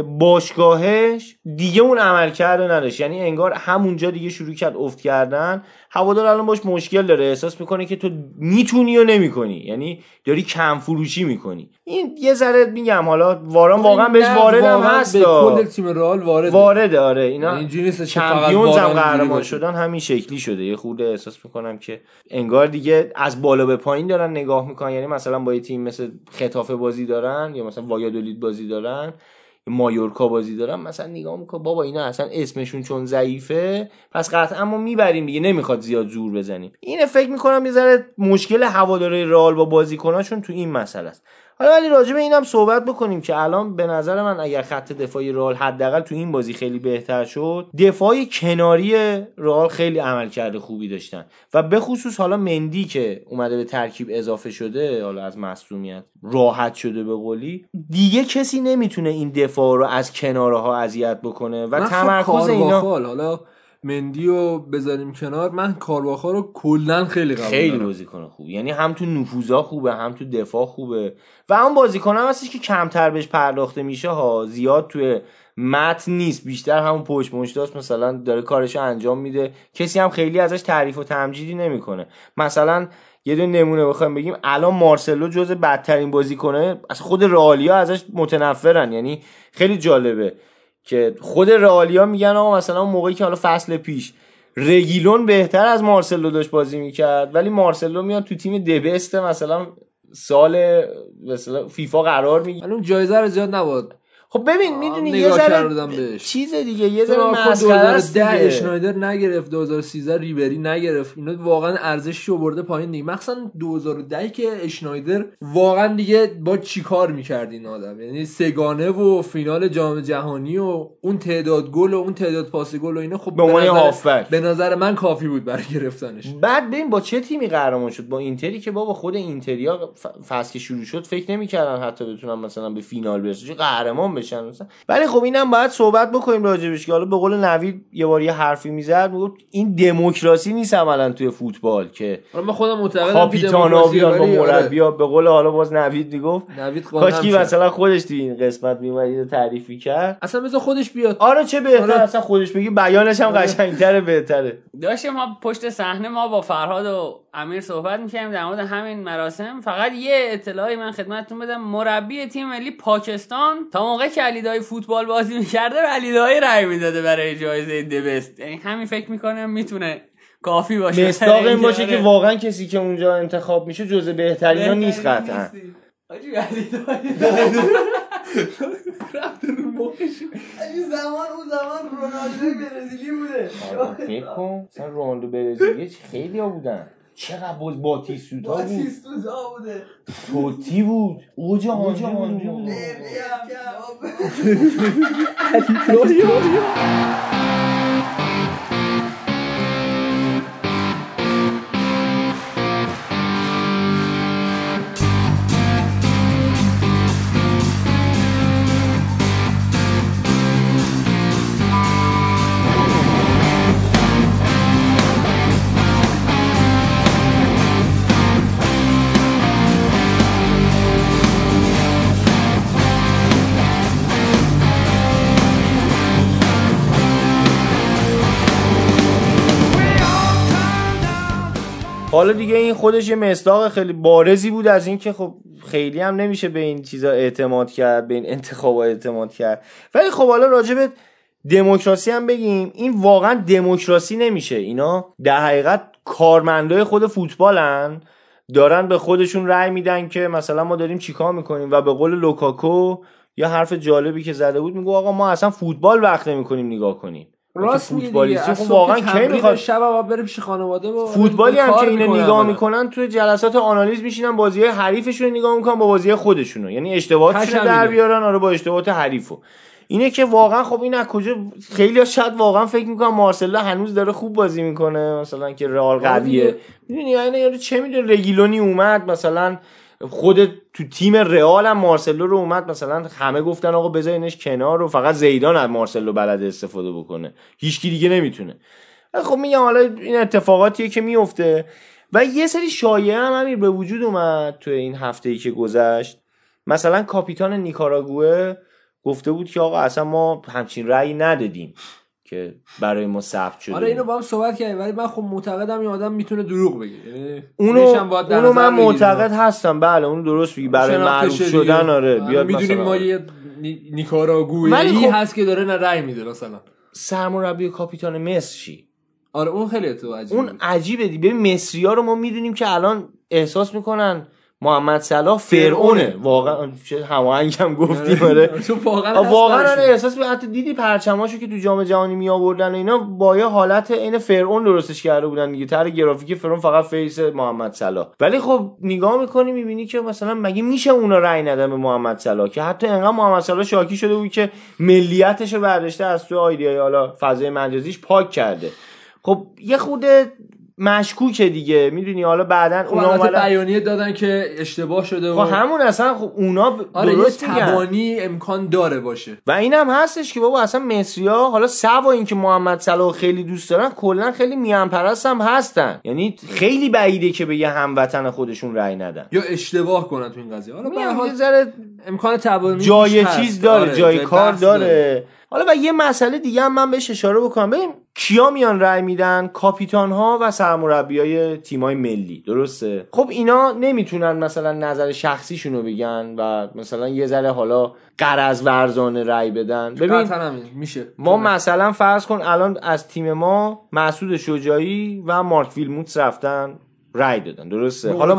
باشگاهش دیگه اون عملکرد نداشت. یعنی انگار همونجا دیگه شروع کرد افت کردن. هوادار الان باش مشکل داره، احساس میکنه که تو میتونی و نمیکنی، یعنی داری کم فروشی میکنی. این یه ذره میگم حالا واران واقعا بهش وارد هم هست، به کل تیم رئال وارده. آره اینا اینجوری نیست چمپیونز هم قهرمان شدن همین شکلی شده. یه خورده احساس میکنم که انگار دیگه از بالا به پایین دارن نگاه میکنن. یعنی مثلا با یه تیم مثل خطافه بازی دارن یا مثلا وایادولید بازی دارن، مایورکا بازی دارن مثلا نگاه میکنه بابا اینا اصلا اسمشون چون ضعیفه پس قطعا ما میبریم دیگه، نمیخواد زیاد زور بزنیم. اینه فکر میکنم یه ذره مشکل هواداری رئال با بازیکناشون تو این مسئله است. حالا ولی راجع به اینم صحبت بکنیم که الان به نظر من اگر خط دفاعی رئال حداقل تو این بازی خیلی بهتر شد، دفاعی کناری رئال خیلی عملکرد خوبی داشتن و به خصوص حالا مندی که اومده به ترکیب اضافه شده، حالا از مصدومیت راحت شده به قولی، دیگه کسی نمیتونه این دفاع رو از کنارها اذیت بکنه و تمرکز اینا. حالا مندیو بذاریم کنار، من کارواخا رو کلا خیلی قبول دارم. خیلی بازیکن خوب، یعنی هم تو نفوذا خوبه هم تو دفاع خوبه و اون بازیکن هم هستش که کمتر بهش پرداخته میشه ها، زیاد توی متن نیست، بیشتر همون پشت مشتاست، مثلا داره کارشو انجام میده، کسی هم خیلی ازش تعریف و تمجیدی نمیکنه. مثلا یه دونه نمونه بخوایم بگیم الان مارسلو جزو بدترین بازیکنه از خود رئالیا ازش متنفرن، یعنی خیلی جالبه که خود رئالیا میگن آقا مثلا اون موقعی که حالا فصل پیش رگیلون بهتر از مارسلو داشت بازی میکرد ولی مارسلو میاد تو تیم دبست مثلا سال مثلا فیفا قرار میگیره، اون جایزه رو زیاد نبود. خب ببین میدونی یه ذره چیز دیگه، یه ذره مسخره است. 2010 اشنایدر نگرفت، 2013 ریبری نگرفت، اینا واقعا ارزشش رو برده پایین دیگه. مثلا 2010 که اشنایدر واقعا دیگه با چیکار می‌کرد این آدم، یعنی سگانه و فینال جام جهانی و اون تعداد گل و اون تعداد پاس گل و اینا، خب به نظر من کافی بود برای گرفتنش. بعد ببین با چه تیمی قهرمان شد، با اینتری که بابا خود اینتریا فصل که شروع شد فکر نمی‌کردن حتی بتونن مثلا به فینال برسن، قهرمان بشن. ولی خب اینم باید صحبت بکنیم راجبش که حالا به قول نوید یه بار یه حرفی میزد، میگفت این دموکراسی نیست عملا توی فوتبال که من خودم معتقدم کاپیتانا بیان با مربی‌ها، به قول حالا باز نوید میگفت کاش کی مثلا خودش تو این قسمت میومد تعریفی کرد، اصلا مثلا خودش بیاد. آره چه بهتر اصلا خودش بگی، بیانش هم قشنگ‌تره بهتره. داشتیم ما پشت صحنه ما با فرهاد و امیر صحبت می‌کردیم در مورد همین مراسم. فقط یه اطلاعی من خدمتتون بدم، مربی تیم ملی پاکستان تا موقع که علیدای فوتبال بازی می‌کرده علیدای رأی میداده برای جایزه دبست، یعنی همین فکر می‌کنم میتونه کافی باشه. مصداق این باشه که واقعا کسی که اونجا انتخاب میشه جزء بهترینا نیست قطعا. آجی علیدای رفت رو مخش. اون زمان رونالدو برزیلی بوده. فکر کن مثلا رونالدو برزیلی خیلی ها بودن، چقدر باتیستوتا بوده، توتی بود، اوج آنجا بود. حالا دیگه این خودش یه مصداق خیلی بارزی بود از این که خب خیلی هم نمیشه به این چیزا اعتماد کرد، به این انتخابات اعتماد کرد. ولی خب حالا راجع به دموکراسی هم بگیم، این واقعا دموکراسی نمیشه، اینا در حقیقت کارمندای خود فوتبالن، دارن به خودشون رأی میدن که مثلا ما داریم چیکار میکنیم و به قول لوکاکو یا حرف جالبی که زده بود میگه آقا ما اصلا فوتبال وقت نمیکنیم نگاه کنیم. راست میگه، خب واقعا کی میخواد شب بره پیش خانواده با فوتبالی هم که اینو نگاه میکنن توی جلسات آنالیز میشینن بازی‌های حریفشون رو نگاه میکنن با بازی‌های خودشونو، یعنی اشتباهاتشون در بیارن آره با اشتباهات حریفو. اینه که واقعا خب این از کجا خیلی‌ها شاید واقعا فکر میکنن مارسلو هنوز داره خوب بازی میکنه، مثلا که رئال قویه، میدونی یعنی چه میدونه رگیلونی اومد مثلا خود تو تیم رئال هم مارسلو رو اومد مثلا همه گفتن آقا بذارینش کنار و فقط زیدان از مارسلو بلده استفاده بکنه، هیچکی دیگه نمیتونه. خب میگم حالا این اتفاقاتیه که میفته و یه سری شایعه هم امیر به وجود اومد تو این هفته‌ای که گذشت. مثلا کاپیتان نیکاراگوئه گفته بود که آقا اصلا ما همچین رأی ندادیم که برای ما ثبت شده. آره اینو با هم صحبت کردیم ولی من خب معتقدم این آدم میتونه دروغ بگه، یعنی اونو من معتقد هستم، بله اونو درست بگی برای معروف شدن. آره بیاد میدونیم ما یه نیکاراگوئی هست که داره نه رأی میده. مثلا سرمربی کاپیتان مصر چی؟ آره اون خیلی تو عجیبه، اون عجیبه دی. ببین مصری‌ها رو ما میدونیم که الان احساس میکنن محمد صلاح فرعونه. واقعا چه هماهنگم گفتیم. آره واقعا احساس حتی دیدی پرچماشو که تو جام جهانی می آوردن اینا با یه حالت عین فرعون درستش کرده بودن دیگه، طرح گرافیک فرعون فقط فیس محمد صلاح. ولی خب نگاه میکنی میبینی که مثلا مگه میشه اونا رأی ندن به محمد صلاح که حتی انقدر محمد صلاح شاکی شده بود که ملیتشو برداشته از تو آیدیای حالا فضای مجازیش پاک کرده. خب یه خود مشکوکه دیگه، میدونی. حالا بعدن اونا اومدن بیانیه دادن که اشتباه شده و همون اصلا خب اونا درست میگن. توانی امکان داره باشه و اینم هستش که بابا اصلا مصری‌ها حالا سوا این که محمد صلاح خیلی دوست دارن کلا خیلی میان پرست هم هستن، یعنی خیلی بعیده که به یه هموطن خودشون رأی ندن یا اشتباه کنن تو این قضیه. حالا به هر حال امکان توانی جای چیز داره، جای کار داره. حالا و یه مسئله دیگه هم من بهش اشاره بکنم. ببین کیا میان رای میدن؟ کاپیتان ها و سرمربیای تیمای ملی، درسته؟ خب اینا نمیتونن مثلا نظر شخصیشونو بگن و مثلا یه ذره حالا غرض ورزانه رای بدن. ببین میشه ما مثلا فرض کن الان از تیم ما مسعود شجاعی و مارک ویلموتس رفتن رای دادن، درسته؟ حالا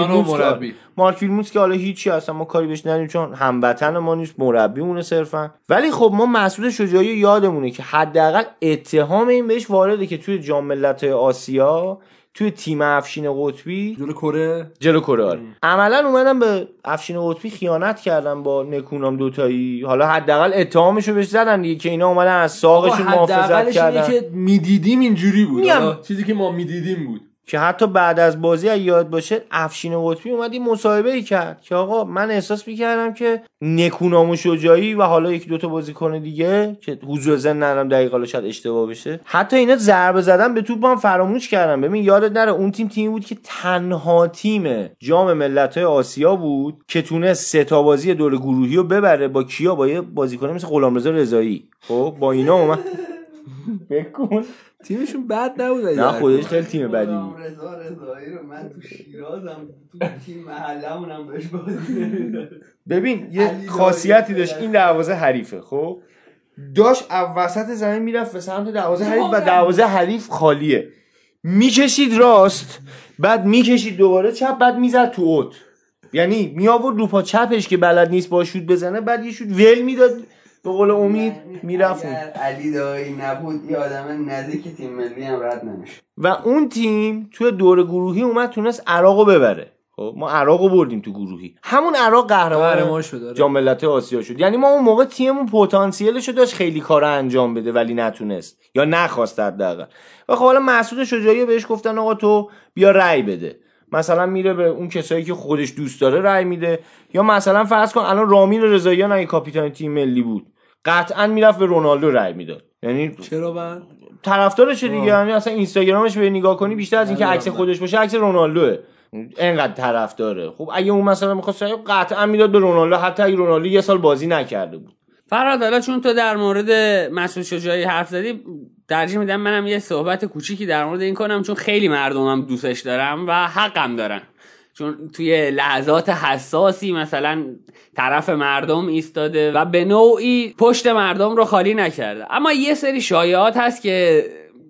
مارک ویلموتس که حالا هیچی اصلا ما کاری بهش نداریم چون هموطن ما نیست، مربیمونه صرفا. ولی خب ما مسعود شجاعی یادمونه که حداقل اتهام این بهش وارده که توی جام ملت‌های آسیا توی تیم افشین قطبی جلو کره عملاً اومدن به افشین قطبی خیانت کردن با نکونام دوتایی. حالا حداقل اتهامشو بهش زدن دیگه که اینا اومدن از ساقشون محافظت کردن. حداقلش که میدیدیم اینجوری بود، چیزی که ما میدیدیم بود. که حتی بعد از بازی یاد باشه افشین قطبی اومد این مصاحبه‌ای کرد که آقا من احساس می‌کردم که نکونام و شجاعی و حالا یکی دوتا بازیکن دیگه که حضور ذهن ندارم دقیقاً شاید اشتباه بشه، حتی اینا ضربه زدن به توپ هم فراموش کردن. ببین یادت نره اون تیمی بود که تنها تیم جام ملت‌های آسیا بود که تونست 3 تا بازی دور گروهی رو ببره. با کیا؟ با یه بازیکن مثل غلامرضا رضایی. خب با اینا اومد بکن تیمشون بد نبود. نه خودش خیلی تیم بدی بود. رضا رضایی رو من تو شیرازم تو تیم محلمونم بهش بازی نمیدادم. ببین یه خاصیتی داشت این دروازه حریفه، خب داشت وسط زمین میرفت به سمت دروازه حریف و دروازه حریف خالیه، میکشید راست بعد میکشید دوباره چپ بعد میزد تو اوت، یعنی می آورد رو پا چپش که بلد نیست با شوت بزنه بعد یه شوت ول میداد به قول امید میرفت. اگر علی دایی نبود یه آدم نزدیک تیم ملی هم رد نمیشه. و اون تیم توی دور گروهی اومد تونست عراقو ببره. خب ما عراقو بردیم تو گروهی، همون عراق قهرمان شد، جام ملت‌های آسیا شد. یعنی ما اون موقع تیممون پتانسیلشو داشت خیلی کارا انجام بده ولی نتونست یا نخواست حداقل. و خب حالا مسعود شجاعی بهش گفتن آقا تو بیا رأی بده، مثلا میره به اون کسایی که خودش دوست داره رأی میده. یا مثلا فرض کن الان رامین رضاییان اگه کاپیتان تیم ملی بود قطعا میرفت به رونالدو رأی میداد. یعنی چرا من طرفدارشه دیگه، یعنی اصلا اینستاگرامش به نگاه کنی بیشتر از اینکه عکس خودش باشه عکس رونالدوه، اینقدر طرفداره. خب اگه اون مثلا می‌خواست قطعا میداد به رونالدو حتی اگه رونالدو یه سال بازی نکرده بود. فرهاد حالا چون تو در مورد مسعود شجاعی حرف زدی ترجیح میدم منم یه صحبت کوچیکی در مورد این کنم چون خیلی مردمم دوستش دارم و حقم دارن، چون توی لحظات حساسی مثلا طرف مردم ایستاده و به نوعی پشت مردم رو خالی نکرده. اما یه سری شایعات هست که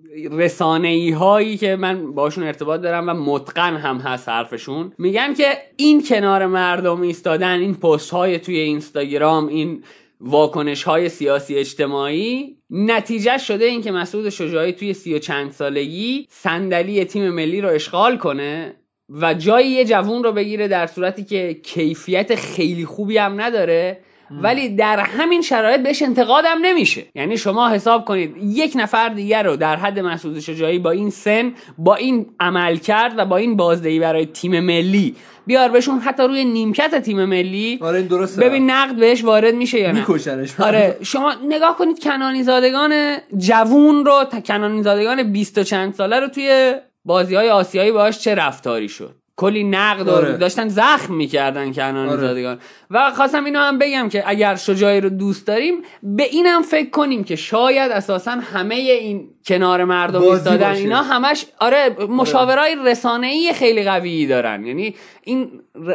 رسانه‌ای هایی که من باشون ارتباط دارم و متقن هم هست حرفشون، میگن که این کنار مردم ایستادن، این پست های توی اینستاگرام، این واکنش های سیاسی اجتماعی نتیجه شده این که مسعود شجاعی توی 30 و چند سالگی صندلی تیم ملی رو اشغال کنه و جای یه جوون رو بگیره در صورتی که کیفیت خیلی خوبی هم نداره ولی در همین شرایط بهش انتقادم نمیشه. یعنی شما حساب کنید یک نفر دیگر رو در حد مسعود شجاعی با این سن، با این عمل کرد و با این بازدهی برای تیم ملی بیار بهشون حتی روی نیمکت تیم ملی، آره این درسته، ببین نقد بهش وارد میشه یا نه، میکشنش. آره شما نگاه کنید کنانی زادگان جوون رو، کنانی زادگان 20 و چند ساله رو توی بازی‌های آسیایی باهاش چه رفتاری شد، کلی نقد داشتن زخم میکردن کنانی زادگان. و خواستم اینو هم بگم که اگر شجاعی رو دوست داریم به اینم فکر کنیم که شاید اساسا همه این کنار مردم ایستادن اینا همش مشاورای رسانه‌ای خیلی قوی دارن. یعنی این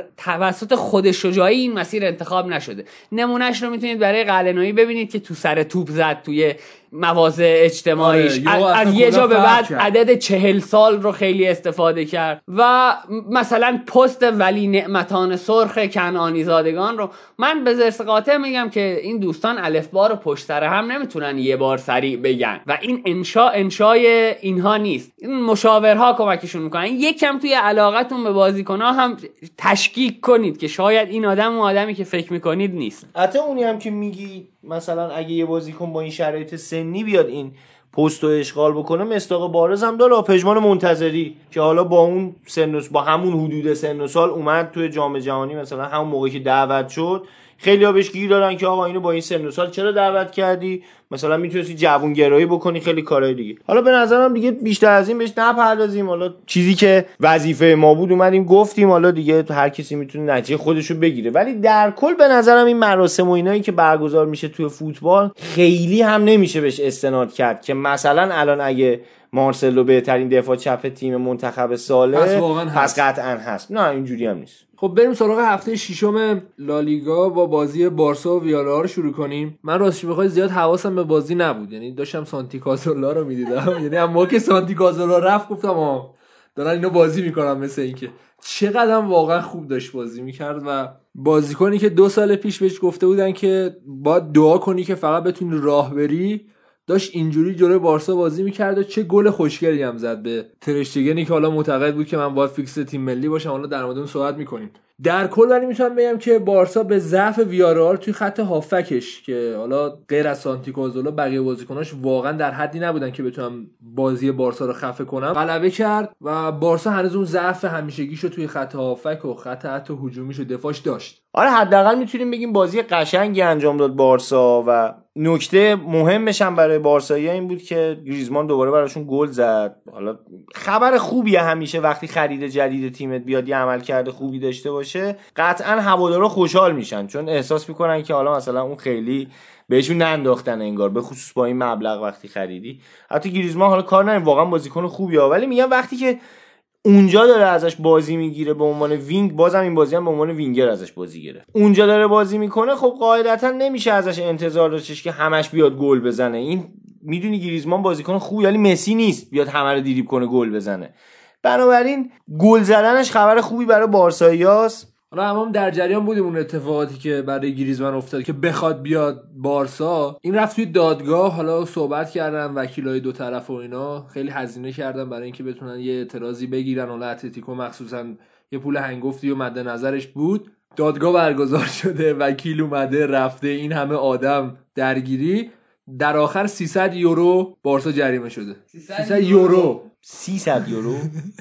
توسط خود شجاعی این مسیر انتخاب نشده. نمونهش رو میتونید برای قلعه‌نویی ببینید که تو سر توپ زد توی مواضع اجتماعیش، از یه جا به بعد عدد 40 سال رو خیلی استفاده کرد و مثلا پست ولی نعمتان سرخ کنعانی زادگان رو من به زرس قاطع میگم که این دوستان الفبا رو پشت سر هم نمیتونن یه بار سریع بگن و این انشای اینها نیست، این مشاورها کمکشون میکنن. یکم توی علاقتون به بازیکن‌ها هم تشکیک کنید که شاید این آدم اون آدمی که فکر میکنید نیست. حتی اونی هم که میگی مثلا اگه یه بازیکن با این شرایط سنی بیاد این پست رو اشغال بکنه، مصداق بارز هم داره پژمان منتظری که حالا با اون با همون حدود سن و سال اومد توی جام جهانی، مثلا همون موقعی که دعوت شد خیلی‌ها بهش گیر دادن که آقا اینو با این سن و سال چرا دعوت کردی، مثلا میتونستی جوونگرایی بکنی، خیلی کارهای دیگه. حالا به نظرم دیگه بیشتر از این بهش نپردازیم، حالا چیزی که وظیفه ما بود اومدیم گفتیم، حالا دیگه هر کسی میتونه نتیجه خودشو بگیره. ولی در کل به نظرم این مراسم و اینایی که برگزار میشه توی فوتبال خیلی هم نمیشه بهش استناد کرد که مثلا الان اگه مارسلو بهترین دفاع چپ تیم منتخب ساله پس قطعا هست. نه اینجوری هم نیست. خب بریم سراغ هفته ششم لالیگا با بازی بارسا و ویارال رو شروع کنیم. من راستش بخوای زیاد حواسم به بازی نبود، یعنی داشتم سانتی کازولا رو میدیدم یعنی اما که سانتی کازولا رفت گفتم دارن اینو بازی میکنن، مثل اینکه چقدر واقعا خوب داشت بازی میکرد و بازیکنی که 2 سال پیش بهش گفته بودن که باید دعا کنی که فقط بتونی راه بری، داشت اینجوری جلوی بارسا بازی میکرد و چه گل خوشگلی هم زد به ترشتگنی که حالا معتقد بود که من باید فیکس تیم ملی باشم. حالا در مورد اون صحبت میکنیم. در کل ولی میتونم بگم که بارسا به ضعف ویارال توی خط هافکش که حالا غیر از سانتی کازولا بقیه بازیکناش واقعا در حدی نبودن که بتونن بازی بارسا رو خفه کنن، غلبه کرد و بارسا هنوز اون ضعف همیشگیشو توی خط هافک و خط حتی هجومیش و دفاعش داشت. آره حداقل میتونیم بگیم بازی قشنگی انجام داد بارسا و نکته مهمش هم برای بارسایی‌ها این بود که گریزمان دوباره براشون گل زد. حالا خبر خوبیه همیشه وقتی خرید جدید تیمت بیاد یه عملکرد خوبی داشته باشه، قطعا هوادارا خوشحال میشن چون احساس میکنن که حالا مثلا اون خیلی بهشون ننداختن انگار، به خصوص با این مبلغ وقتی خریدی. حتی گریزمان حالا کار نداره، واقعا بازیکن خوبیه، ولی میگم وقتی که اونجا داره ازش بازی میگیره به عنوان وینگ، بازم این بازی هم به عنوان وینگر ازش بازی گرفت، اونجا داره بازی میکنه، خب قاعدتا نمیشه ازش انتظار داشتش که همش بیاد گل بزنه. این میدونی گریزمان بازیکن خوبی ولی مسی نیست بیاد همه رو دریبل کنه گل بزنه، بنابراین گل زدنش خبر خوبی برای بارساییاست. حالا هم در جریان بودیم اون اتفاقاتی که برای گریزمان افتاد که بخواد بیاد بارسا. این رفت توی دادگاه، حالا صحبت کردن وکیلای دو طرف و اینا، خیلی هزینه کردن برای اینکه بتونن یه اعتراضی بگیرن. حالا اتلتیکو مخصوصا یه پول هنگفتی و مد نظرش بود. دادگاه برگزار شده، وکیل اومده رفته، این همه آدم درگیری، در آخر 300 یورو بارسا جریمه شده. 300 یورو 300 یورو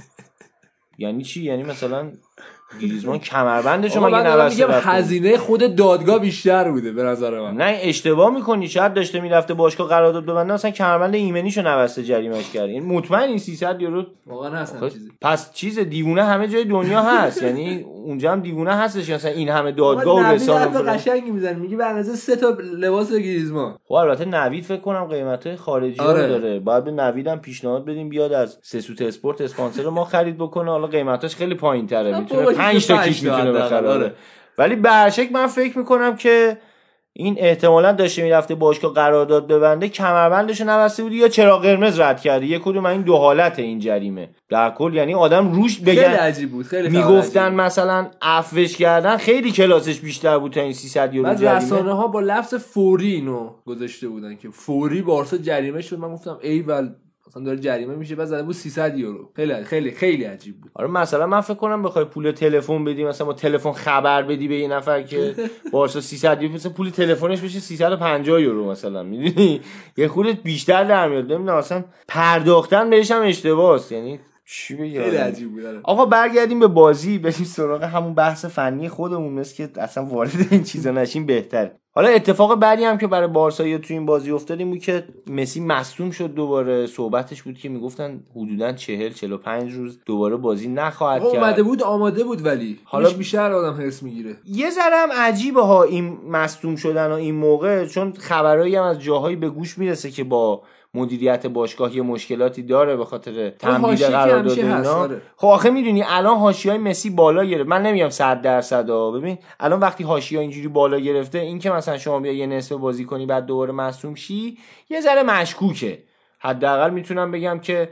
یعنی چی؟ یعنی مثلا گریزمان کمربندشو مگه نبسته رفت؟ هزینه خود دادگاه بیشتر بوده به نظر من. نه اشتباه میکنی، شاید داشته میرفته باشگاه قرارداد ببنده مثلا کمربند ایمنیشو نبسته جریمهش کرد. این مطمئن این 300 یورو واقعا هست چیزی. پس چیز دیوونه همه جای دنیا هست یعنی اونجا هم دیوونه هستش مثلا این همه دادگاه و رسانه قشنگ میزنه میگه به اندازه 3 تا لباس گریزمان. خب البته نوید فکر کنم قیمتای خارجی رو داره، باید به نویدم پیشنهاد بدیم بیاد از سسوت اسپورت اسپانسر ما خرید بکنه، حالا قیمتاش خیلی پایین‌تره، میتونه 5 تا کیک میتونه بخره. ولی به هر شکل من فکر میکنم که این احتمالاً داشته میرفته باشگاه قرارداد ببنده، کمربندشو نبسته بود یا چراغ قرمز رد کرده، یک کدوم این دو حالت این جریمه در کل. یعنی آدم روش بگن خیلی عجیب بود، خیلی میگفتن مثلا عفوش کردن، خیلی کلاسش بیشتر بود تا این 300 یورو جریمه. رسانه ها با لفظ فوری اینو گذاشته بودن که فوری بارسا جریمه شد. من گفتم ایول مثلا داره جریمه میشه، بعد زده بود 300 یورو. خیلی خیلی خیلی عجیب بود. آره مثلا من فکر کنم بخوای پول تلفن بدی، مثلا با تلفن خبر بدی به یه نفر که بارسا 300 یورو، مثلا پول تلفنش بشه 350 یورو مثلا، میدونی یه خورده بیشتر در میاد. نمیدونم اصلا پرداختن بهش هم اشتباهه، یعنی چی بگم خیلی عجیب بود. آقا برگردیم به بازی، بریم سراغ همون بحث فنی خودمون، مثل که اصلا وارد این چیزا نشیم بهتره. حالا اتفاق بعدی هم که برای بارسا تو این بازی افتاد این بود که مسی مصدوم شد دوباره. صحبتش بود که میگفتن حدوداً 40-45 روز دوباره بازی نخواهد کرد. اومده بود آماده بود، ولی حالا بیشتر آدم هرس میگیره. یه ذره هم عجیبه ها این مصدوم شدن و این موقع، چون خبرایی هم از جاهایی به گوش میرسه که با مدیریت باشگاه یه مشکلاتی داره به خاطر تمدید قرارداد اینا. خب آخه میدونی الان حاشیه‌های مسی بالا گرفت، من نمیگم 100% ببین الان وقتی حاشیه‌ها اینجوری بالا گرفته، این که مثلا شما بیا یه نصف بازی کنی بعد دوباره مصدوم شی یه ذره مشکوکه. حداقل میتونم بگم که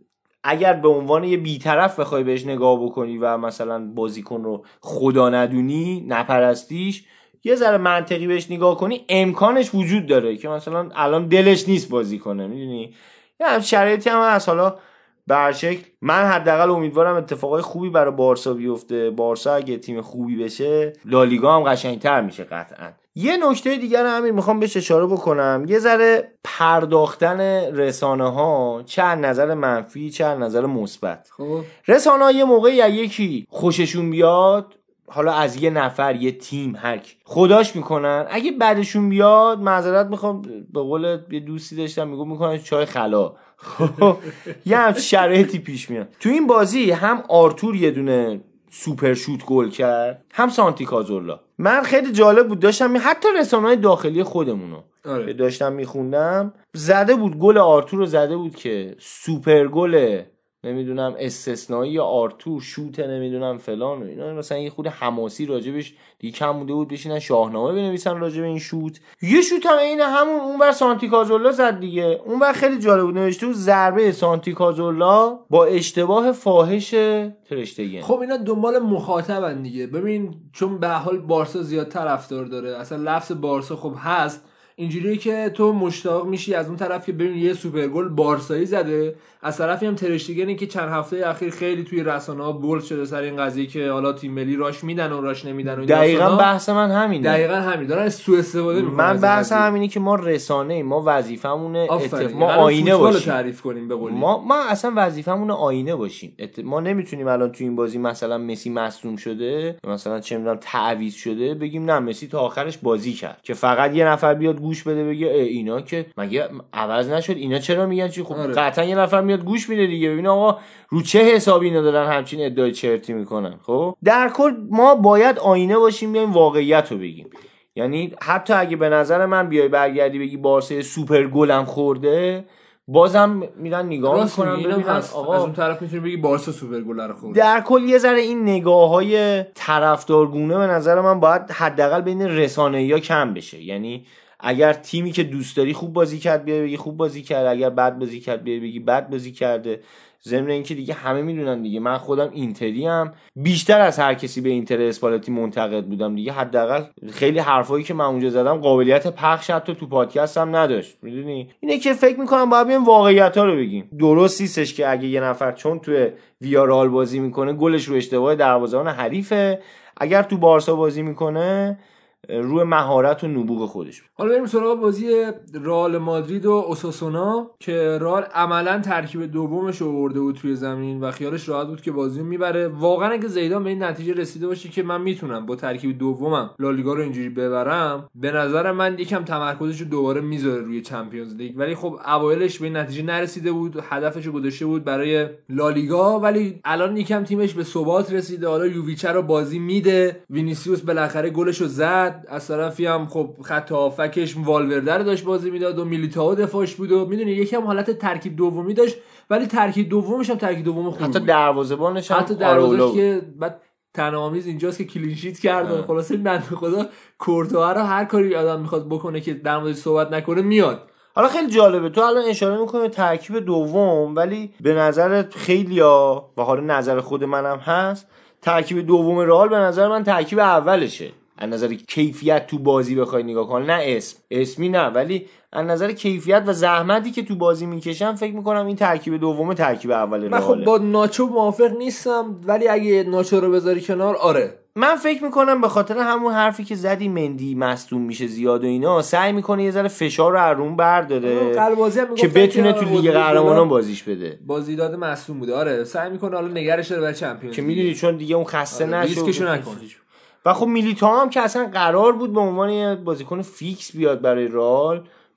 اگر به عنوان یه بی‌طرف بخوای بهش نگاه بکنی و مثلا بازیکن رو خدا ندونی، نپرستیش، یه ذره منطقی بهش نگاه کنی، امکانش وجود داره که مثلا الان دلش نیست بازی کنه، میدونی یه شرایطی هم هست. حالا به هر شکل من حداقل امیدوارم اتفاقای خوبی برای بارسا بیفته. بارسا اگه تیم خوبی بشه لالیگا هم قشنگتر میشه قطعا. یه نکته دیگر امیر میخوام بهش اشاره بکنم، یه ذره پرداختن رسانه ها، چه از نظر منفی چه از نظر مثبت. خب رسانه ها یه موقعی یکی خوششون بیاد، حالا از یه نفر، یه تیم، هر کی خداش میکنن، اگه بعدشون بیاد معذرت میخوام، به قول یه دوستی داشتم میگفتن چای خلا. خب یه هم شرایطی پیش میاد. تو این بازی هم آرتور یه دونه سوپر شوت گل کرد، هم سانتی کازورلا. من خیلی جالب بود داشتم حتی رسانه‌های داخلی خودمونو داشتم میخوندم، زده بود گل آرتور رو زده بود که سوپر گل نمیدونم استثنایی یا آرتور شوت نمیدونم فلان و اینا، مثلا یه خود حماسی راجبش دیگه کم مونده بود بشینن شاهنامه بنویسن راجب این شوت. یه شوت هم عین همون اونور سانتی کازورلا زد دیگه، اونور خیلی جالب بود نوشته بود ضربه سانتی کازورلا با اشتباه فاحش ترشتگن. خب اینا دنبال مخاطبن دیگه. ببین چون به حال بارسا زیاد طرفدار داره، اصلا لفظ بارسا خب هست، اینجوریه که تو مشتاق میشی از اون طرف که ببین یه سوپر گل بارسایی زده، از طرفی هم ترشتگنی که چند هفته اخیر خیلی توی رسانه‌ها بولد شده سر این قضیه که حالا تیم ملی راش میدن و راش نمیدن و این دقیقاً بحث من همینه. دقیقاً همین دارن سوء استفاده میکنن. من بحث همینه که ما رسانه، ما وظیفمونه ما آینه باشیم، تعریف کنیم به قولی ما اصلا وظیفمونه آینه باشیم. ما نمیتونیم الان تو این بازی مثلا مسی مصدوم شده، مثلا چه میدونم تعویض شده، بگیم نه مسی تا آخرش بازی کرد، که فقط یه نفر بیاد گوش بده بگه اینا که مگه عوض نشد، اینا چرا میگن چی. خب قطعا یه نفر میاد گوش میده دیگه، ببین آقا رو چه حسابی اینا دارن همچین ادعای چرتی میکنن. خب در کل ما باید آینه باشیم، بیایم واقعیت رو بگیم. یعنی حتی اگه به نظر من بیای برگردی بگی بارسا سوپر گل هم خورده، بازم میرن نگاه میکنن ببینن آقا از اون طرف میتونی بگی بارسا سوپر گل رو خورده. در کل یه ذره این نگاه‌های طرفدارگونه به نظر من باید حداقل بین رسانه‌ای‌ها کم بشه. یعنی اگر تیمی که دوست داری خوب بازی کرد بیای بگی خوب بازی کرد، اگر بد بازی کرد بیای بگی بد بازی کرده. ضمن اینکه دیگه همه میدونن دیگه، من خودم اینتری ام، بیشتر از هر کسی به اینتر اسپالتی منتقد بودم دیگه. حداقل خیلی حرفایی که من اونجا زدم قابلیت پخش حتی تو پادکست هم نداشت، میدونی. اینه که فکر میکنم باید بیایم واقعیت‌ها رو بگیم. درست نیستش که اگه یه نفر چون تو ویارال بازی میکنه گلش رو اشتباه دروازه‌بان حریفه، اگر تو بارسا بازی میکنه روی مهارت و نبوغ خودش. حالا بریم سراغ بازی رئال مادرید و اوساسونا که رئال عملا ترکیب دومش آورده بود توی زمین و خیالش راحت بود که بازی رو میبره. واقعا اگه زیدان به این نتیجه رسیده باشه که من میتونم با ترکیب دومم لالیگا رو اینجوری ببرم، به نظر من یکم تمرکزش رو دوباره میذاره روی چمپیونز لیگ. ولی خب اوایلش به این نتیجه نرسیده بود، هدفش رو گذاشته بود برای لالیگا، ولی الان یکم تیمش به ثبات رسیده. حالا یوویچ رو بازی میده، وینیسیوس بالاخره گلش رو زد، از طرفی هم خب خط هافکش والورده رو داشت بازی میداد و میلیتائو دفاعش بود و میدونی یکم حالت ترکیب دومی داشت، ولی ترکیب دومش هم ترکیب دوم خوبی، حتی دروازه‌بانش هم حتی دروازه‌اش که بعد تنامیز اینجاست که کلین شیت کرد و خلاصه بنده خدا کورتوا رو هر کاری آدم میخواد بکنه که در موردش صحبت نکنه میاد. حالا خیلی جالبه تو الان اشاره میکنه ترکیب دوم، ولی به نظر خیلیا و حالا نظر خود منم هست ترکیب دوم رئال به نظر من ترکیب اولشه. از نظر کیفیت تو بازی بخوای نگاه کنی، نه اسمی نه، ولی از نظر کیفیت و زحمتی که تو بازی میکشن فکر میکنم این ترکیب دوم ترکیب اول رئاله. من خب با ناچو موافق نیستم، ولی اگه ناچو رو بذاری کنار آره من فکر میکنم به خاطر همون حرفی که زدی مندی مصدوم میشه زیاد و اینا، سعی میکنه یه ذره فشار رو اون برداره که بتونه تو لیگ قهرمانان بازیش بده. بازیداد مصدوم بوده آره، سعی میکنه حالا نگرش داره برای چمپیونز که میدونی چون دیگه اون خسته نشه ریسکشو نکنه. و خب میلیتائو هم که اصلا قرار بود به عنوان بازیکن فیکس بیاد برای رئال،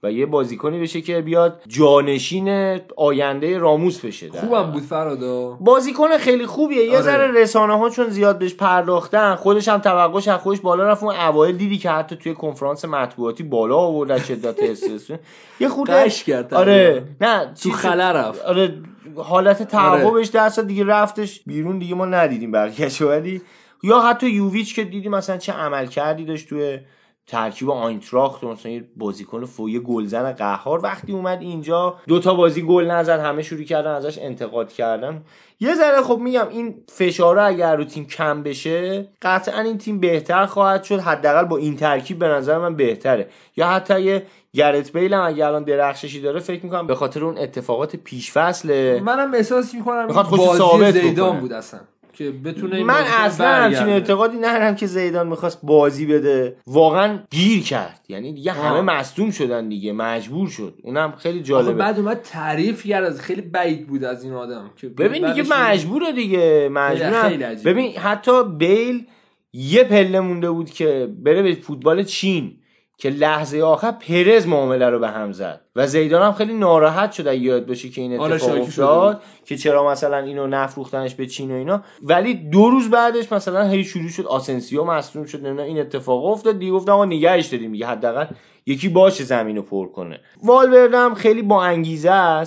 و یه بازیکنی بشه که بیاد جانشین آینده راموس بشه. خوبم بود فرادا، بازیکن خیلی خوبیه. یه ذره رسانه‌ها چون زیاد بهش پرداختن، خودش هم توقعش از خودش بالا رفت. اون اوایل دیدی که حتی توی کنفرانس مطبوعاتی بالا آورد از شدت استرس. یه خورده قش کرد. آره نه تو خلا رفت. آره حالت تعهبش دست دیگه رفتش بیرون، دیگه ما ندیدیم بقیه‌شو. ولی یا حتی یوویچ که دیدی مثلا چه عمل کردی داشت توی ترکیب آینتراخت، مثلا یه بازیکن فویه گلزن قهار، وقتی اومد اینجا 2 بازی گل نزد، همه شروع کردن ازش انتقاد کردن. یه ذره خب میگم این فشاره اگر رو تیم کم بشه قطعا این تیم بهتر خواهد شد، حداقل با این ترکیب به نظر من بهتره. یا حتی یه گرت بیل هم اگه الان درخششی داره فکر میکنم به خاطر اون اتفاقات پیش فصله منم احساس میکنم بازی زیدان بود اصلا که بتونه. من اصلا همچین اعتقادی ندارم که زیدان میخواست بازی بده، واقعا گیر کرد. یعنی دیگه همه مصدوم شدن دیگه، مجبور شد. اونم خیلی جالبه. بعد اومد تعریف کرد، از خیلی بعید بود از این آدم که ببین دیگه مجبوره دیگه، مجبورم. ببین حتی بیل یه پله مونده بود که بره به فوتبال چین که لحظه آخر پرز معامله رو به هم زد و زیدان هم خیلی ناراحت شد اگه یاد باشه که این اتفاق افتاد که چرا مثلا اینو نفروختنش به چین و اینا. ولی 2 روز بعدش مثلا هی شروع شد آسنسیو مصدوم شد، نه این اتفاق افتاد دیگه. گفتم آقا نگهش داریم دیگه، حداقل یکی باشه زمینو پر کنه. والورده هم خیلی با انگیزه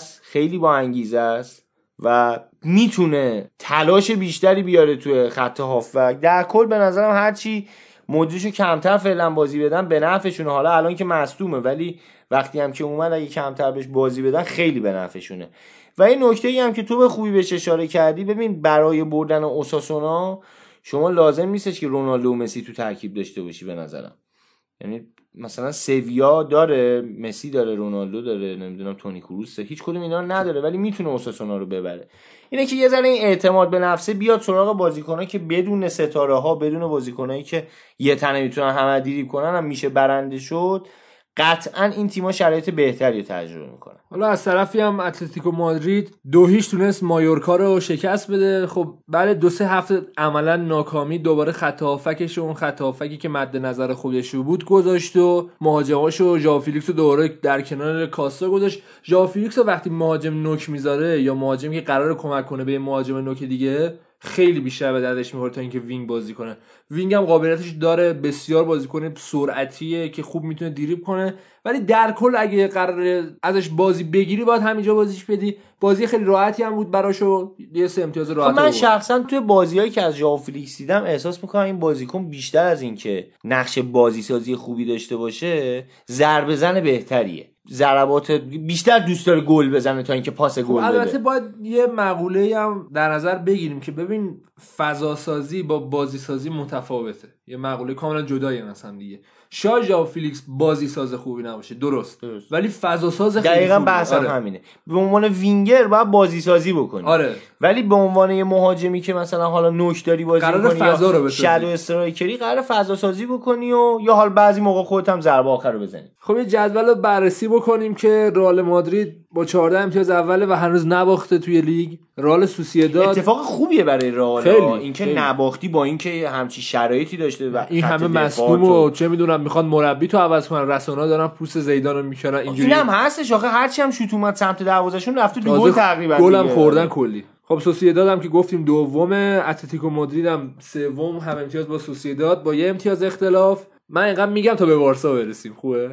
است و میتونه تلاش بیشتری بیاره توی خط هافبک. در کل به نظرم هرچی مودریچو کمتر فعلا بازی بدن به نفعشونه. حالا الان که مصدومه ولی وقتی هم که اومد اگه کمتر بهش بازی بدن خیلی به نفعشونه. و این نکته‌ای هم که تو به خوبی بهش اشاره کردی، ببین برای بردن اوساسونا شما لازم نیستش که رونالدو و مسی تو ترکیب داشته باشی به نظرم. یعنی مثلا سویا داره، مسی داره، رونالدو داره، نمیدونم تونی کروس، هیچ کدوم اینا نداره ولی میتونه اوساسونا رو ببره. اینه که یه ذره این اعتماد به نفسه بیاد سراغ بازیکنایی که بدون ستاره ها، بدون بازیکنایی که یه تنه میتونن همه دریبل کنن هم میشه برنده شد. قطعا این تیم‌ها شرایط بهتری رو تجربه میکنن. حالا از طرفی هم اتلتیکو مادرید 2-0 تونست مایورکا رو شکست بده. خب بعد 2-3 هفته عملا ناکامی دوباره خط هافکش، اون خط هافکی که مد نظر خودش بود گذاشت و مهاجماشو ژائو فیلیکس رو دوباره در کنار کاستا گذاشت. ژائو فیلیکس وقتی مهاجم نوک میذاره یا مهاجمی که قراره کمک کنه به مهاجم نوک دیگه خیلی بیشتر به دردش میخوره تا اینکه وینگ بازی کنه. وینگ هم قابلیتش داره، بسیار بازیکن سرعتیه که خوب میتونه دریبل کنه، ولی در کل اگه قراره ازش بازی بگیری باید همینجا بازیش بدی. بازی خیلی راحتی هم بود براشو، یه 3 امتیاز راحت. من شخصا توی بازیایی که از ژائو فیلیکس دیدم احساس میکنم این بازیکن بیشتر از این که نقش بازی سازی خوبی داشته باشه ضربه زن بهتریه، ضربات بیشتر دوست داره گل بزنه تا اینکه پاس گل بده. البته باید یه مقوله هم در نظر بگیریم که ببین فضا سازی با بازی سازی متفاوته، یه مقوله کاملا جداییه. مثلا دیگه شاید ژائو فیلیکس بازی ساز خوبی نباشه درست. ولی فضا ساز خیلی دقیقاً بحثم همینه. به عنوان وینگر باید بازی سازی بکنی. ولی به عنوان یه مهاجمی که مثلا حالا نوک داری بازی می‌کنی یا شادو استرایکری قرار فضا سازی بکنی و یا حال بعضی موقع خودت هم ضربه آخر رو بزنی. خب یه جدول رو بررسی بکنیم که رئال مادرید با 14 امتیاز اوله و هنوز نباخته توی لیگ. رئال سوسییداد اتفاق خوبیه برای رئال، اینکه نباختی با اینکه همچی شرایطی داشته و این همه مصدوم و چه میدونم میخواد مربی تو عوض کنن، رسانه‌ها دارن پوست زیدان رو میکنن اینجوری. اینم هستش آخه هرچی هم شوت اومد سمت دروازه‌شون رفت تو گل تقریبا، گلم خوردن کلی. خب سوسییداد هم که گفتیم دومه، اتلتیکو مادرید هم سوم، هم امتیاز با سوسییداد با 1 امتیاز اختلاف. من اینقدر میگم تا به بارسا برسیم خوبه.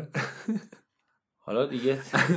حالا دیگه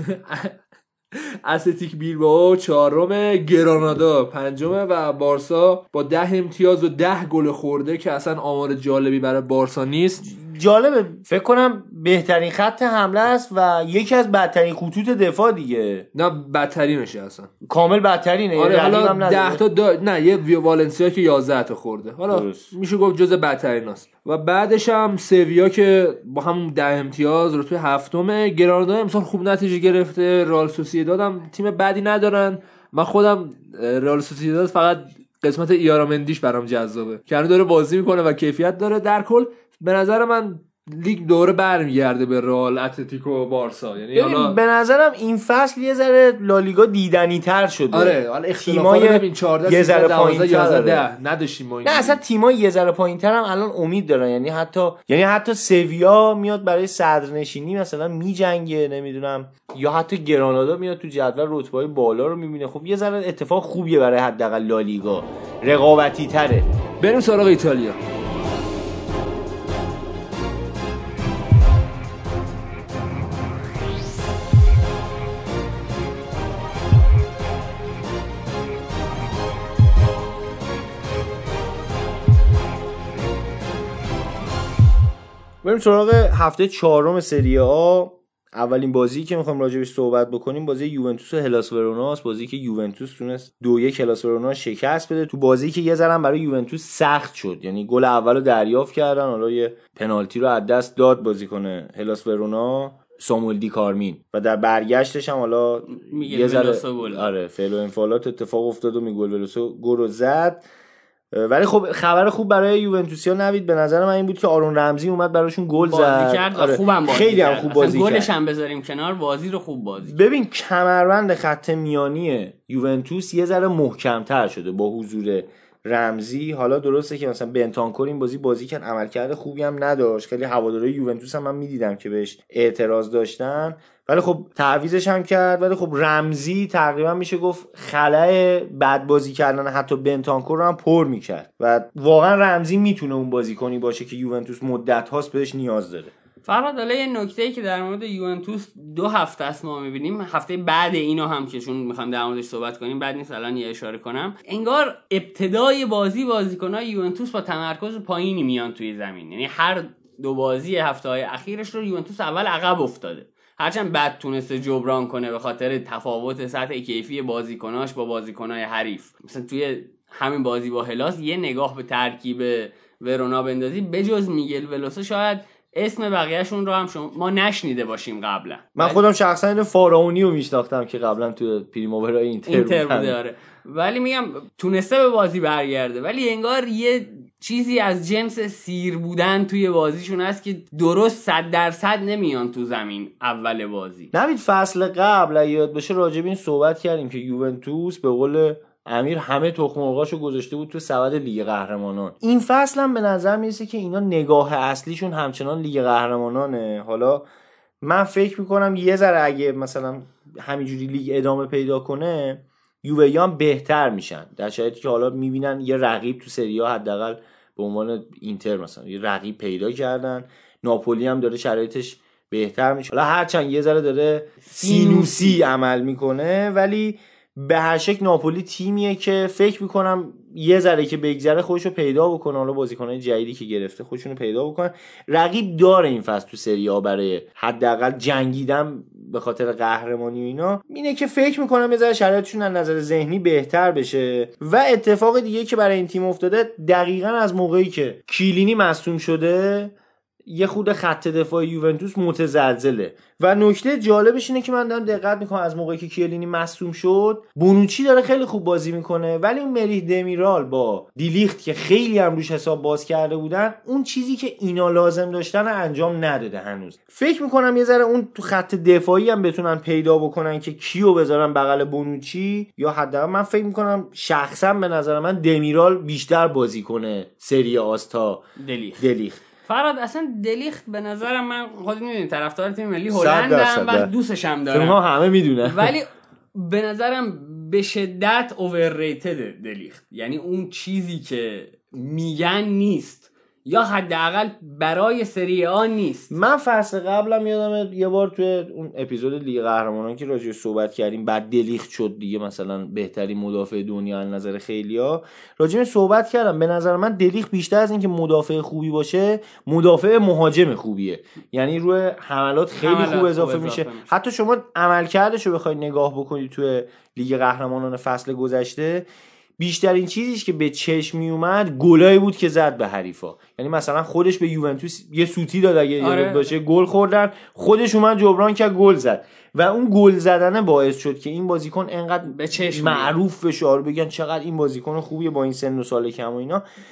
اتلتیک بیلبائو 4م، گرانادا 5م و بارسا با 10 امتیاز و 10 گل خورده که اصلا آمار جالبی برای بارسا نیست. جالبه، فکر کنم بهترین خط حمله است و یکی از بدترین خطوط دفاع دیگه. نه بدترینشه اصلا، کامل بدترینه. آره حالا 10 تا نه یه والنسیا که 11 تا خورده، حالا میشه گفت جز بدتریناست. و بعدش هم سویا که با همون 10 امتیاز رتبه 7م. گرانادا امسال خوب نتیجه گرفته. رئال سوسییداد هم تیم بدی ندارن. من خودم رئال سوسییداد فقط قسمت ایارامندیش برام جذابه که هنوز داره بازی میکنه و کیفیت داره. در کل به نظر من لیگ دوره برمیگرده به رئال، اتلتیکو و بارسا. یعنی حالا به نظرم این فصل یه ذره لالیگا دیدنی تر شده. آره حالا اختلافات رو ببین 14 یه ذره 12 11 پایین‌تره. نداشتیم ما. نه اصلا تیمای یه ذره پایین‌تر هم الان امید دارن، یعنی حتی سویا میاد برای صدرنشینی مثلا میجنگه، نمیدونم، یا حتی گرانادا میاد تو جدول رتبه‌های بالا رو میبینه. خب یه ذره اتفاق خوبیه برای حداقل لالیگا، رقابتی تره. بریم سراغ ایتالیا. بریم سراغ هفته 4 سری آ. اولین بازی که میخوایم راجعش صحبت بکنیم بازی یوونتوس و هلاس وروناست. بازی که یوونتوس تونست 2-1 هلاس ورونا شکست بده، تو بازی که یه ذره برای یوونتوس سخت شد. یعنی گل اولو دریافت کردن، حالا یه پنالتی رو از دست داد بازیکن هلاس ورونا ساموئل دی کارمین، و در برگشتش هم حالا یه ذره فعل و انفعالات اتفاق افتاد و میگل ولوسو گل رو زد. ولی خب خبر خوب برای یوونتوسیا نوید به نظر من این بود که آرون رمزی اومد براشون گل زد، کرد و خوبم بازی خیلی کرد. هم خوب بازی کرد. گلش هم بذاریم کنار، بازی رو خوب بازی کرد. ببین کمربند خط میانی یوونتوس یه ذره محکم‌تر شده با حضور رمزی. حالا درسته که مثلا بنتانکور این بازی کرد، عملکرد خوبی هم نداشت، خیلی هوادارهای یوونتوس هم من میدیدم که بهش اعتراض داشتن، ولی خب تعویضش هم کرد. ولی خب رمزی تقریبا میشه گفت خلأ بد بازی کردن حتی بنتانکور رو هم پر میکرد و واقعا رمزی میتونه اون بازیکنی باشه که یوونتوس مدت هاست بهش نیاز داره. فرهاد حالا یه نکته‌ای که در مورد یوونتوس 2 هفته است ما می‌بینیم، هفته بعد اینو هم که چون می‌خوایم در موردش صحبت کنیم بعد نیست الان یه اشاره کنم، انگار ابتدای بازیکن‌های یوونتوس با تمرکز پایینی میان توی زمین. یعنی هر 2 بازی هفته‌های اخیرش رو یوونتوس اول عقب افتاده، هرچند بعد تونسته جبران کنه به خاطر تفاوت سطح کیفی بازیکناش با بازیکن‌های حریف. مثلا توی همین بازی با هلاس یه نگاه به ترکیب ورونا بندازی، بجز میگل ولوسو شاید اسم بقیه‌شون رو هم ما نشنیده باشیم قبلا. من خودم شخصا این فاراونی رو میشناختم که قبلا تو پریماورا اینتر بوده. آره. ولی میگم تونسته به بازی برگرده، ولی انگار یه چیزی از جنس سیر بودن توی بازیشون هست که درست 100% نمیان تو زمین اول بازی. نوید فصل قبل یاد باشه راجع به این صحبت کردیم که یوونتوس به قول امیر همه تخم مرغاشو گذاشته بود تو سبد لیگ قهرمانان. این فصل هم به نظر میرسه که اینا نگاه اصلیشون همچنان لیگ قهرمانانه. حالا من فکر میکنم یه ذره اگه مثلا همینجوری لیگ ادامه پیدا کنه یووه هم بهتر میشن، در شرایطی که حالا میبینن یه رقیب تو سری ها حداقل به عنوان اینتر مثلا یه رقیب پیدا کردن. ناپولی هم داره شرایطش بهتر میشه، حالا هرچند یه ذره داره سینوسی عمل میکنه، ولی به هر شکل ناپولی تیمیه که فکر میکنم یه ذره که بگذره خودشو پیدا بکنه، حالا بازیکنای جدیدی که گرفته خودشونو پیدا بکنه. رقیب داره این فصل تو سری آ برای حداقل جنگیدن به خاطر قهرمانی و اینا. اینه که فکر میکنم یه ذره شرایطشون از نظر ذهنی بهتر بشه. و اتفاق دیگه که برای این تیم افتاده دقیقاً از موقعی که کیلینی مصدوم شده یه خود خط دفاع یوونتوس متزلزله. و نکته جالبش اینه که من دارم دقت میکنم از موقعی که کیلینی مصدوم شد بونوچی داره خیلی خوب بازی میکنه، ولی اون مریح دمیرال با دیلیخت که خیلی هم روش حساب باز کرده بودن اون چیزی که اینا لازم داشتن انجام نداده هنوز. فکر میکنم یه ذره اون تو خط دفاعی هم بتونن پیدا بکنن که کیو بذارن بغل بونوچی، یا حداقل من فکر میکنم شخصا به نظر من دمیرال بیشتر بازی کنه سری آستا دیلیخت. فراد اصلا دلیخت به نظرم، من خودت میدونی طرفدار تیم ملی هلندم و دوستش هم دارم، ما همه میدونن، ولی به نظرم به شدت اوورریتد دلیخت. یعنی اون چیزی که میگن نیست، یا حداقل برای سری آ نیست. من فصل قبلم یادمه یه بار توی اون اپیزود لیگ قهرمانان که راجعش صحبت کردیم بعد دلیخت شد دیگه مثلا بهترین مدافع دنیا از نظر خیلیا، راجعش صحبت کردم. به نظر من دلیخت بیشتر از این که مدافع خوبی باشه مدافع مهاجم خوبیه، یعنی روی حملات خیلی خوب اضافه میشه. حتی شما عملکردشو بخوای نگاه بکنی توی لیگ قهرمانان فصل گذشته بیشترین چیزیش که به چشم می اومد گلایی بود که زد به حریفا. یعنی مثلا خودش به یوونتوس یه سوتی داد اگه یاد باشه، گل خوردن خودش اومد جبران کرد گل زد، و اون گل زدنه باعث شد که این بازیکن انقدر به چشم معروف بشه، بگن چقدر این بازیکن خوبیه با این سن و سال کم و اینا.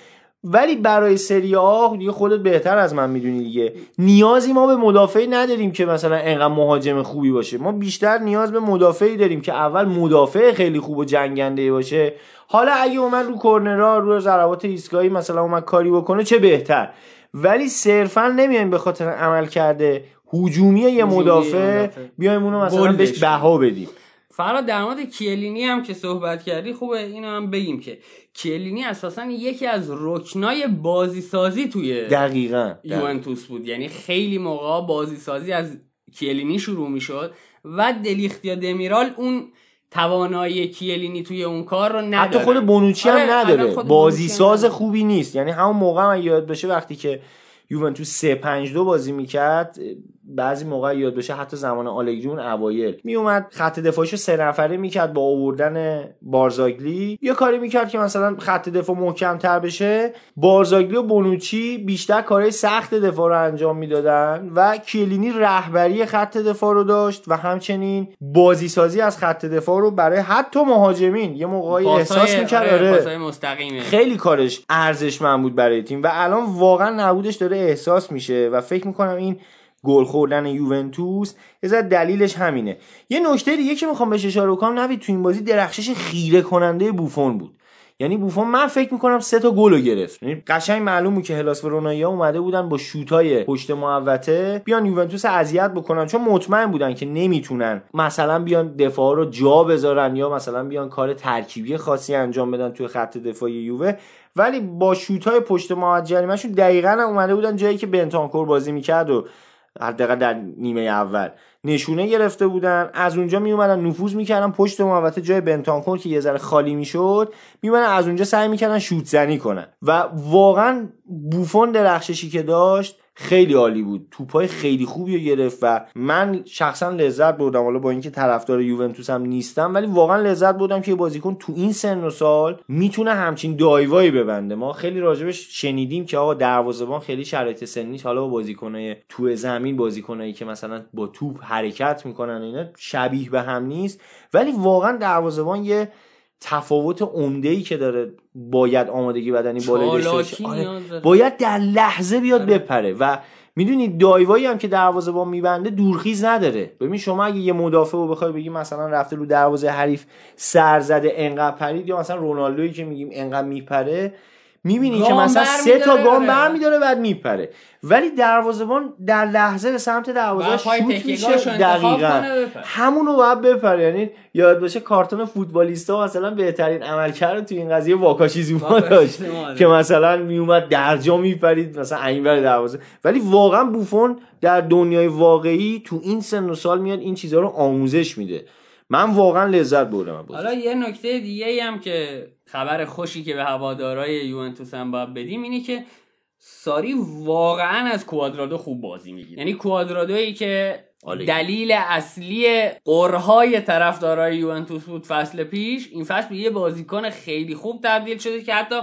ولی برای سری آ دیگه خودت بهتر از من میدونی دیگه، نیازی ما به مدافعی نداریم که مثلا انقدر مهاجم خوبی باشه. ما بیشتر نیاز به مدافعی داریم که اول مدافع خیلی خوب و جنگنده باشه، حالا اگه اومد رو کرنرها رو ضربات ایستگاهی مثلا اومد کاری بکنه چه بهتر. ولی صرفا نمیایم به خاطر عمل کرده هجومی یه مدافع بیایم اونو مثلا بهش بها بدیم. فراد در مورد کیلینی هم که صحبت کردی خوبه اینو هم بگیم که کیلینی اساسا یکی از رکنای بازی سازی توی دقیقاً یوونتوس بود. یعنی خیلی موقع بازی سازی از کیلینی شروع میشد و دلیخت یا دمیرال اون توانایی کیلینی توی اون کار رو نداره. حتی خود بونوچی هم نداره، بازی ساز خوبی نیست. یعنی همون موقع من یاد بشه وقتی که یوونتوس 3-5-2 بازی میکرد، بعضی موقع یاد بشه حتی زمان آلگری اون اوایل میومد خط دفاعیشو 3 نفره میکرد با آوردن بارزاگلی، یه کاری میکرد که مثلا خط دفاع محکم‌تر بشه، بارزاگلی و بونوچی بیشتر کارهای سخت دفاع رو انجام میدادن و کیلینی رهبری خط دفاع رو داشت و همچنین بازی سازی از خط دفاع رو برای حتی مهاجمین یه موقعی احساس میکرد. پاسای مستقیمه خیلی کارش ارزشمند بود برای تیم و الان واقعا نبودش داره احساس میشه و فکر میکنم این گل خوردن یوونتوس یه دلیلش همینه. یه نکته دیگه که میخوام بهش اشاره کنم، نوید تو این بازی درخشش خیره کننده بوفون بود. یعنی بوفون من فکر میکنم 3 تا گل رو گرفت. یعنی قشنگ معلومه که هلاس ورونایا اومده بودن با شوتای پشت محوطه بیان یوونتوس اذیت بکنن، چون مطمئن بودن که نمیتونن مثلا بیان دفاع رو جا بذارن یا مثلا بیان کار ترکیبی خاصی انجام بدن توی خط دفاعی یووه، ولی با شوتای پشت محوطه جریمه‌شون دقیقاً اومده بودن جایی که بنتانکور بازی میکرد و حداقل در نیمه اول نشونه گرفته بودن. از اونجا می اومدن نفوذ میکردن پشت محوطه جای بنتانکور که یه ذره خالی میشد، می اومدن از اونجا سعی میکردن شوت زنی کنن و واقعا بوفون درخششی که داشت خیلی عالی بود، توپای خیلی خوبی رو گرفت و من شخصا لذت بردم. حالا با اینکه طرفدار یوونتوس هم نیستم ولی واقعا لذت بردم که بازیکن تو این سن و سال میتونه همچین دایوایی ببنده. ما خیلی راجبش شنیدیم که آقا دروازه‌بان خیلی شرایط سنیش حالا با بازیکنای تو زمین، بازیکنایی که مثلا با توپ حرکت میکنن اینا شبیه به هم نیست، ولی واقعا دروازه‌بان یه تفاوت عمده‌ای که داره، باید آمادگی بدنی بالایی داشته باشه، باید در لحظه بیاد بپره و میدونی دایوایی هم که دروازه‌بان میبنده دورخیز نداره. ببین شما اگه یه مدافع رو بخوای بگی مثلا رفته رو دروازه حریف سر زده انقدر پرید، یا مثلا رونالدویی که میگیم انقدر میپره، میبینی که مثلا 3 تا گام برمی‌داره بعد میپره، ولی دروازه‌بان در لحظه به سمت دروازه شوت میشه، دقیقاً همونو باید بپره. یعنی یاد باشه کارتون فوتبالیستا مثلا بهترین عملکرد تو این قضیه واکاشیزوما داشت که مثلا میومد درجا میپرید مثلا اینور دروازه، ولی واقعا بوفون در دنیای واقعی تو این سن و سال میاد این چیزا رو آموزش میده. من واقعا لذت بردم. حالا یه نکته دیگه‌ای هم که خبر خوشی که به هوادارهای یوونتوس هم باید بدیم اینه که ساری واقعا از کوادرادو خوب بازی میگیره. یعنی کوادرادویی که دلیل اصلی قرهای طرفدارای یوونتوس بود فصل پیش، این فصل به یه بازیکن خیلی خوب تبدیل شده که حتی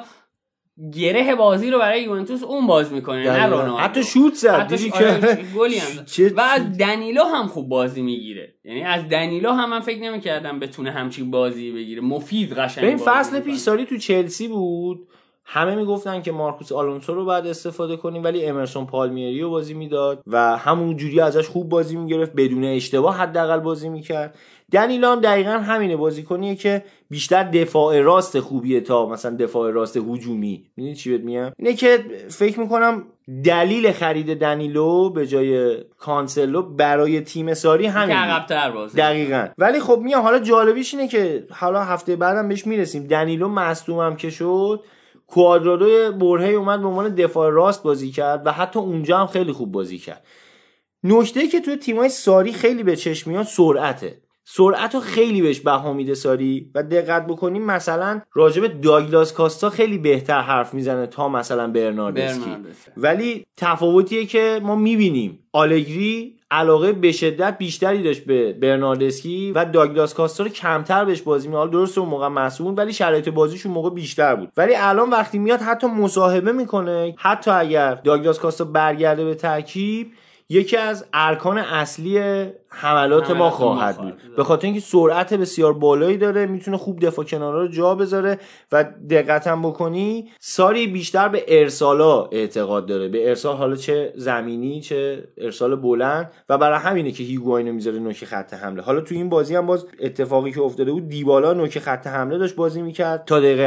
گره بازی رو برای یوونتوس اون باز میکنه، نه رونالدو. حتی شوت زد، دیدی که گلی هم و از دنیلو هم خوب بازی میگیره. یعنی از دنیلو هم من فکر نمی‌کردم بتونه همچین بازی بگیره، مفید قشنگ. این فصل پیش ساری تو چلسی بود، همه میگفتن که مارکوس آلونسو رو بعد استفاده کنیم، ولی امرسون پالمیری رو بازی میداد و همون جوری ازش خوب بازی میگرفت، بدون اشتباه حداقل بازی میکرد. دنیلو دقیقاً همینه، بازیکنیه که بیشتر دفاع راست خوبیه تا مثلا دفاع راست هجومی. میدونی چی بهت میگم؟ اینه که فکر میکنم دلیل خرید دنیلو به جای کانسلو برای تیم ساری همین عقب‌تر بازی. دقیقاً. ولی خب میام حالا جالبیش اینه که حالا هفته بعدم بهش میرسیم، دنیلو مصدومم که شد، کوادرادو برهی اومد به عنوان دفاع راست بازی کرد و حتی اونجا هم خیلی خوب بازی کرد. نکته‌ای که توی تیم‌های ساری خیلی به چشم میاد سرعت رو خیلی بهش بها میده ساری و دقت بکنیم مثلا راجب داگلاس کاستا خیلی بهتر حرف میزنه تا مثلا برناردسکی. ولی تفاوتیه که ما میبینیم آلگری علاقه به شدت بیشتری داشت به برناردسکی و داگلاس کاستا رو کمتر بهش بازی میاد. درست اون موقع معصوم ولی شرایط بازیش اون موقع بیشتر بود، ولی الان وقتی میاد حتی مصاحبه میکنه، حتی اگر داگلاس کاستا برگرده به ترکیب، یکی از ارکان اصلی حملات ما خواهد بود، به خاطر اینکه سرعت بسیار بالایی داره، میتونه خوب دفاع کنارا رو جا بذاره و دقت هم بکنی ساری بیشتر به ارسالا اعتقاد داره، به ارسال، حالا چه زمینی چه ارسال بلند، و برای همینه که هیگواینو میذاره نوک خط حمله. حالا تو این بازی هم باز اتفاقی که افتاده بود، دیبالا نوک خط حمله داشت بازی میکرد تا دقیقه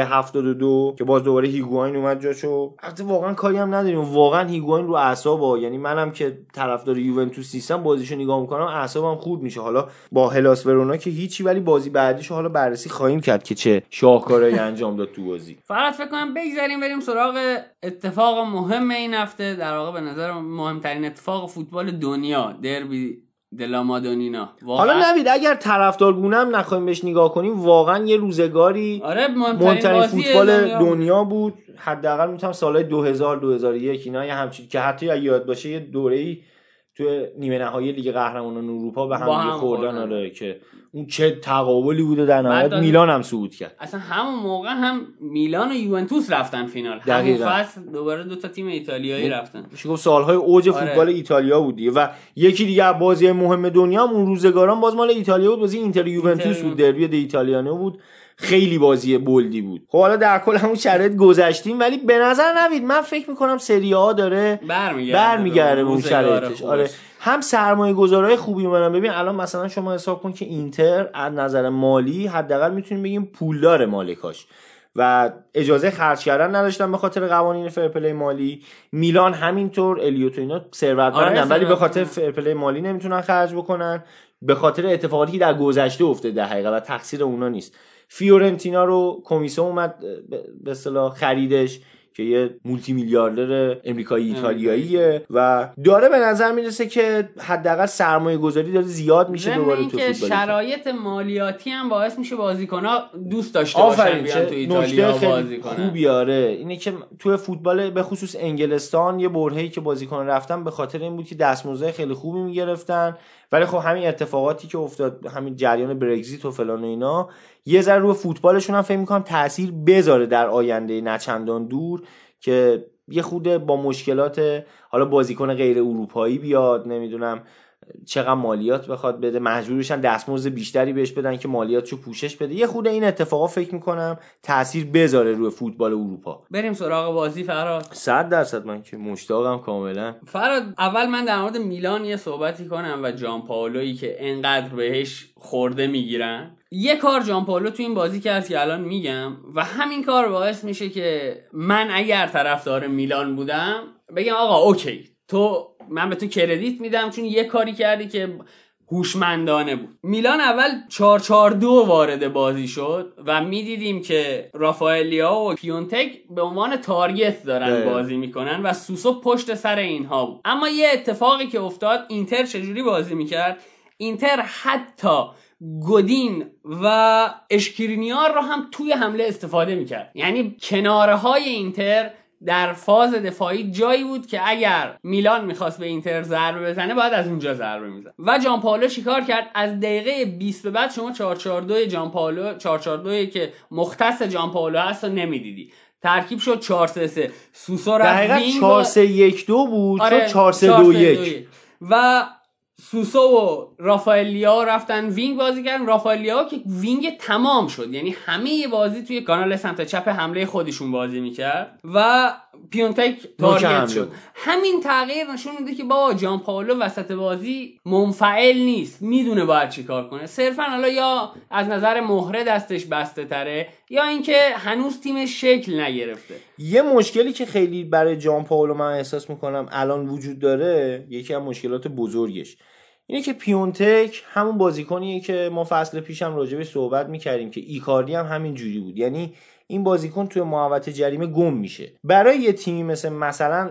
72 که باز دوباره هیگواین اومد جاشو. البته واقعا کاری هم نداریم، واقعا هیگواین رو اعصابه، یعنی منم که طرفدار یوونتوس نیستم بازیشو نگاه میکنم اعصابم خورد میشه. حالا با هلاس ورونا که هیچی، ولی بازی بعدیشو حالا بررسی خواهیم کرد که چه شاهکارهایی انجام داد تو بازی. فقط فکر کنم بگذاریم بریم سراغ اتفاق مهم این هفته، در واقع به نظر مهمترین اتفاق فوتبال دنیا، دربی دلا مادونینا. حالا نوید اگر طرفدارگونه هم نخوایم بهش نگاه کنیم، واقعا یه روزگاری مهمترین فوتبال دنیا بود. حداقل میتونم سالهای 2000 2001 اینا یه همچین که حتی یاد باشه یه دوره‌ای تو نیمه نهایی لیگ قهرمانان اروپا به هم خوردن. آره که اون چه تقابلی بوده، در نهایت میلان هم صعود کرد. اصلا همون موقع هم میلان و یوونتوس رفتن فینال، همون فصل دوباره دو تا تیم ایتالیایی رفتن. میشه گفت سالهای اوج فوتبال ایتالیا بود دیگه. و یکی دیگه از بازی مهم دنیا هم اون روزگاران باز مال ایتالیا بود، بازی اینتر یوونتوس بود، دربی د ایتالیانو بود، خیلی بازی بولدی بود. خب حالا در کل همون شرایط گذشتیم، ولی به نظر نوید من فکر میکنم سری آ داره برمیگرده اون شرایطش. آره هم سرمایه گذارای خوبی اومدن. ببین الان مثلا شما حساب کن که اینتر از نظر مالی حداقل میتونیم بگیم پولدار مالکاش و اجازه خرج کردن نداشتن به خاطر قوانین فرپلی مالی. میلان همینطور، الیوت و اینا ثروتمندن ولی به خاطر فرپلی مالی نمیتونن خرج بکنن، به خاطر اتفاقاتی که در گذشته افتاده در حقیقت و تقصیر اونا نیست. فیورنتینا رو کمیسیون اومد به اصطلاح خریدش که یه مولتی میلیاردر امریکایی ایتالیاییه و داره به نظر میرسه که حداقل سرمایه گذاری داره زیاد میشه دوباره تو فوتبال. شرایط مالیاتی هم باعث میشه بازیکن‌ها دوست داشته باشن بیان تو ایتالیا بازی کنن. خوبی آره اینه که تو فوتبال به خصوص انگلستان یه برهه‌ای که بازیکن رفتن به خاطر این بود که دستمزد خیلی خوبی میگرفتن، ولی خب همین اتفاقاتی که افتاد، همین جریان برگزیت و فلان و اینا، یه ذره روی فوتبالشون هم فکر می‌کنم تأثیر بذاره در آینده نچندان دور که یه خود با مشکلات حالا بازیکن غیر اروپایی بیاد، نمیدونم چقدر مالیات بخواد بده، مجبور بشن دستمزد بیشتری بهش بدن که مالیاتشو پوشش بده. یه خود این اتفاقا فکر میکنم تاثیر بذاره روی فوتبال اروپا. بریم سراغ بازی فراد. 100% من که مشتاقم کاملا. فراد اول من در مورد میلان یه صحبتی کنم و جان پائولویی که انقدر بهش خورده میگیرن. یه کار جان پائولو تو این بازی کرد که الان میگم و همین کار باعث میشه که من اگر طرفدار میلان بودم بگم آقا اوکی، من به تو کردیت میدم چون یه کاری کردی که هوشمندانه بود. میلان اول 4-4-2 وارد بازی شد و میدیدیم که رافائلیا و پیونتک به عنوان تارگت دارن بازی میکنن و سوسو پشت سر اینها بود. اما یه اتفاقی که افتاد، اینتر چجوری بازی میکرد؟ اینتر حتی گودین و اشکرینیار رو هم توی حمله استفاده میکرد. یعنی کناره های اینتر در فاز دفاعی جایی بود که اگر میلان میخواست به اینتر ضربه بزنه باید از اونجا ضربه میزد و جان پائولو چیکار کرد؟ از دقیقه 20 به بعد شما 4-4-2 جان پائولو، 4-4-2 که مختص جان پائولو هست رو نمیدیدی. ترکیب شد 4-3-3. سوسو رفت وینگ 4-3-1-2 بود. آره 4-3-2-1 و سوسو و رافائلیا رفتن وینگ بازی کردن. رافائلیا که وینگ تمام شد، یعنی همه بازی توی کانال سمت چپ حمله خودشون بازی میکرد و پیونتک تارگت شد. همین تغییر نشون میده که بابا جان پائولو وسط بازی منفعل نیست، میدونه باید چی کار کنه. صرفا حالا یا از نظر مهره دستش بسته تره یا اینکه هنوز تیمش شکل نگرفته. یه مشکلی که خیلی برای جان پائولو من احساس میکنم الان وجود داره، یکی از مشکلات بزرگش اینه که پیونتک همون بازیکنیه که ما فصل پیشم راجعش صحبت میکردیم که ایکاردی هم همین جوری بود. یعنی این بازیکن توی محوطه جریمه گم میشه. برای یه تیمی مثلا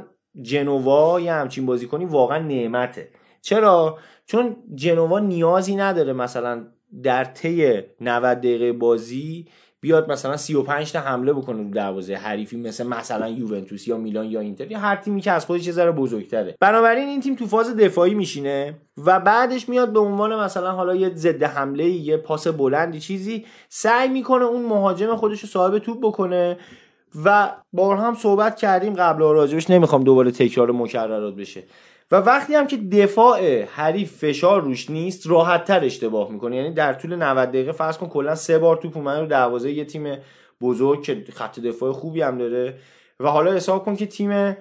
جنوا یا همچین بازیکنی واقعا نعمته. چرا؟ چون جنوا نیازی نداره مثلا در طی 90 دقیقه بازی بیاد مثلا 35 تا حمله بکنه رو دروازه حریفی، مثلا یوونتوس یا میلان یا اینتر یا هر تیمی که از خودش یه ذره بزرگتره. بنابراین این تیم تو فاز دفاعی میشینه و بعدش میاد به عنوان مثلا حالا یه ضد حمله، یه پاس بلندی چیزی سعی میکنه اون مهاجم خودش رو صاحب توپ بکنه و بارها هم صحبت کردیم قبلا راجبش، نمیخوام دوباره تکرار مکررات بشه. و وقتی هم که دفاع حریف فشار روش نیست راحت‌تر اشتباه میکنه. یعنی در طول 90 دقیقه فرض کن کلا 3 بار توپ اومد رو دروازه یه تیم بزرگ که خط دفاع خوبی هم داره و حالا حساب کن که تیم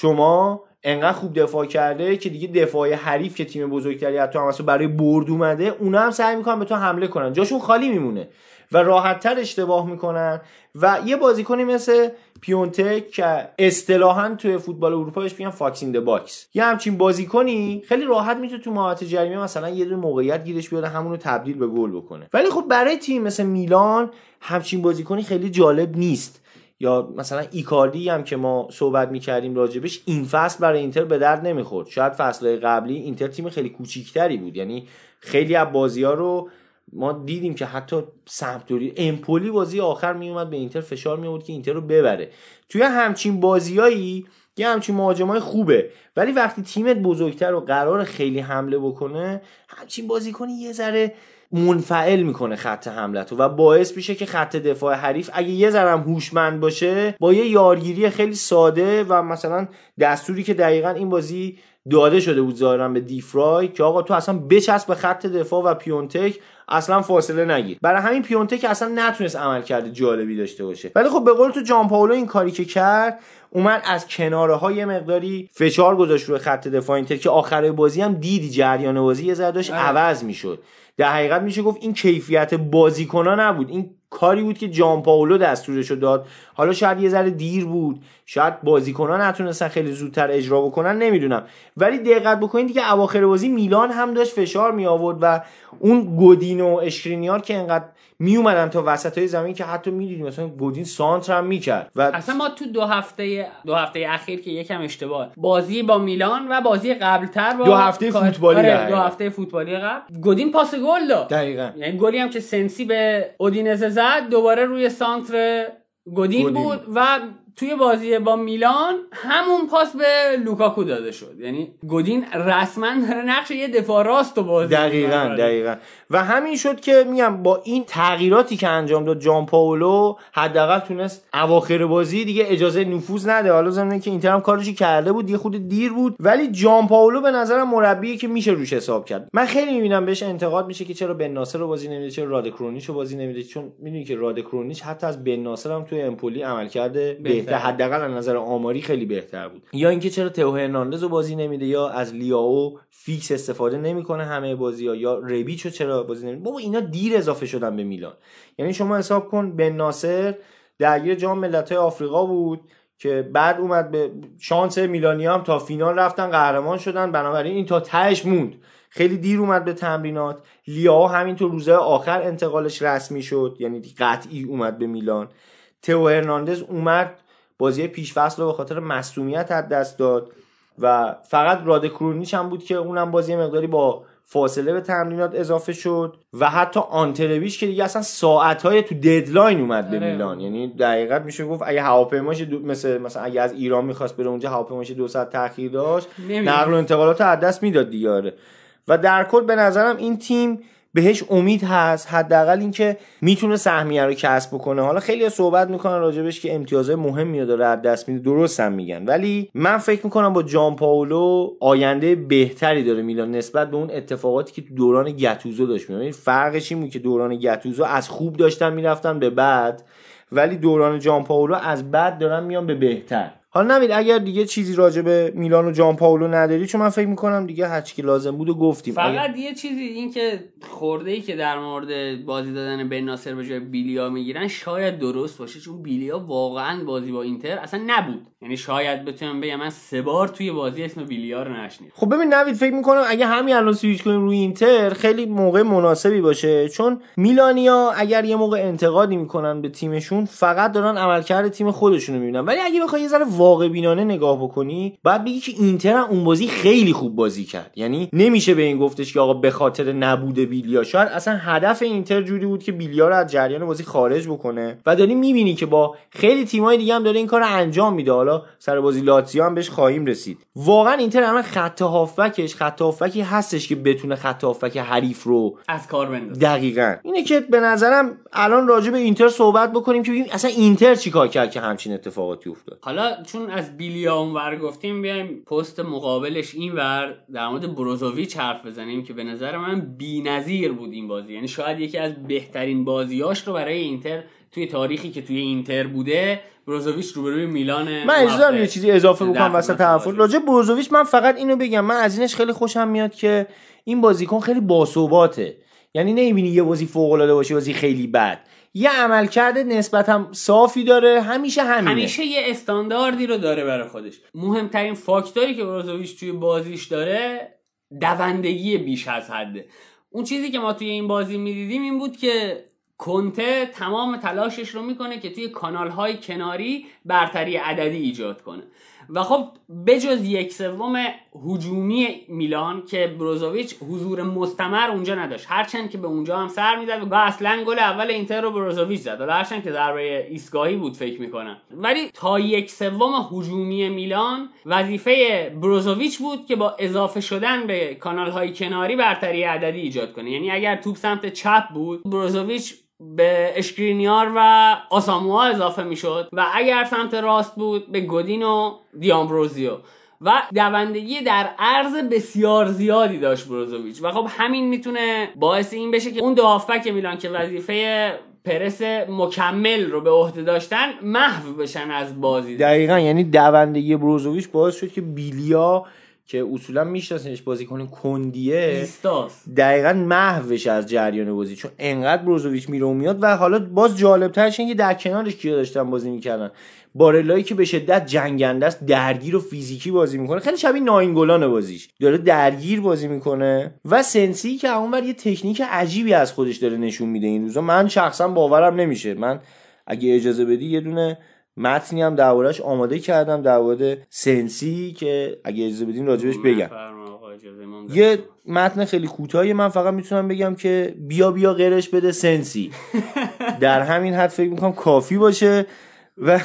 شما انقدر خوب دفاع کرده که دیگه دفاع حریف که تیم بزرگتری حتی هم اصلا برای برد اومده، اونا هم سعی میکنن به تو حمله کنن، جاشون خالی میمونه و راحت‌تر اشتباه میکنن. و یه بازیکنی مثل پیونتک که اصطلاحاً توی فوتبال اروپا بهش میگن فاکس این د باکس، یه همچین بازیکنی خیلی راحت میتونه تو محوطه جریمه مثلا یه دونه موقعیت گیرش بیاره همون رو تبدیل به گل بکنه. ولی خب برای تیم مثل میلان همچین بازیکنی خیلی جالب نیست. یا مثلا ایکاردی هم که ما صحبت میکردیم راجبش، این فصل برای اینتر به درد نمیخورد. شاید فصلهای قبلی اینتر تیم خیلی کوچیکتری بود، یعنی خیلی از بازی‌ها رو ما دیدیم که حتی سمپدوری امپولی بازی آخر میومد به اینتر فشار میآورد که اینتر رو ببره. توی همچین بازیایی یه همچین مهاجمای خوبه، ولی وقتی تیمت بزرگتر و قرار خیلی حمله بکنه، همچین بازیکنی یه ذره منفعل میکنه خط حملتو و باعث میشه که خط دفاع حریف اگه یه ذره هم هوشمند باشه با یه یارگیری خیلی ساده و مثلا دستوری که دقیقاً این بازی داده شده بود ظاهرا به دیفرای که آقا تو اصلا بچسب به خط دفاع و پیونتک اصلا فاصله نگیر، برای همین پیونتک اصلا نتونست عملکرد جالبی داشته باشه. ولی خب به قول تو جان پائولو این کاری که کرد، اومد از کناره ها یه مقداری فشار گذاشت روی خط دفاع اینتر که آخر بازی هم دیدی جریان بازی یه ذره داشت عوض میشد. در حقیقت میشه گفت این کیفیت بازیکن‌ها نبود، این کاری بود که جان پائولو دستورشو داد. حالا شاید یه ذره دیر بود، شاید بازیکن‌ها نتونستن خیلی زودتر اجرا بکنن، نمیدونم. ولی دقت بکنید دیگه اواخر بازی میلان هم داشت فشار می آورد و اون گودین و اشکرینیار که انقدر می اومدن تا وسطای زمین که حتی می‌دیدیم مثلا گودین سانتر هم می‌کرد. و اصلا ما تو دو هفته اخیر که یکم اشتباه، بازی با میلان و بازی قبل‌تر با 2 هفته فوتبالی، 2 هفته فوتبالی قبل گودین پاس گل داد. دقیقاً. یعنی گلی هم که سنسی به اودینزه زد دوباره روی سانتر گودین بود و توی بازی با میلان همون پاس به لوکاکو داده شد. یعنی گودین رسما داره نقش یه دفاع راست رو بازی. دقیقاً و همین شد که میگم با این تغییراتی که انجام داد جان پائولو حداقل تونست اواخر بازی دیگه اجازه نفوذ نده. حالا ضمن که اینتر هم کارشو کرده بود، یه خود دیر بود، ولی جان پائولو به نظرم مربیه که میشه روش حساب کرد. من خیلی میبینم بهش انتقاد میشه که چرا بن ناصر رو بازی نمیده، چرا رادکرونیچ رو بازی نمیده، چون میدونی که رادکرونیچ حتی از بن ناصر هم توی امپولی عمل کرده بهتر، حداقل از نظر آماری خیلی بهتر بود. یا اینکه چرا تئو هرناندز رو بازی نمیده، یا از لیاو فیکس استفاده نمیکنه همه بازی‌ها، یا ربیچو چرا بازی نمیده. بابا اینا دیر اضافه شدن به میلان. یعنی شما حساب کن بن ناصر درگیر جام ملت‌های آفریقا بود که بعد اومد به شانس میلانیا هم تا فینال رفتن قهرمان شدن، بنابراین این تا تهش موند، خیلی دیر اومد به تمرینات. لیاو همینطور روزهای آخر انتقالش رسمی شد، یعنی قطعی اومد به میلان. تئو هرناندز اومد بازی پیش فصل رو به خاطر مصونیت از دست داد و فقط رادکرونیچ هم بود که اونم بازی مقداری با فاصله به تمرینات اضافه شد و حتی آنتلویچ که دیگه اصلا ساعت‌های تو ددلاین اومد به میلان. یعنی دقیقاً میشه گفت اگه هواپیماش مثلا اگه از ایران می‌خواست بره اونجا هواپیماش 2 ساعت تأخیر داشت، نقل و انتقالات از دست میداد دیگه. و در کل به نظرم این تیم بهش امید هست، حداقل اینکه میتونه سهمیه رو کسب بکنه. حالا خیلی صحبت میکنن راجبش که امتیازهای مهمی رو داره از دست میده، درست هم میگن، ولی من فکر میکنم با جان پائولو آینده بهتری داره میلان نسبت به اون اتفاقاتی که تو دوران گاتوزو داشت. میبینید فرقش این بود که دوران گاتوزو از خوب داشتن میرفتن به بد، ولی دوران جان پائولو از بد دارن میان به بهتر. حالا نوید اگر دیگه چیزی راجع به میلان و جان پائولو نداری، چون من فکر میکنم دیگه هر چی که لازم بود و گفتیم. فقط یه چیزی این که خورده‌ای که در مورد بازی دادن بن ناصر به جای بیلیا میگیرن شاید درست باشه، چون بیلیا واقعا بازی با اینتر اصلا نبود. یعنی شاید بتونم بگم من 3 بار توی بازی اسم بیلیا رو نشنیدم. خب ببین نوید، فکر میکنم اگه همین الان سویچ کنیم روی اینتر خیلی موقع مناسبی باشه، چون میلانیا اگر یه موقع انتقادی میکنن به تیمشون فقط دارن عملکرد تیم خودشونو میبینن، ولی اگه بخوای یه ذره واقع بینانه نگاه بکنی بعد بگی که اینتر اون بازی خیلی خوب بازی کرد. یعنی نمیشه به این گفتش که آقا به خاطر نبود بیلیا، شاید اصلا هدف اینتر جوری بود که بیلیا رو از جریان بازی خارج بکنه و داری میبینی که با خیلی تیمای دیگه هم داره این کارو انجام میده. حالا سر بازی لاتزیو هم بهش خواهیم رسید. واقعا اینتر الان خط هافبکی هستش که بتونه خط هافبک حریف رو از کار بندازه. دقیقاً اینه که به نظرم الان راجع به اینتر صحبت بکنیم که ببینیم اصلا اینتر چیکار کرد که همچین اتفاقاتی افتاد. حالا چون از بیلیا اونور گفتیم بیایم پست مقابلش اینور در مورد بروزوویچ حرف بزنیم که به نظر من بی‌نظیر بود این بازی. یعنی شاید یکی از بهترین بازیاش رو برای اینتر توی تاریخی که توی اینتر بوده بروزوویچ روبروی میلان. من اجازه دارم یه چیزی اضافه بکنم وسط حرفت راجع بروزوویچ. من فقط اینو بگم من از اینش خیلی خوشم میاد که این بازیکن خیلی باثباته. یعنی نمیبینی یه بازی فوق العاده باشه بازی خیلی بد، یه عملکرد نسبتا صافی داره، همیشه همینه، همیشه یه استانداردی رو داره برای خودش. مهمترین فاکتوری که بروزوویچ توی بازیش داره دوندگی بیش از حده. اون چیزی که ما توی این بازی میدیدیم این بود که کنته تمام تلاشش رو میکنه که توی کانال‌های کناری برتری عددی ایجاد کنه و خب بجز 1/3 هجومی میلان که بروزوویچ حضور مستمر اونجا نداشت، هرچند که به اونجا هم سر میزد و اصلا گل اول اینتر رو بروزوویچ زد، هرچند که ضربه ایستگاهی بود فکر میکنم، ولی تا 1/3 هجومی میلان وظیفه بروزوویچ بود که با اضافه شدن به کانال‌های کناری برتری عددی ایجاد کنه. یعنی اگر توپ سمت چپ بود بروزوویچ به اشکرینیار و آساموا اضافه میشد و اگر سمت راست بود به گودین و دیامبروزیو و دوندگی در عرض بسیار زیادی داشت بروزوویچ و خب همین میتونه باعث این بشه که اون دو هافبک میلان که وظیفه پرس مکمل رو به عهده داشتن محو بشن از بازی. دقیقاً یعنی دوندگی بروزوویچ باعث شد که بیلیا که اصولا میشناسنش بازیکن کندیه دقیقاً محوش از جریان بازی، چون انقدر بروزوویچ میره و میاد. و حالا باز جالب‌ترش اینه که در کنارش کیا داشتن بازی میکردن، بارلایی که به شدت جنگنده است، درگیر و فیزیکی بازی میکنه، خیلی شبیه ناینگولان بازیش داره درگیر بازی میکنه، و سنسی که اونور یه تکنیک عجیبی از خودش داره نشون میده این روزا. من شخصا باورم نمیشه. من اگه اجازه بدی یه دونه متنی هم دربارش آماده کردم در مورد سنسی که اگه اجازه بدین راجبش بگم. یه متن خیلی کوتاهی، من فقط میتونم بگم که بیا غیرش بده سنسی. در همین حد فکر میکنم کافی باشه و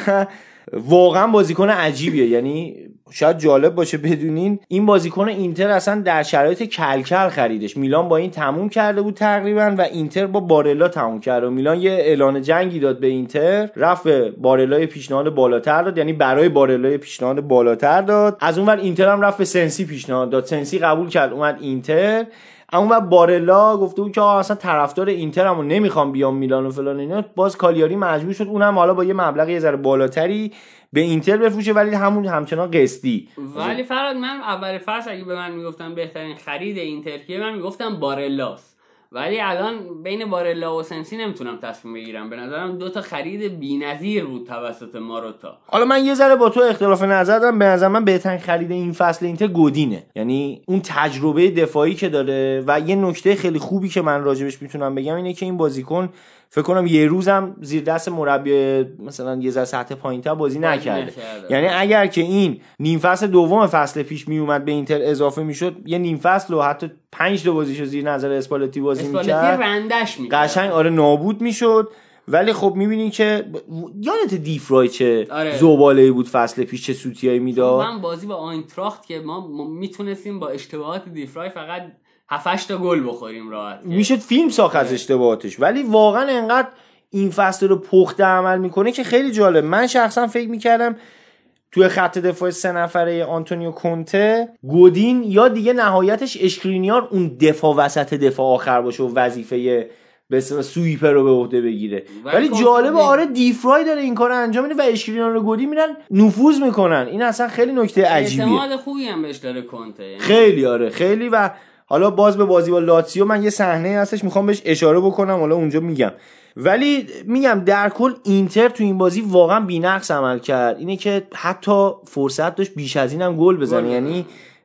واقعا بازیکن عجیبیه. یعنی شاید جالب باشه بدونین این بازیکن اینتر اصلا در شرایط کلکل خریدش. میلان با این تموم کرده بود تقریبا و اینتر با بارلا تموم کرد و میلان یه اعلان جنگی داد به اینتر، رفت بارلا پیشنهاد بالاتر داد، یعنی برای بارلا پیشنهاد بالاتر داد. از اونور اینتر هم رفت به سنسی پیشنهاد داد، سنسی قبول کرد اومد اینتر. اما بارلا گفته بود که اصلا طرفدار اینترمو نمیخوام بیام میلان و فلان اینا. باز کالیاری مجبور شد اونم حالا با یه مبلغ یه ذره بالاتری به اینتر بفروشه، ولی همچنان قسطی. ولی فراد من اول فصل اگه به من میگفتن بهترین خرید اینتر کیه من میگفتم بارلاست، ولی الان بین بارلا و سنسی نمیتونم تصمیم بگیرم. به نظرم دو تا خرید بی‌نظیر بود توسط ماروتا. حالا من یه ذره با تو اختلاف نظر دارم. به نظر من بهترین خرید این فصل اینتر گودینه، یعنی اون تجربه دفاعی که داره. و یه نکته خیلی خوبی که من راجبش میتونم بگم اینه که این بازیکن فکر کنم یه روزم زیر دست مربی مثلا یه ذره سطح پایین‌تر بازی نکرده. یعنی اگر که این نیم فصل دوم فصل پیش می اومد به اینتر اضافه میشد، یه نیم فصل و حتی 5 تا بازیشو زیر نظر اسپالتی بازی میکرد، اسپالتی رندش میکرد، قشنگ آره نابود میشد. ولی خب میبینین که یادت دیفرای چه زباله‌ای بود فصل پیش، چه سوتیایی میداد. من بازی با آینتراخت که ما میتونستیم با اشتباهات دیفرای فقط 7-8 تا گل بخوریم راحت، میشد فیلم ساخت از اشتباهاتش. ولی واقعا انقدر این فصل رو پخته عمل میکنه که خیلی جالب. من شخصا فکر میکردم توی خط دفاع 3 نفره آنتونیو کونته، گودین یا دیگه نهایتش اشکرینیار اون دفاع وسط دفاع آخر باشه و وظیفه به اصطلاح سویپر رو به عهده بگیره. ولی جالب آره دیفرای داره این کارو انجام میده و اشکرینیار و گودین میرن نفوذ میکنن. این اصلا خیلی نکته عجیبیه. اعتماد خوبی هم بهش داره کونته، یعنی خیلی آره خیلی. و حالا باز به بازی با لاتزیو من یه صحنه هستش میخوام بهش اشاره بکنم، حالا اونجا میگم. ولی میگم در کل اینتر تو این بازی واقعا بی‌نقص عمل کرد. اینه که حتی فرصت داشت بیش از اینم گل بزنه. یعنی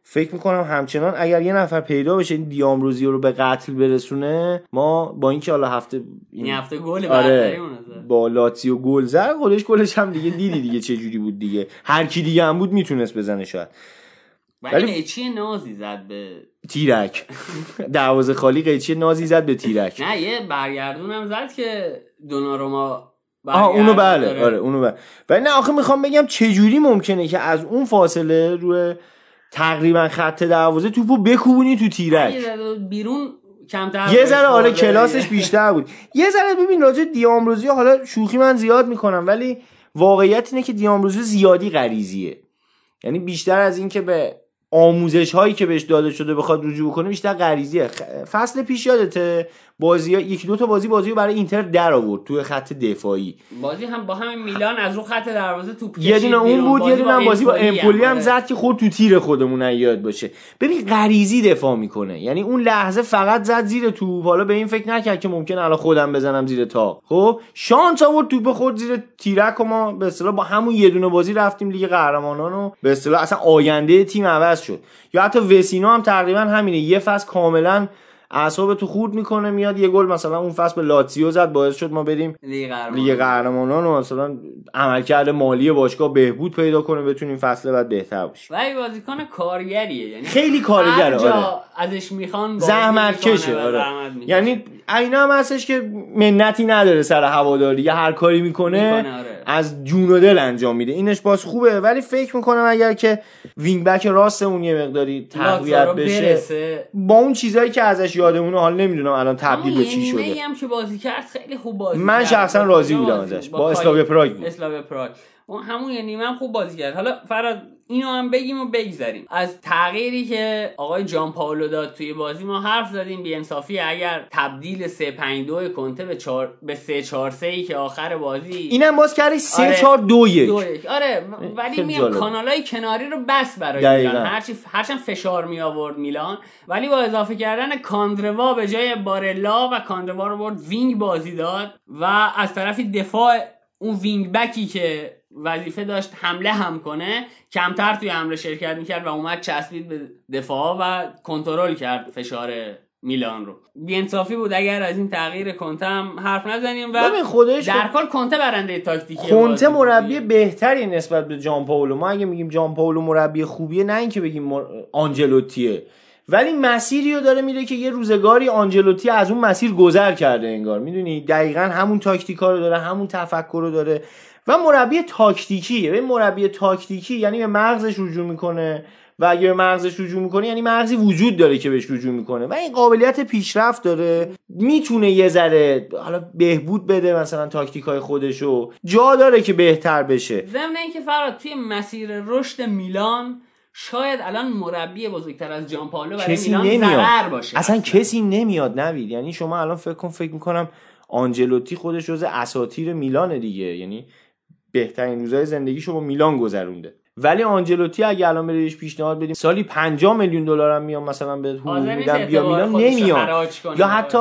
فکر میکنم همچنان اگر یه نفر پیدا بشه این دیامروزیو رو به قتل برسونه، ما با اینکه حالا این هفته گل آره با لاتزیو گل زد، گلش هم دیگه دیدی دیگه چه جوری بود دیگه، هر کی دیگه هم بود میتونست بزنه شاید. ولی قیچی نازی زد به تیرک دروازه خالی، قیچی نازی زد به تیرک. نه یه برگردون هم زد که دوناروما اونو بله آره اونو بله. ولی نه آخه میخوام بگم چه جوری ممکنه که از اون فاصله روی تقریبا خط دروازه توپو بکوبونی تو تیرک بیرون کمتر یه ذره آره کلاسش بیشتر بود. یه ذره ببین راجع دیامروزی حالا شوخی من زیاد میکنم ولی واقعیت اینه که دیامروزی زیادی غریزیه، یعنی بیشتر از این که به آموزش هایی که بهش داده شده بخواد رجوع کنه بیشتر غریزیه. فصل پیش یادته بازی‌ها یکی دو تا بازی رو برای اینتر در آورد توی خط دفاعی، بازی هم با همین میلان از رو خط دروازه توپ یه دونه اون بود، یه دونه بازی با امپولی هم زد که خود تو تیر خودمون یاد باشه. ببین غریزی دفاع میکنه، یعنی اون لحظه فقط زد زیر توپ، حالا به این فکر نکرد که ممکن الان خودم بزنم زیر تا، خب شانس آورد توپ خود زیر تیرک و ما به اصطلاح با همون یه دونه بازی رفتیم لیگ قهرمانان و به اصطلاح اصلا آینده تیم عوض شد. یا حتی وسینو هم تقریبا همینه، یه فصل کاملا اعصاب تو خورد میکنه میاد یه گل مثلا اون فصل به لاتزیو زد باعث شد ما بریم لیگ قهرمانان و مثلا عملکرد مالی باشگاه بهبود پیدا کنه بتونیم فصل بعد بهتر باشیم. ولی بازیکن کارگریه، یعنی خیلی کارگره آره ازش میخوان زحمت کشه آره. یعنی اینا هم هستش که منتی نداره سر هواداری، یا هر کاری میکنه آره. از جون و دل انجام میده، اینش باز خوبه. ولی فکر میکنم اگر که وینگ بک راستمون یه مقداری تقویت بشه با اون چیزایی که ازش یادمونه، حالا نمیدونم الان تبدیل به چی شده. نیمه‌ای هم که بازی کرد خیلی خوب بازی من کرد. شخصا راضی بودم ازش با اسلاویا پراگ بود. اسلاویا پراگ اون همون یه نیمه هم خوب بازی کرد. حالا فراد اینو هم بگیم و بگذریم از تغییری که آقای جان پائولو داد توی بازی. ما حرف زدیم بی‌انصافی اگر تبدیل 3-5-2 کنته به 3-4-3 که آخر بازی اینم باز کردی 3-4-2-1 آره ولی میام کانالای کناری رو بس برای میلان هرچند فشار می آورد میلان، ولی با اضافه کردن کاندروا به جای بارلا و کاندروا رو برد وینگ بازی داد و از طرفی دفاع اون وینگ بکی که وظیفه داشت حمله هم کنه کمتر توی حمله شرکت میکرد و اومد چسبید به دفاع و کنترل کرد فشار میلان رو. بی‌انصافی بود اگر از این تغییر کنته هم حرف نزنیم و در کل کنته برنده تاکتیکی کنته مربی بهتری نسبت به جان پائولو. ما اگه میگیم جان پائولو مربی خوبیه نه اینکه بگیم آنجلوتیه، ولی مسیری رو داره میره که یه روزگاری آنجلوتی از اون مسیر گذر کرده انگار، میدونی دقیقاً همون تاکتیکا رو داره، همون تفکر رو داره و مربی تاکتیکیه. ببین مربی تاکتیکی یعنی به مغزش رجوع میکنه و اگه به مغزش رجوع میکنه یعنی مغزی وجود داره که بهش رجوع میکنه و این قابلیت پیشرفت داره، میتونه یه ذره حالا بهبود بده مثلا تاکتیکای خودشو، جا داره که بهتر بشه. ضمن اینکه فراد توی مسیر رشد میلان شاید الان مربی بزرگتر از جان پائولو برای میلان ضرر باشه. اصلا کسی نمیاد نوید، یعنی شما الان فکر میکنم آنجلوتی خودش جز اساطیر میلانه دیگه، یعنی بهترین روزهای زندگیشو با میلان گذرونده. ولی آنجلوتی اگه الان بهش پیشنهاد بدیم سالی 50 میلیون دلار هم میام مثلا به حقوق میدم بیا میلان، نمیاد. یا حتی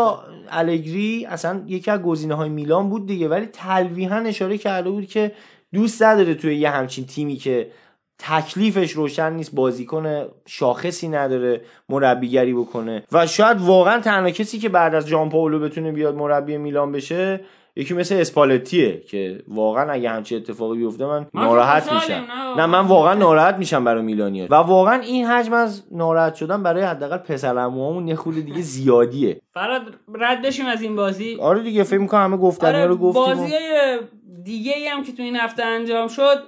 الگری اصلا یکی از گزینه‌های میلان بود دیگه، ولی تلویحا اشاره کرده بود که دوست نداره توی یه همچین تیمی که تکلیفش روشن نیست، بازیکن شاخصی نداره مربیگری بکنه و شاید واقعا تنها کسی که بعد از جان پائولو بتونه بیاد مربی میلان بشه یکی مثل اسپالتیه که واقعا اگه همچین اتفاقی بیفته من ناراحت میشم. نه من واقعا ناراحت میشم برای میلانیا و واقعا این حجم از ناراحت شدن برای حداقل پسرعموامون یه خورده دیگه زیادیه. فراد رد بشیم از این بازی. آره دیگه فکر می‌کنم همه گفتنی رو گفتیم. بازیای دیگه‌ای هم که تو این هفته انجام شد،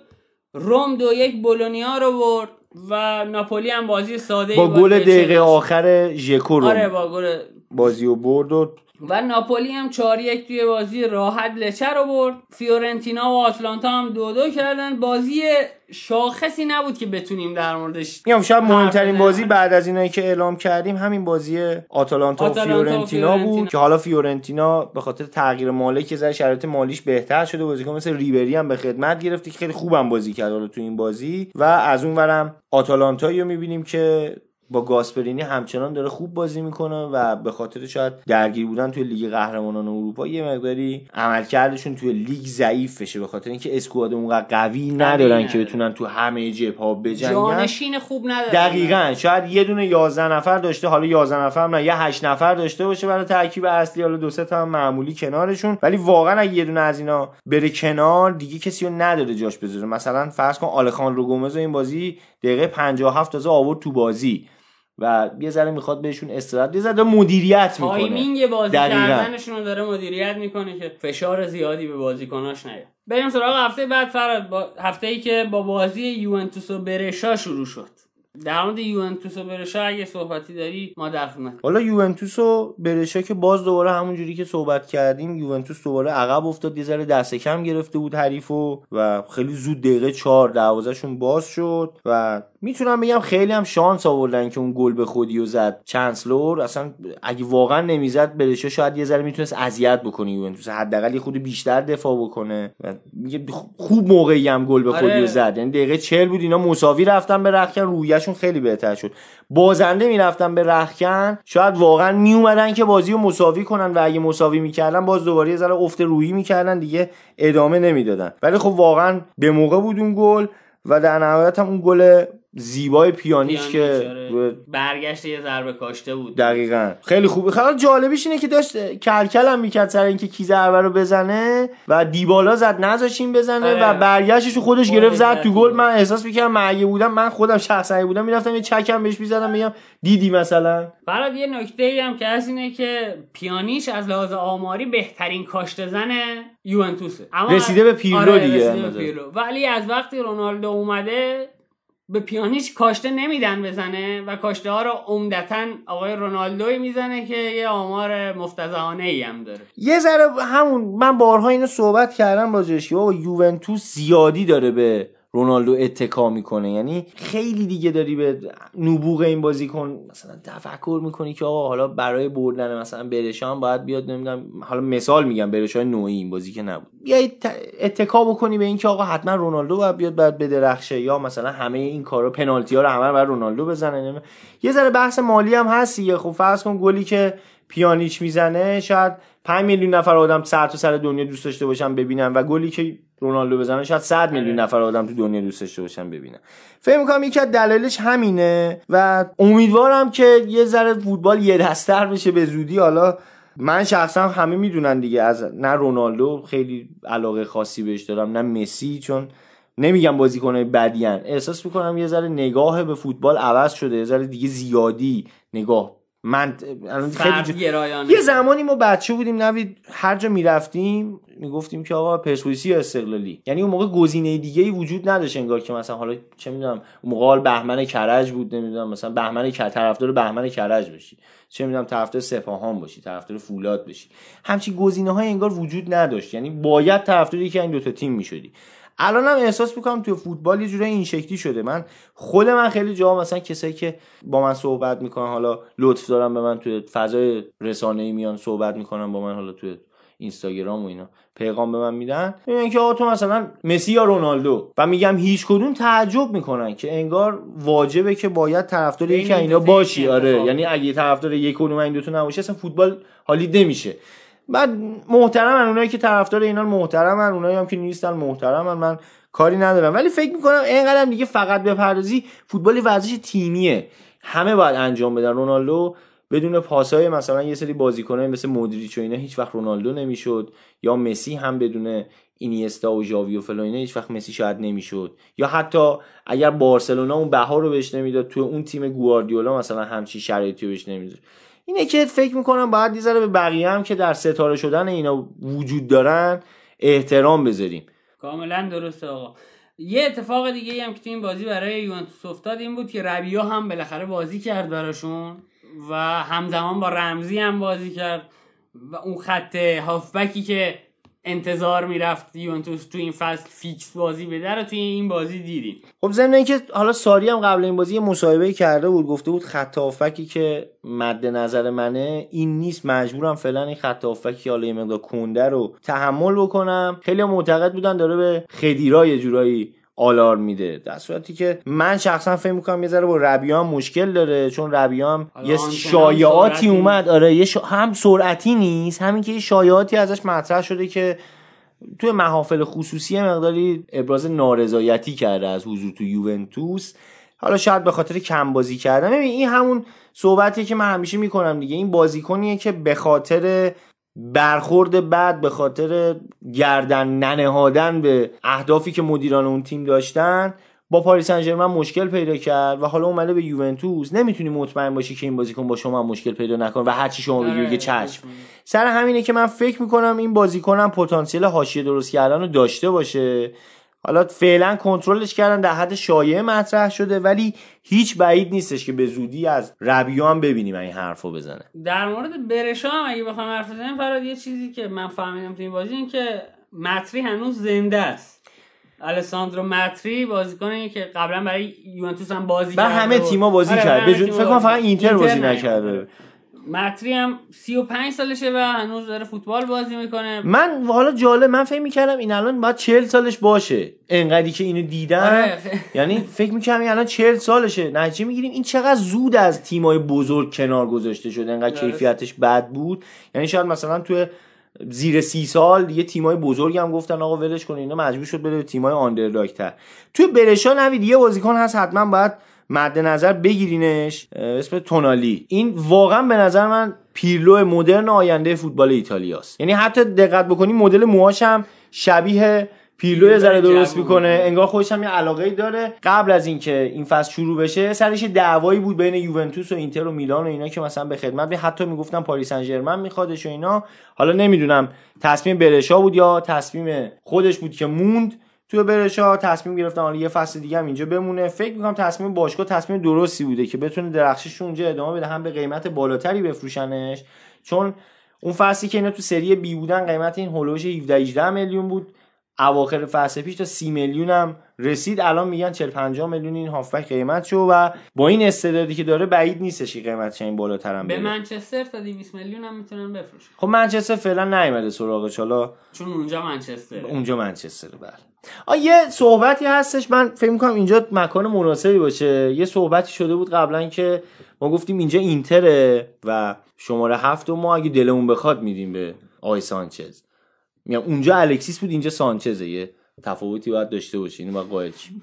روم 2-1 بولونیا رو برد و ناپولی هم بازی ساده با گل دقیقه آخر ژکو رو آره با گل بازیو برد و ناپولی هم 4-1 توی بازی راحت لچه رو برد. فیورنتینا و آتلانتا هم 2-2 کردن. بازی شاخصی نبود که بتونیم در موردش میگم شاید مهمترین بازی بعد از اینایی که اعلام کردیم همین بازی آتالانتا و فیورنتینا بود که حالا فیورنتینا به خاطر تغییر مالک که زای شرایط مالیش بهتر شده، بازیکن مثل ریبری هم به خدمت گرفت که خیلی خوبم بازی کرد حالا تو این بازی و از اون ورم آتالانتایی رو می‌بینیم که با گاسپرینی همچنان داره خوب بازی میکنه و به خاطر شاید درگیر بودن توی لیگ قهرمانان اروپا یه مقداری عملکردشون توی لیگ ضعیف بشه، به خاطر اینکه اسکواد اونقدر قوی ندارن که بتونن تو همه جبهه‌ها بجنگن. جانشین خوب نداره. دقیقاً شاید یه دونه 11 نفر داشته، حالا 11 نفر نه یا 8 نفر داشته باشه برای ترکیب اصلی، حالا 2 تا هم معمولی کنارشون، ولی واقعا اگه یه دونه از اینا بره کنار دیگه کسی رو نداره جاش بذاره. مثلا فرض کن آلخاندرو گومز این بازی دقیقه 57 تازه آورد تو بازی و یه ذره میخواد بهشون استراحت، یه ذره مدیریت میکنه، تایمینگ بازی کردنشون رو داره مدیریت میکنه که فشار زیادی به بازیکناش نیاد. بریم سراغ هفته بعد. فراد با هفته‌ای که با بازی یوونتوس و برشا شروع شد. در مورد یوونتوس و برشا اگه صحبتی داری ما در خدمت. حالا یوونتوس و برشا که باز دوباره همون جوری که صحبت کردیم، یوونتوس دوباره عقب افتاد، یه ذره دست کم گرفته بود حریفو و خیلی زود دقیقه 4 دروازه‌شون باز شد و میتونم بگم خیلی هم شانس آوردن که اون گل به خودی رو زد چانسلور. اصلا اگه واقعا نمیزد برشا شاید یه ذره میتونست اذیت بکنه یوونتوس، حداقل یه خود بیشتر دفاع بکنه و میگه خوب موقعی هم گل به خودی رو زد. یعنی دقیقه 40 بود اینا مساوی رفتن به رختکن، رویشون خیلی بهتر شد. بازنده میرفتن به رختکن شاید واقعا میومدن که بازی رو مساوی کنن و اگه مساوی میکردن باز دوباره یه ذره افت روحی میکردن دیگه، ادامه نمیدادن. ولی خب واقعا به موقع بود اون گل و در نهایت هم اون گل زیبای پیانیچ که برگشت یه ضربه کاشته بود. دقیقاً خیلی خوبه. خیلی جالبیش اینه که داشت کلکل هم میکرد سر اینکه کی ضربه رو بزنه و دیبالا زد نذاشین بزنه و برگشتش رو خودش گرفت زد تو گل. من احساس میکردم من اگه بودم، من خودم شخصا بودم میرفتم یه چکم بهش میزدم میگم دیدی مثلا. فراد یه نکته‌ای هم که هست اینه که پیانیچ از لحاظ آماری بهترین کاشته‌زن یوونتوسه، رسیده به پیرلو دیگه. ولی از وقتی رونالدو اومده به پیانیچ کاشته نمیدن بزنه و کاشته ها رو عمدتاً آقای رونالدوی میزنه که یه آمار مفتضحانه ای هم داره. یه ذره همون من بارها اینو صحبت کردم راجعش که بابا یوونتوس زیادی داره به رونالدو اتکا میکنه، یعنی خیلی دیگه داری به نبوغ این بازیکن مثلا تفکر میکنی که آقا حالا برای بردن مثلا برشا هم باید بیاد، نمیدونم حالا مثال میگم برشا نوعی این بازی که نبود، بیای اتکا بکنی به این که آقا حتما رونالدو باید بیاد بعد بدرخشه یا مثلا همه این کارا پنالتی ها رو همه برای رونالدو بزنه. یه ذره بحث مالی هم هست دیگه. خب فرض کن گلی که پیانیچ میزنه شاید 5 میلیون نفر آدم سر تا سر دنیا دوست داشته باشن ببینن و گلی که رونالدو بزنه شاید 100 میلیون نفر آدم تو دنیا دوست داشته باشن ببینن. فکر می‌کنم یکی از دلایلش همینه و امیدوارم که یه ذره فوتبال یه دست‌تر بشه به زودی. حالا من شخصا همه میدونن دیگه از نه رونالدو خیلی علاقه خاصی بهش دارم نه مسی، چون نمیگم بازیکنای بدیان، احساس می‌کنم یه ذره نگاه به فوتبال عوض شده، یه ذره دیگه زیادی نگاه من خیلی یه زمانی ما بچه بودیم نوید هر جا میرفتیم میگفتیم که آقا پرسپولیس یا استقلالی، یعنی اون موقع گزینه دیگه‌ای وجود نداشت انگار که مثلا حالا چه میدونم اون موقع بهمن کرج بود، نمیدونم مثلا بهمن طرفدار بهمن کرج باشی، چه میدونم طرفدار سپاهان باشی، طرفدار فولاد باشی، همچین گزینه‌های انگار وجود نداشت، یعنی باید طرفدار یکی این دو تا تیم میشدی. الانم احساس میکنم توی فوتبال یه جورایی این شکلی شده. من خیلی جا مثلا کسایی که با من صحبت میکنن حالا لطف دارن به من توی فضای رسانه‌ای میان صحبت میکنن با من، حالا توی اینستاگرام و اینا پیغام به من میدن میگن که آقا تو مثلا مسی یا رونالدو، و میگم هیچ کدوم تعجب میکنن که انگار واجبه که باید طرفدار یکی اینا باشی. آره یعنی اگه طرفدار یک کدوم این دو تا نباشی اصلا فوتبال حالی نمیشه. بعد محترمن اونایی که طرفدار اینا محترمن، اونایی هم که نیستن محترمن، من کاری ندارم، ولی فکر میکنم اینقدر دیگه فقط بپردازی فوتبال ورزش تیمیه، همه باید انجام بدن. رونالدو بدون پاسای مثلا یه سری بازیکنای مثل مودریچ و اینا هیچ وقت رونالدو نمیشد، یا مسی هم بدون اینیستا و ژاوی و فلان اینا هیچ وقت مسی شاید نمیشد، یا حتی اگر بارسلونا اون بها رو بهش نمیداد تو اون تیم گواردیولا مثلا همچی شرایطی بهش نمیداد. اینه که فکر میکنم باید یه ذره به بقیه هم که در ستاره شدن اینا وجود دارن احترام بذاریم. کاملا درسته آقا. یه اتفاق دیگه هم که تو این بازی برای یوونتوس افتاد این بود که ربیو هم بالاخره بازی کرد براشون و همزمان با رمزی هم بازی کرد و اون خط هافبکی که انتظار میرفت یوونتوس تو این فصل فیکس بازی بده رو توی این بازی دیدیم. خب ضمن اینکه حالا ساری هم قبل این بازی یه مصاحبه کرده بود، گفته بود خط هافبکی که مد نظر منه این نیست، مجبورم فعلا این خط هافبکی که حالا یه مقدار کنده رو تحمل بکنم. خیلی معتقد بودن داره به خدیرا یه جورایی آلارم میده، در صورتی که من شخصا فکر میکنم یه ذره با ربیعه مشکل داره، چون ربیعه یه شایعاتی اومد، آره هم سرعتی نیست، همین که یه شایعاتی ازش مطرح شده که توی محافل خصوصی مقداری ابراز نارضایتی کرده از حضور تو یوونتوس، حالا شاید به خاطر کم بازی کردن. ببین این همون صحبتیه که من همیشه میکنم دیگه، این بازیکنیه که به خاطر برخورد بد، به خاطر گردن ننهادن به اهدافی که مدیران اون تیم داشتن با پاریس سن ژرمن مشکل پیدا کرد و حالا اومده به یوونتوس. نمیتونی مطمئن باشی که این بازیکن با شما مشکل پیدا نکنه و هر چی شما بگی بگه چشم. سر همینه که من فکر میکنم این بازیکنم پتانسیل حاشیه درست کردن رو داشته باشه. حالا فعلا کنترلش کردن، در حد شایعه مطرح شده، ولی هیچ بعید نیستش که به زودی از ربیعه هم ببینیم این حرفو بزنه. در مورد برشا هم اگه بخوام حرف بزنیم، فراد یه چیزی که من فهمیدم تو این بازی این که ماتری هنوز زنده است. الساندرو ماتری بازیکنیه که قبلا برای یوونتوس هم بازی کرد، همه تیم‌ها بازی کرد، فکر کنم فقط اینتر بازی نکرده. ماتری هم 35 سالشه و هنوز داره فوتبال بازی میکنه. من حالا جالب، من فکر میکردم این الان باید 40 سالش باشه، انقدری که اینو دیدم یعنی فکر میکردم این الان 40 سالشه. نتیجه میگیریم این چقدر زود از تیمای بزرگ کنار گذاشته شده، انقدر کیفیتش بد بود. یعنی شاید مثلا توی زیر 30 سال دیگه تیمای بزرگی هم گفتن آقا ولش کن، اینا مجبور شد بره تیمای آندرداگ‌تر. توی برشا نوید یه بازیکن هست حتما باید مد نظر بگیرینش، اسم تونالی. این واقعا به نظر من پیرلو مدرن آینده فوتبال ایتالیاست. یعنی حتی دقت بکنی مدل موهاش هم شبیه پیرلو ذره درست میکنه، انگار خودش هم یه علاقه‌ای داره. قبل از اینکه این فصل شروع بشه سرش دعوایی بود بین یوونتوس و اینتر و میلان و اینا که مثلا به خدمت، حتی میگفتن پاریس سن ژرمن میخوادش و اینا. حالا نمیدونم تصمیم برشا بود یا تصمیم خودش بود که موند تو برشا، تصمیم گرفتن حالا یه فصل دیگه هم اینجا بمونه. فکر میکنم تصمیم باشگاه تصمیم درستی بوده که بتونه درخشش اونجا ادامه بده، هم به قیمت بالاتری بفروشنش، چون اون فصلی که اینا تو سری بی بودن قیمت این هولوش 17-18 میلیون بود، اواخر فصل پیش تا 30 میلیون هم رسید. الان میگن 40-50 میلیون این هافبک قیمت شو و با این استعدادی که داره بعید نیستش که قیمتش این بالاتر هم بره. به منچستر تا 200 میلیون هم میتونن بفروشن. خب منچستر فعلا نیومده سراغش، حالا چون اونجا منچستره. بله. یه صحبتی هستش، من فکر می‌کنم اینجا مکان مناسبی باشه. یه صحبتی شده بود قبلا که ما گفتیم اینجا اینتره و شماره 7 ما اگه دلمون بخواد میدیم به آقای سانچز. میگم اونجا الکسیس بود، اینجا سانچزه، یه تفاوتی باید داشته باشه، اینو باید قائل شیم.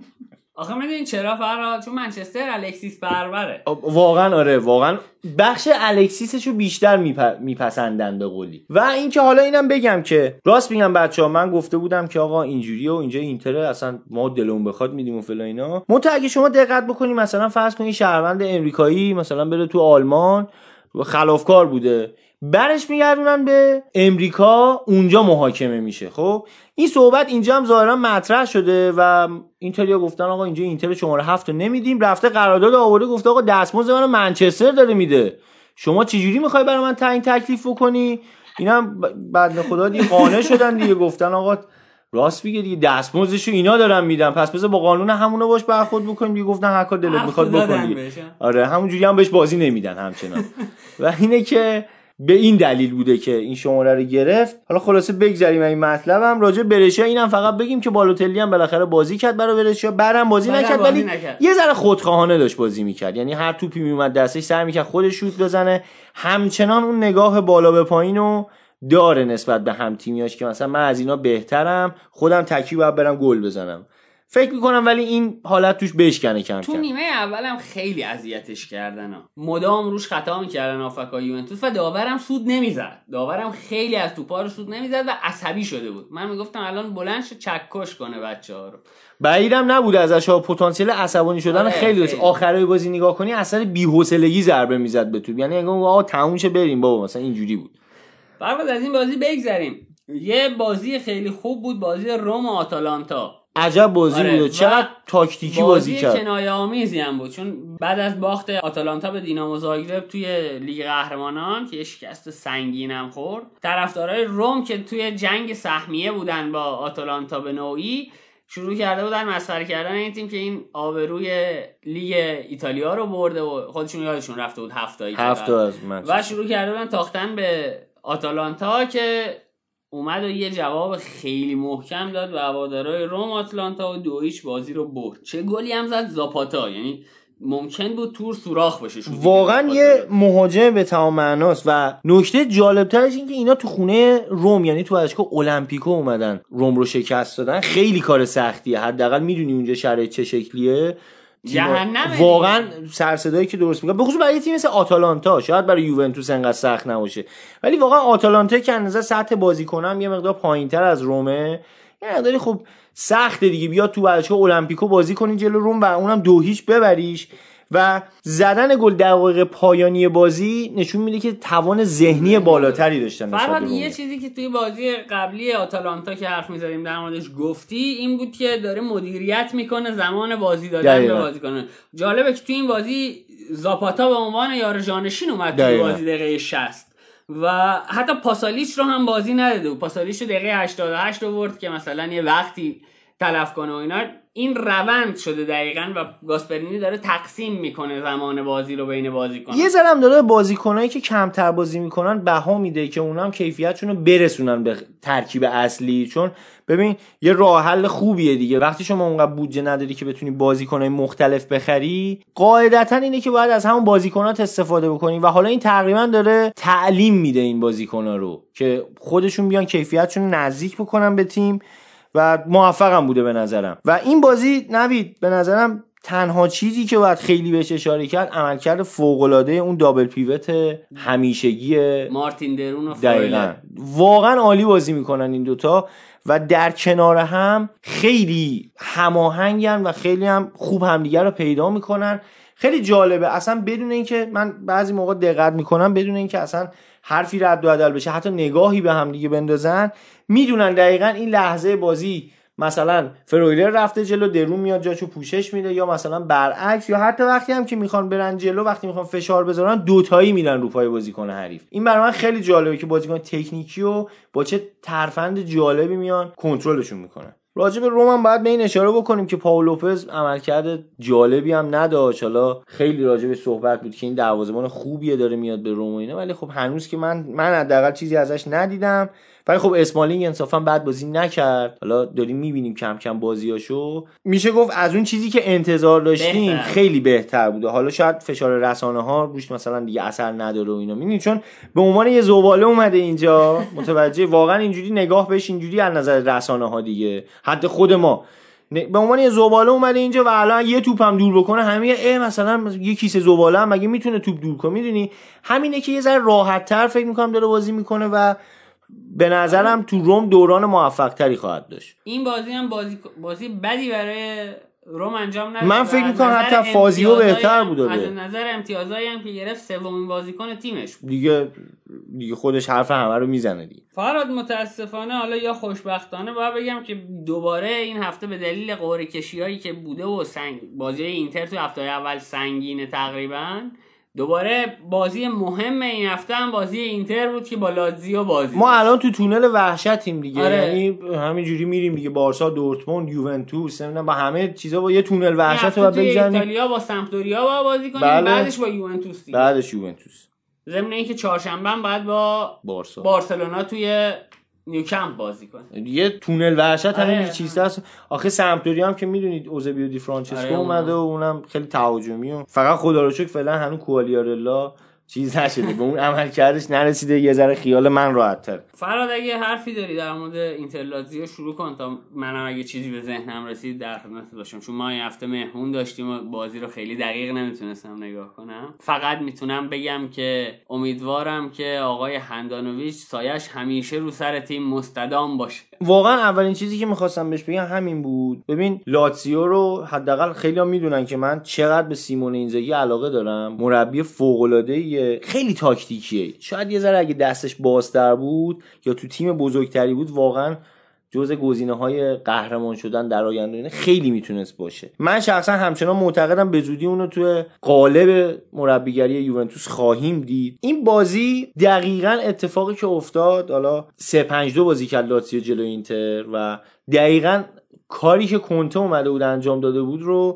آخه میدونین چرا فراد؟ چون منچستر الکسیس پروره. واقعا آره، واقعا بخش الکسیسشو بیشتر میپسندن به قولی. و اینکه حالا اینم بگم که راست میگم بچه‌ها، من گفته بودم که آقا اینجوریه و اینجا اینتره، اصلا ما دلمون بخواد میدیم و فلان اینا. اگه شما دقت بکنی مثلا فرض کنید شهروند امریکایی مثلا بره تو آلمان خلافکار بوده، برش میگردونن به امریکا، اونجا محاکمه میشه. خب این صحبت اینجا هم ظاهرا مطرح شده و اینتریا گفتن آقا اینجا اینتر شماره 7 رو نمیدیم، رفته قرارداد آورده گفته آقا دستمزد منو منچستر داره میده، شما چجوری میخوای برای من تعیین تکلیف بکنی؟ اینم بعد خدا دیگه قانع شدن دیگه، گفتن آقا راست میگه دیگه دستمزدشو اینا دارن میدن، پس بذار با قانون همونو باش برخورد بکنیم دیگه. گفتن هر کار دلت میخواد بکنی. آره همونجوری هم بهش بازی نمیدن همچنان. و اینه که به این دلیل بوده که این شماره رو گرفت. حالا خلاصه بگذریم این مطلبم. راجع برشا اینم فقط بگیم که بالوتلی هم بالاخره بازی کرد برای برشا، بعدم بازی نکرد ولی یه ذره خودخواهانه داشت بازی میکرد، یعنی هر توپی میومد دستش سعی میکرد خودش شوت بزنه. همچنان اون نگاه بالا به پایینو داره نسبت به هم تیمیاش که مثلا من از اینا بهترم، خودم تکی باید برم گل بزنم. فکر میکنم ولی این حالت توش بشکنه کم تو نیمه اولم خیلی اذیتش کردن مدام روش خطا میکردن هافکای یوونتوس و داورم سود نمیزد. داورم خیلی از توپا رو سود نمیزد و عصبی شده بود. من میگفتم الان بلند شه چکش کنه بچه‌ها رو. بعیدم نبوده ازش، پتانسیل عصبانی شدن خیلی داشت. آخرای بازی نگاه کنی اثر بی‌حوصلگی ضربه میزد به توپ، یعنی انگار آقا تموم شه بریم بابا، مثلا اینجوری بود. بعد از این بازی بگذریم. یه بازی خیلی خوب بود، بازی روم و آتالانتا. عجب بازی بود، چقدر تاکتیکی بازی کرد. بازی کنایه آمیزی هم بود، چون بعد از باخت آتالانتا به دینامو زاگرب توی لیگ قهرمانان که شکست سنگین هم خورد، طرفدارای روم که توی جنگ سهمیه بودن با آتالانتا به نوعی شروع کرده بودن مسخره کردن این تیم که این آبروی لیگ ایتالیا رو برده و خودشون یادشون رفته بود هفته از من و شروع کرده بودن تاختن به آتالانتا که اومد و یه جواب خیلی محکم داد به هوادارهای روم آتلانتا و 2-0 بازی رو برد. چه گلی هم زد زاپاتا، یعنی ممکن بود تور سوراخ بشه. واقعا یه مهاجم به تمام معناست. و نکته جالبترش این که اینا تو خونه روم، یعنی تو ورزشگاه المپیکو اومدن روم رو شکست دادن. خیلی کار سختیه، حداقل میدونی اونجا شرایط چه شکلیه. جهنمه واقعا سرصدایی که درست میگه، به خصوص برای تیم مثل آتالانتا. شاید برای یوونتوس انقدر سخت نباشه، ولی واقعا آتالانتا که از نظر سطح بازیکنم یه مقدار پایینتر از رومه، یه مقداری خب سخته دیگه. بیا تو ورزشگاه المپیکو بازی کنی جلو روم و اونم 2-0 ببریش. و زدن گل دقایق پایانی بازی نشون میده که توان ذهنی بالاتری داشتن. فرهاد یه چیزی که توی بازی قبلی آتالانتا که حرف می‌زدیم در موردش گفتی این بود که داره مدیریت میکنه زمان بازی دادن به بازیکن. جالبه که توی این بازی زاپاتا به عنوان یار جانشین اومد توی بازی دقیقه 60 و حتی پاسالیچ رو هم بازی نداده و پاسالیچ رو دقیقه 88 آورد که مثلا یه وقتی تلف کنه و اینا. این روند شده دقیقاً و گاسپرینی داره تقسیم میکنه زمان بازی رو بین بازیکن‌ها. یه ذره هم داره بازیکنایی که کمتر بازی میکنن بها میده که اونام کیفیتشون رو برسونن به ترکیب اصلی. چون ببین یه راه حل خوبیه دیگه، وقتی شما اونقدر بودجه نداری که بتونی بازیکنای مختلف بخری، قاعدتاً اینه که باید از همون بازیکنات استفاده بکنی و حالا این تقریبا داره تعلیم میده این بازیکنا رو که خودشون بیان کیفیتشون نزدیک بکنن به تیم و موفقم بوده به نظرم. و این بازی نوید به نظرم تنها چیزی که باید خیلی بهش اشاره کرد عملکرد فوق‌العاده اون دابل پیوت همیشگی مارتین درون و فرویل. واقعا عالی بازی میکنن این دوتا و در کنار هم خیلی هماهنگن و خیلی هم خوب همدیگه رو پیدا میکنن. خیلی جالبه اصلا بدون اینکه من بعضی موقع دقت میکنم، بدون اینکه اصلا حرفی رد و بدل بشه، حتی نگاهی به هم دیگه بندازن، میدونن دقیقاً این لحظه بازی مثلا فرویلر رفته جلو، درون میاد جاشو پوشش میده، یا مثلا برعکس، یا حتی وقتی هم که میخوان برن جلو، وقتی میخوان فشار بذارن دوتایی میرن رو پای بازیکن حریف. این برای من خیلی جالبه که بازیکن تکنیکی و با چه ترفند جالبی میان کنترلشون میکنن. راجع به روم هم باید به این اشاره بکنیم که پائو لوپز عملکرد جالبی هم نداشت. حالا خیلی راجع به صحبت بود که این دروازه‌بان خوبیه داره میاد به روم و اینا، ولی خب هنوز که من حداقل چیزی ازش ندیدم. ولی خب اسمالینگ انصافا بد بازی نکرد. حالا داریم میبینیم کم کم بازیاشو، میشه گفت از اون چیزی که انتظار داشتیم خیلی بهتر بوده. حالا شاید فشار رسانه‌ها روش مثلا دیگه اثر نداره و اینا، میبینید چون به عنوان یه زباله اومده اینجا، متوجه واقعا اینجوری نگاه بهش اینجوری از نظر رسانه‌ها دیگه، حتی خود ما به عنوان یه زباله اومده اینجا و الان یه توپ هم دور بکنه همه مثلا یه کیسه زباله هم مگه میتونه توپ دور کنه. میدونی همینه که یه ذره راحت‌تر فکر می‌کنم داره بازی میکنه و به نظرم تو روم دوران موفق تری خواهد داشت. این بازی هم بازی بدی برای روم انجام نداد. من فکر میکنم حتی فازیو بهتر بوده. از نظر امتیازایی هم که گرفت سومین بازیکن تیمش بود. دیگه خودش حرف همه رو میزنه دیگه. فرهاد متاسفانه حالا یا خوشبختانه باید بگم که دوباره این هفته به دلیل قرعه کشی‌هایی که بوده و بازی اینتر تو هفته اول سنگینه تقریبا، دوباره بازی مهم این هفته هم بازی اینتر بود که با لاتزیو بازی ما الان تو تونل وحشتیم دیگه. آره. یعنی همینجوری میریم دیگه، بارسا، دورتموند، یوونتوس، نمیدونم با همه چیزا با یه تونل وحشت رو بزنیم. ایتالیا با سمپدوریا با بازی کنیم، بله. بعدش با یوونتوس دیگه. بعدش یوونتوس. ضمن اینکه چهارشنبه هم بعد با بارسلونا توی نیوکمپ بازی کنه. یه تونل وحشت همین آره. چیز هست. آخه سمپدوریا هم که میدونید اوزبیو دی فرانچسکو اومده و اونم خیلی تهاجمی و فقط خدا رو شکر فعلا هنوز کوالیارلا چیز نشده، به اون عمل کردش نرسیده. یه ذره خیال من راحت تر. فراد اگه حرفی داری در مورد اینتر لاتزیو شروع کن تا منم اگه چیزی به ذهنم رسید در خدمت باشم، چون ما این هفته مهمون داشتیم و بازی رو خیلی دقیق نمیتونستم نگاه کنم. فقط میتونم بگم که امیدوارم که آقای هندانویچ سایش همیشه رو سر تیم مستدام باشه. واقعا اولین چیزی که میخواستم بهش بگم همین بود. ببین لاتزیو رو حداقل خیلی‌ها میدونن که من چقدر به سیمون اینزاگی علاقه دارم. مربی فوق‌العاده‌ایه، خیلی تاکتیکیه. شاید یه ذره اگه دستش بازتر بود یا تو تیم بزرگتری بود واقعا جزء گزینه‌های قهرمان شدن در آینده خیلی میتونست باشه. من شخصا همچنان معتقدم به زودی اونو تو قالب مربیگری یوونتوس خواهیم دید. این بازی دقیقاً اتفاقی که افتاد، حالا 3-5-2 بازی کرد لاتزیو جلوی اینتر و دقیقاً کاری که کنته اومده بود انجام داده بود رو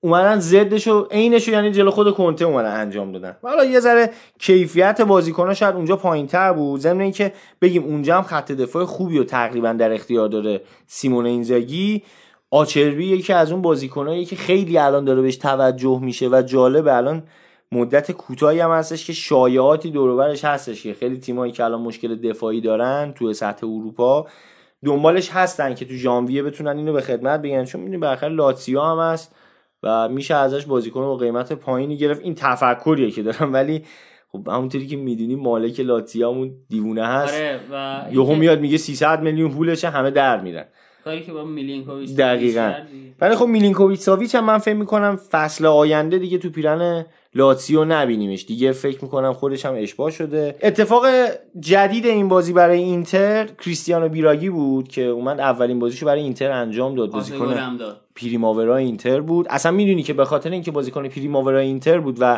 اومدن ضدشو عینشو یعنی جلو خود کنته اومدن انجام دادن. حالا یه ذره کیفیت بازیکن‌ها شاید اونجا پایین‌تر بود، ضمن اینکه بگیم اونجا هم خط دفاع خوبی و تقریبا در اختیار داره سیمون اینزاگی. آچربی یکی از اون بازیکنایی که خیلی الان داره بهش توجه میشه و جالبه، الان مدت کوتاهی هم هستش که شایعاتی دور و برش هستش که خیلی تیمایی که الان مشکل دفاعی دارن تو سطح اروپا دنبالش هستن که تو ژانویه بتونن اینو به خدمت بگیرن، چون می‌بینی بالاخره لاتزیو هم هست و میشه ازش بازیکن با قیمت پایینی گرفت. این تفکریه که دارم، ولی خب همونطوری که میدونی مالک لاتزیو همون دیوونه هست. آره و یهو میاد میگه 300 میلیون پولشه، همه در میرن. کاری که با میلینکوویچ دقیقاً. ولی خب میلینکوویچ ساویچ هم من فکر میکنم فصل آینده دیگه تو پیرن لاتزیو نبینیمش دیگه، فکر میکنم خودش هم اشباع شده. اتفاق جدید این بازی برای اینتر کریستیانو بیراگی بود که اومد اولین بازیشو برای اینتر انجام داد. بازیکن پریماورا اینتر بود. اصلا میدونی که به خاطر اینکه بازیکن پریماورا اینتر بود و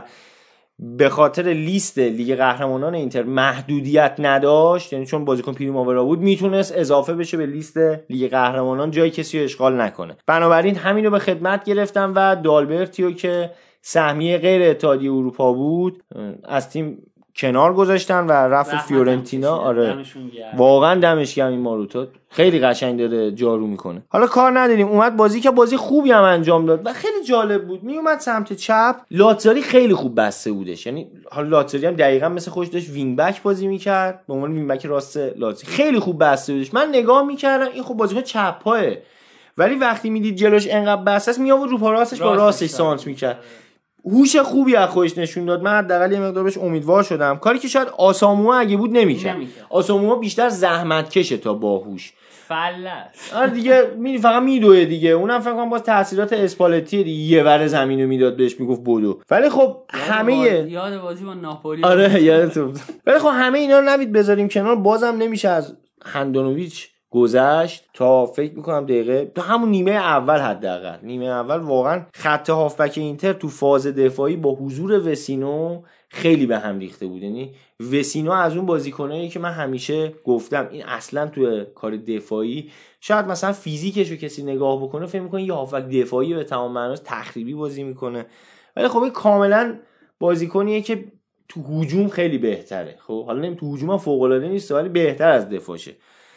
به خاطر لیست لیگ قهرمانان اینتر محدودیت نداشت، یعنی چون بازیکن پریماورا بود میتونست اضافه بشه به لیست لیگ قهرمانان، جای کسی رو اشغال نکنه. بنابراین همینو به خدمت گرفتم و دالبرتیو که سهمیه غیر اتحادیه اروپا بود از تیم کنار گذاشتن و رفت فیورنتینا. آره واقعا دمش گرم این ماروتا، خیلی قشنگ داره جارو میکنه. حالا کار نداریم، اومد بازی که بازی خوبی هم انجام داد و خیلی جالب بود. میومد سمت چپ، لاتزاری خیلی خوب بسته بودش، یعنی حالا لاتزاری هم دقیقاً مثل خودش داشت وینگ بک بازی میکرد، به عنوان وینگ بک راست لاتزاری خیلی خوب بسته بودش. من نگاه میکردم این خب بازیکن چپ پاه، ولی وقتی میدید جلوش انقدر بسته است میآورد رو پا راستش با راستش سانت میکرد. هوش خوبی از خودش نشون داد. من حداقل یه مقدار بهش امیدوار شدم، کاری که شاید آساموا اگه بود نمی‌کرد. آساموا بیشتر زحمت کشه تا باهوش. فلس. آره دیگه فقط میدوه دیگه. اونم فکر کنم باز تاثیرات اسپالتی دیگه، یه ور زمینو میداد بهش میگفت بدو. ولی خب همه یاد بازی با ناپولی. آره یادتون. ولی خب همه اینا رو نبید بذاریم کنار، بازم نمیشه از هندانویچ گذشت تا فکر میکنم دقیقه تا همون نیمه اول، حداقل نیمه اول واقعا خط هافبک اینتر تو فاز دفاعی با حضور وسینو خیلی به هم ریخته بود. یعنی وسینو از اون بازیکنایی که من همیشه گفتم این اصلا تو کار دفاعی شاید مثلا فیزیکشو کسی نگاه بکنه فکر میکنه یه هافبک دفاعی به تمام معناش تخریبی بازی میکنه، ولی خب این کاملا بازیکنیه که تو هجوم خیلی بهتره. خب حالا تو هجوم هم فوق العاده نیست ولی بهتر از دفاعشه.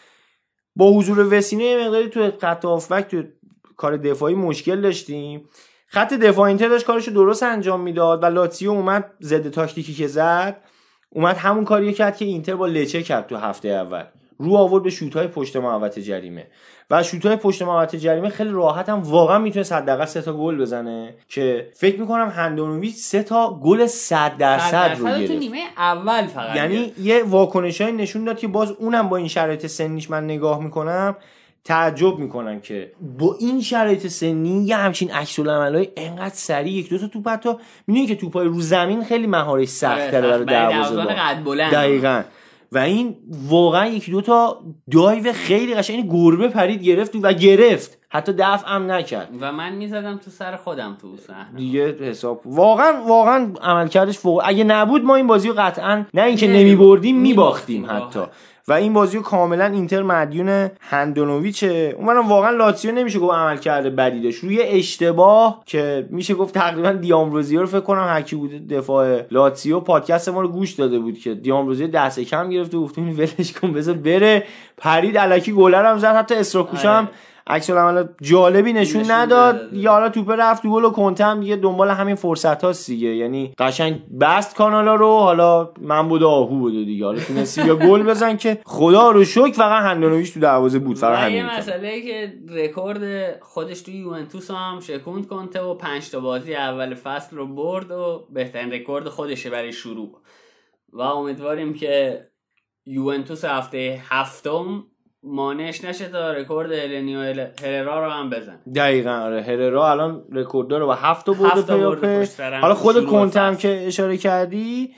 با حضور وسینو یه مقداری تو خط هافبک تو کار دفاعی مشکل داشتیم. خط دفاع اینتر داشت کارشو درست انجام میداد و لاتزیو اومد ضد تاکتیکی که زد، اومد همون کاریو کرد که اینتر با لچه کرد تو هفته اول، رو آورد به شوت‌های پشت محوطه جریمه و شوت‌های پشت محوطه جریمه خیلی راحت هم واقعا میتونه حداقل 3 تا گل بزنه که فکر میکنم هندانویچ 3 تا گل 100% رو گرفت تو نیمه اول فقط. یعنی یه واکنشایی نشون داد که باز اونم با این شرایط سنیش من نگاه میکنم تعجب میکنم که با این شرایط سنی یه همچین عکس العملای انقدر سریع یک دو تا توپ، حتی میدونی که توپای رو زمین خیلی مهارش سخت‌تره برای دروازه‌بان قد بلند. دقیقاً. و این واقعا یکی دو تا دایو خیلی قشنگ، این گربه پرید گرفت حتی دفع هم نکرد و من میزدم تو سر خودم تو صحنه دیگه حساب. واقعا عملکردش فوق. اگه نبود ما این بازی رو قطعا نه اینکه نمیبردیم میباختیم حتی. و این بازی رو کاملا اینتر مدیون هندانویچه. اونم واقعا لاتزیو نمیشه گفت عملکرد بدی داشت، روی اشتباه که میشه گفت تقریبا دیامبروزیو رو فکر کنم هکی بوده دفاع لاتزیو پادکست ما رو گوش داده بود که دیامبروزیو دست کم گرفت و گفتیم ولش کن بذار بره، پرید الکی گلر هم زد، حتی استراکوش هم عکس العمل جالبی نشون نداد. یا حالا توپ رفت گل و کنته هم دیگه دنبال همین فرصت هاست دیگه، یعنی قشنگ بست کانالا رو، حالا من بود آهو بوده دیگه، حالا تونستی یا گل بزن که خدا رو شکر فقط هندانویچ تو دروازه بود. فقط همین یه مسئله که رکورد خودش تو یوونتوس هم شکوند کنته و 5 تا بازی اول فصل رو برد و بهترین رکورد خودشه برای شروع و امیدواریم که یوونتوس هفته هفتم مانعش نشه تا رکورد النیو هررا رو هم بزن. دقیقاً آره، هررا الان رکورد داره و 7 تا برد پیاپی. حالا خود کنته هم که اشاره کردی،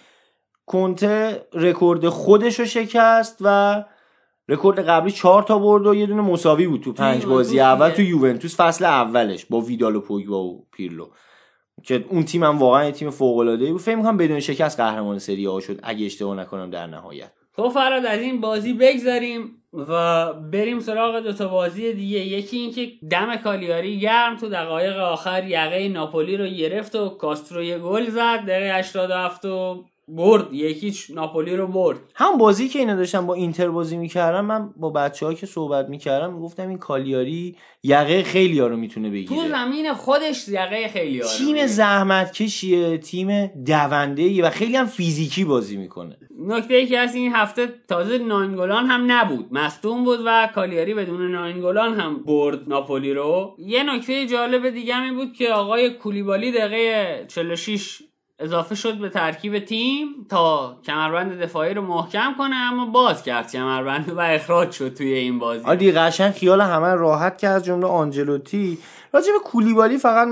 کنته رکورد خودش رو شکست و رکورد قبلی 4 تا برد و یه دونه مساوی بود تو 5 بازی اول تو یوونتوس فصل اولش با ویدال و پوگبا و پیرلو که اون تیم هم واقعا یه تیم فوق العاده بود. فکر می‌کنم بدون شکست قهرمان سری آ شد اگه اشتباه نکنم در نهایت. خب فراد از این بازی بگذاریم و بریم سراغ دوتا بازی دیگه. یکی این که دم کالیاری گرم تو دقایق آخر یقه ناپولی رو گرفت و کاسترو یه گل زد دقیقه 87 و برد، یکیش ناپولی رو برد. هم بازی که اینا داشتن با اینتر بازی میکردن، من با بچه‌ها که صحبت میکردم میگفتم این کالیاری یقه خیلی‌ها رو میتونه بگیره، تو زمین خودش یقه خیلی‌ها رو تیم زحمت کشیه، تیم دونده‌ای و خیلی هم فیزیکی بازی میکنه. نکته ای که از این هفته تازه ناینگولان هم نبود، مصدوم بود و کالیاری بدون ناینگولان هم برد ناپولی رو. یه نکته جالب دیگه هم این بود که آقای کولیبالی دقیقه 46 اضافه شد به ترکیب تیم تا کمربند دفاعی رو محکم کنه، اما باز کرد کمربند و اخراج شد توی این بازی. آدی قشنگ خیال همه راحت که از جمله آنجلوتی. راجب کولیبالی فقط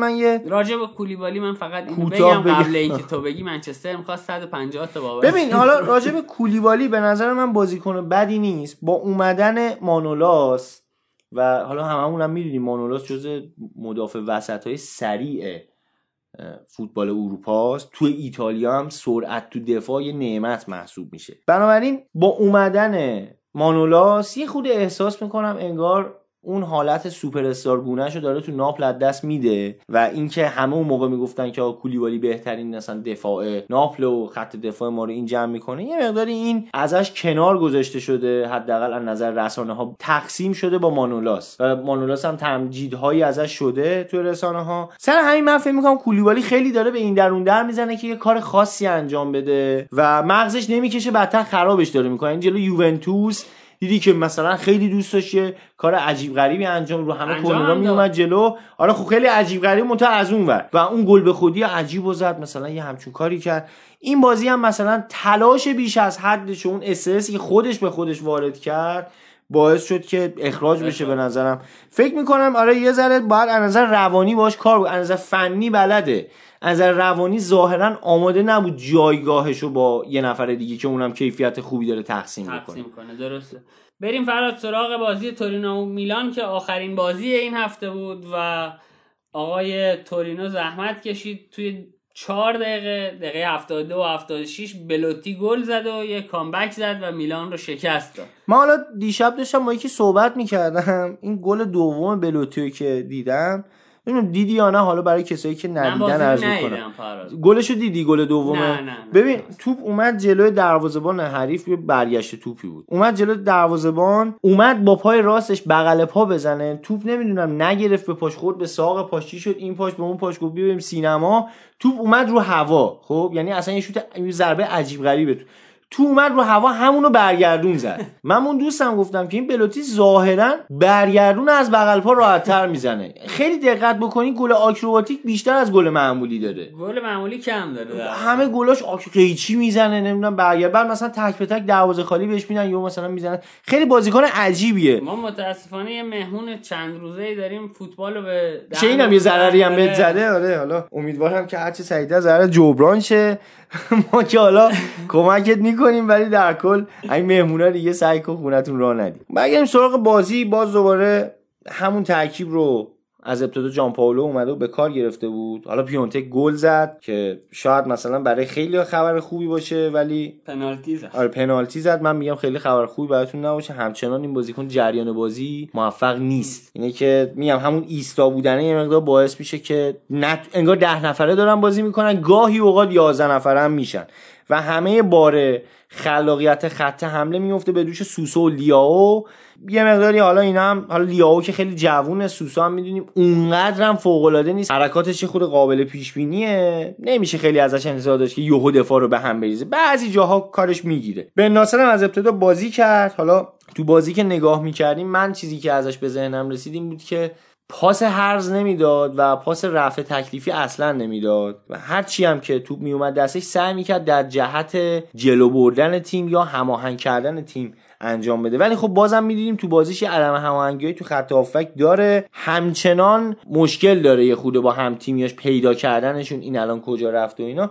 من فقط اینو بگم قبل اینکه تو بگی منچستر می‌خواست 150 تا بابت. ببین حالا راجب کولیبالی به نظر من بازیکن بدی نیست. با اومدن مانولاس و حالا هممون هم می‌دونیم مانولاس جزء مدافع وسطای سریع فوتبال اروپا است. تو ایتالیا هم سرعت تو دفاع یه نعمت محسوب میشه. بنابراین با اومدن مانولاس یه خود احساس میکنم انگار اون حالت سوپر استار گونه‌شو داره تو ناپل از دست میده و اینکه همه اون موقع میگفتن که کولیبالی بهترین مثلا دفاع ناپل و خط دفاع ما رو این جمع میکنه، یه مقداری این ازش کنار گذاشته شده، حداقل از نظر رسانه‌ها تقسیم شده با مانولاس و مانولاس هم تمجیدهایی ازش شده تو رسانه‌ها. سر همین من فکر میکنم کولیبالی خیلی داره به این درون در میزنه که یه کار خاصی انجام بده و مغزش نمیکشه، بدتر خرابش داره میکنه. این جلو یوونتوس دیدی که مثلا خیلی دوست داشت یه کار عجیب غریبی انجام رو همه کورنرها میومد جلو، آره خب خیلی عجیب غریب منتها از اون ور و اون گل به خودی عجیبو زد، مثلا یه همچون کاری کرد. این بازی هم مثلا تلاش بیش از حدش، اون استرسی که خودش به خودش وارد کرد باعث شد که اخراج بشه. به نظرم فکر میکنم آره یه ذره باید از نظر روانی باش کار بود، از نظر فنی بلده، از نظر روانی ظاهرا آماده نبود جایگاهشو با یه نفر دیگه که اونم کیفیت خوبی داره تقسیم کنه. درسته. بریم فرات سراغ بازی تورینو و میلان که آخرین بازی این هفته بود و آقای تورینو زحمت کشید توی 4 دقیقه 72 و 76 بلوتی گل زد و یه کامبک زد و میلان رو شکست داد. من حالا دیشب داشتم با یکی صحبت میکردم، این گل دوم بلوتیو که دیدم، ببینم دیدی یا نه، حالا برای کسایی که ندیدن عرض میکنم. گلشو دیدی؟ گل دومه؟ نه. ببین توپ اومد جلوی دروازه‌بان حریف، یه برگشت توپی بود، اومد جلوی دروازه‌بان، اومد با پای راستش بغل پا بزنه، توپ نمیدونم نگرفت به پاش، خورد به ساق پاش، چی شد این پاش به اون پاش، گفت بریم سینما، توپ اومد رو هوا. خب یعنی اصلا یه شوت، یه ضربه عجیب غریبه، تو اومد رو هوا همونو برگردون زد. من اون دوستم گفتم که این بلوتی ظاهرا برگردون از بغل پا راحت‌تر میزنه. خیلی دقت بکنین گل آکروباتیک بیشتر از گل معمولی داره، گل معمولی کم داره. همه گلاش قیچی میزنه، نمیدونم برگرد، بعد مثلا تک به تک دروازه خالی بهش میدن یا مثلا میزنن. خیلی بازیکن عجیبیه. ما متاسفانه یه مهمون چند روزه‌ای داریم فوتبالو به اینم یه ضرری هم بهت زده. آره حالا امیدوارم که هرچی سریعتر ضرر جبران شه. ما که حالا کمکت میکنیم ولی در کل این مهمونا دیگه سعی کن خونتون راه ندید. برگردیم سراغ بازی. باز دوباره همون ترکیب رو از ابتدا جان پائولو اومده و به کار گرفته بود. حالا پیونتک گل زد که شاید مثلا برای خیلی خبر خوبی باشه ولی پنالتی زد. آره پنالتی زد. من میگم خیلی خبر خوبی براتون نباشه، همچنان این بازیکن جریان بازی موفق نیست. اینه که میگم همون ایستا بودنه یه مقدار باعث میشه که انگار 10 نفره دارن بازی میکنن، گاهی اوقات 11 نفره هم میشن و همه باره خلاقیت خط حمله میفته به دوش سوسو و لیاو. یه مقداری حالا اینا هم، حالا لیاو که خیلی جوونه، سوسو هم میدونیم اونقدر هم فوق العاده نیست، حرکاتش خود قابل پیش بینیه، نمیشه خیلی ازش انتظار داشت که یهو دفاع رو به هم بریزه، بعضی جاها کارش میگیره. بن ناصر هم از ابتدا بازی کرد. حالا تو بازی که نگاه میکردیم من چیزی که ازش به ذهنم رسید این بود که پاس هرز نمیداد و پاس رفع تکلیفی اصلا نمیداد و هر چی هم که توپ میومد دستش سعی میکرد در جهت جلو بردن تیم یا هماهنگ کردن تیم انجام بده. ولی خب بازم میدیدیم تو بازیش یه عدم هماهنگی تو خط هافک داره، همچنان مشکل داره یه خورده با هم تیمیاش پیدا کردنشون، این الان کجا رفت و اینا.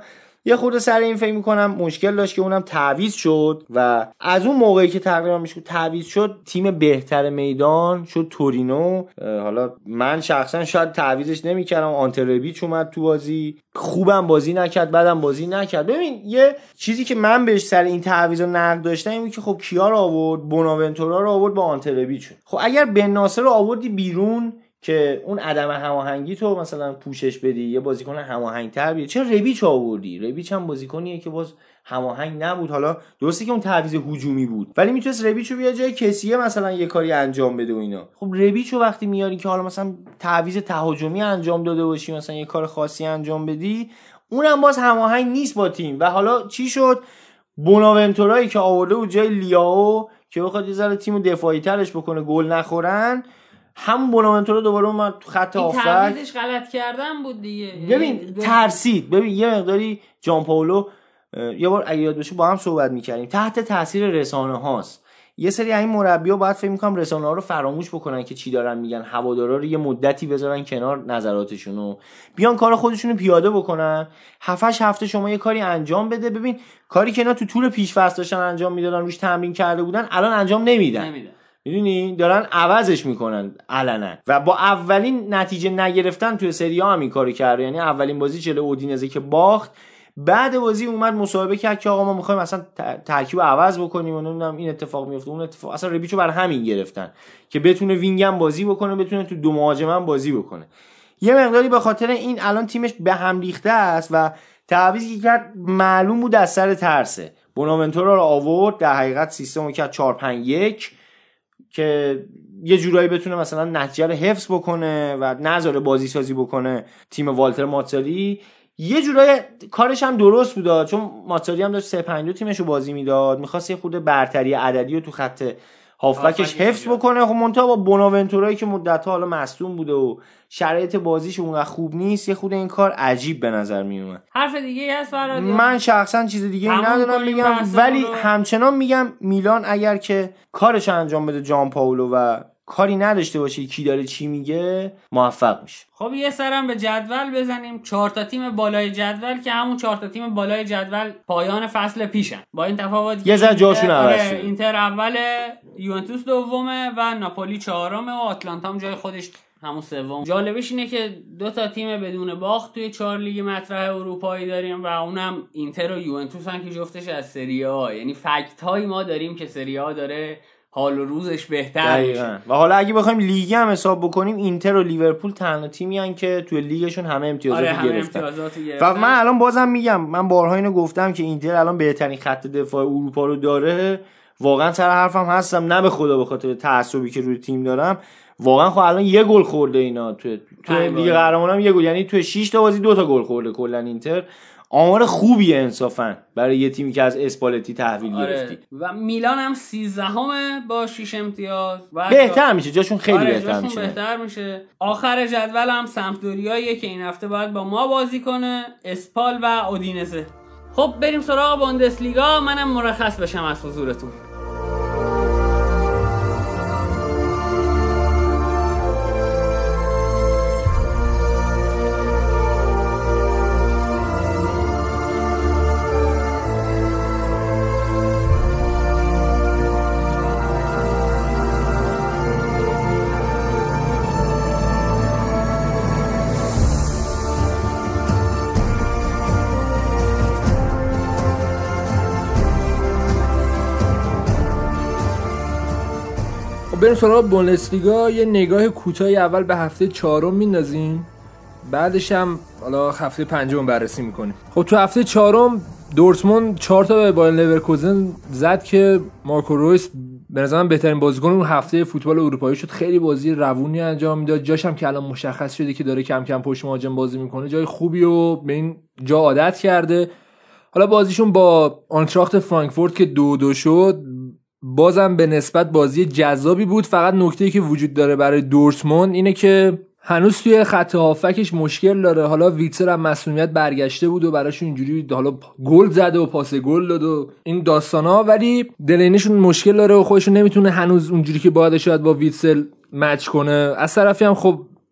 یه خورده سر این فکر می‌کنم مشکل داشت که اونم تعویض شد و از اون موقعی که تقریبا میشه تعویض شد تیم بهتر میدان شد تورینو. حالا من شخصا شاید تعویضش نمی‌کردم، آنتربیچ اومد تو بازی، خوبم بازی نکرد، بعدم بازی نکرد. ببین یه چیزی که من بهش سر این تعویضا نقد داشتم اینه که خب کیا رو آورد؟ بوناونتورا رو آورد با آنتربیچ. خب اگر بن ناصر رو آوردی بیرون که اون عدم هماهنگی تو مثلا پوشش بدی، یه بازیکن هماهنگ‌تر بیاری، چرا ربیچ آوردی؟ ربیچ هم بازیکنیه که باز هماهنگ نبود. حالا درسته که اون تعویض هجومی بود ولی میتونست ربیچو بیاد جای کسیه مثلا یه کاری انجام بده و اینا. خب ربیچو وقتی میاری که حالا مثلا تعویض تهاجمی انجام داده باشی، مثلا یه کار خاصی انجام بدی، اونم باز هماهنگ نیست با تیم. و حالا چی شد؟ بوناونتورایی که آورده بود جای لیاو که بخواد یه ذره تیمو دفاعی ترش بکنه گل نخورن، همون بوناونتورا دوباره اومد تو خط هافبک. تعویضش غلط کردن بود دیگه. ببین ترسید. ببین یه مقداری جان پائولو یه بار اگه یاد باشه با هم صحبت می‌کردیم، تحت تاثیر رسانه‌هاست. یه سری این مربی‌ها باید فکر می‌کنم رسانه‌ها رو فراموش بکنن که چی دارن میگن، هوادارا رو یه مدتی بذارن کنار نظراتشونو، بیان کار خودشونو پیاده بکنن. 7-8 هفته شما یه کاری انجام بده. ببین کاری که اینا تو طول پیش‌فصل داشتن انجام میدادن، روش تمرین کرده بودن، الان انجام نمیدن. میدونی دارن عوضش میکنن علنا. و با اولین نتیجه نگرفتن توی سری آ هم این کارو کرد. یعنی اولین بازی جلوی اودینزه که باخت، بعد بازی اومد مصاحبه کرد که آقا ما میخوایم اصلا ترکیب عوض بکنیم و نمیدونم این اتفاق میفته اون اتفاق. اصلا ربیچو برای همین گرفتن که بتونه وینگ هم بازی بکنه، بتونه تو دو مهاجم هم بازی بکنه. یه مقداری به خاطر این الان تیمش به هم ریخته است و تعویضی که کرد معلوم بود از سر ترسه. بوناونتورا رو آورد، در حقیقت سیستمو کرد 4-5-1 که یه جورایی بتونه مثلا نتیجه رو حفظ بکنه و نذاره بازی سازی بکنه تیم والتر ماتزاری. یه جورایی کارش هم درست بود چون ماتزاری هم داشت 3-5-2 تیمشو بازی میداد، می‌خواست یه خورده برتری عددی رو تو خط هافبکش حفظ بکنه. خب منتها با بوناونتورایی که مدت‌ها حالا مصدوم بوده و شرایط بازیش اونقدر خوب نیست، یه خورده این کار عجیب به نظر میومد. حرف دیگه هست فراد؟ من شخصا چیز دیگه ندارم بگم، ولی همچنان میگم میلان اگر که کارش انجام بده جان پائولو و کاری نداشته باشه کی داره چی میگه، موفق میشه. خب یه سرم به جدول بزنیم. 4 تا تیم بالای جدول که همون 4 تا تیم بالای جدول پایان فصل پیشن، با این تفاوت یه ذره جاشون عوض شده. اینتر اوله، یوونتوس دومه و ناپولی چهارمه و آتلانتا هم جای خودش همون سوم. جالبش اینه که 2 تا تیم بدون باخت توی 4 لیگ مطرح اروپایی داریم و اونم اینتر و یوونتوس هم که جفتش از سری آ. یعنی فکت هایی ما داریم که سری آ داره حال و روزش بهتر میشه. و حالا اگه بخوایم لیگ هم حساب بکنیم، اینتر و لیورپول تنها تیمی ان که توی لیگشون همه امتیازات گرفتن. و من الان بازم میگم، من بارها اینو گفتم که اینتر الان بهترین خط دفاع اروپا رو داره. واقعا سر حرفم هستم، نه به خدا به خاطر تعصبی که روی تیم دارم. واقعا خب الان یه گل خورده اینا توی لیگ قهرمانان، یه گل، یعنی توی 6 تا بازی 2 تا گل خورده کلا اینتر. آمار خوبیه انصافا برای یه تیمی که از اسپالتی تحویل گرفتی. و میلان هم 13ام با 6 امتیاز بهتر میشه، جاشون خیلی بهتر میشه. بهتر میشه. آخر جدول هم سمپدوریاییه که این هفته باید با ما بازی کنه، اسپال و اودینزه. خب بریم سراغ بوندسلیگا. منم مرخص بشم از حضورتون. بریم سراغ بوندسلیگا. یه نگاه کوتاهی اول به هفته 4 میندازیم، بعدش هم حالا هفته 5 بررسی میکنیم. خب تو هفته 4 دورتموند 4 تا به بایرن لورکوزن زد که مارکو رویس به نظرم بهترین بازیکن اون هفته فوتبال اروپایی شد. خیلی بازی روونی انجام میداد. جاش هم که الان مشخص شده که داره کم کم پشت مهاجم بازی میکنه، جای خوبی و به این جا عادت کرده. حالا بازیشون با آنتراخت فرانکفورت که 2-2 شد، بازم به نسبت بازی جذابی بود. فقط نکته‌ای که وجود داره برای دورتموند اینه که هنوز توی خط هافکش مشکل داره. حالا ویتسر هم مسئولیت برگشته بود و براشون اینجوری حالا گل زده و پاس گل داد و این داستانا، ولی دلینشون مشکل داره و خودشون نمیتونه هنوز اونجوری که باید شاید با ویتسل مچ کنه. از طرفی هم خب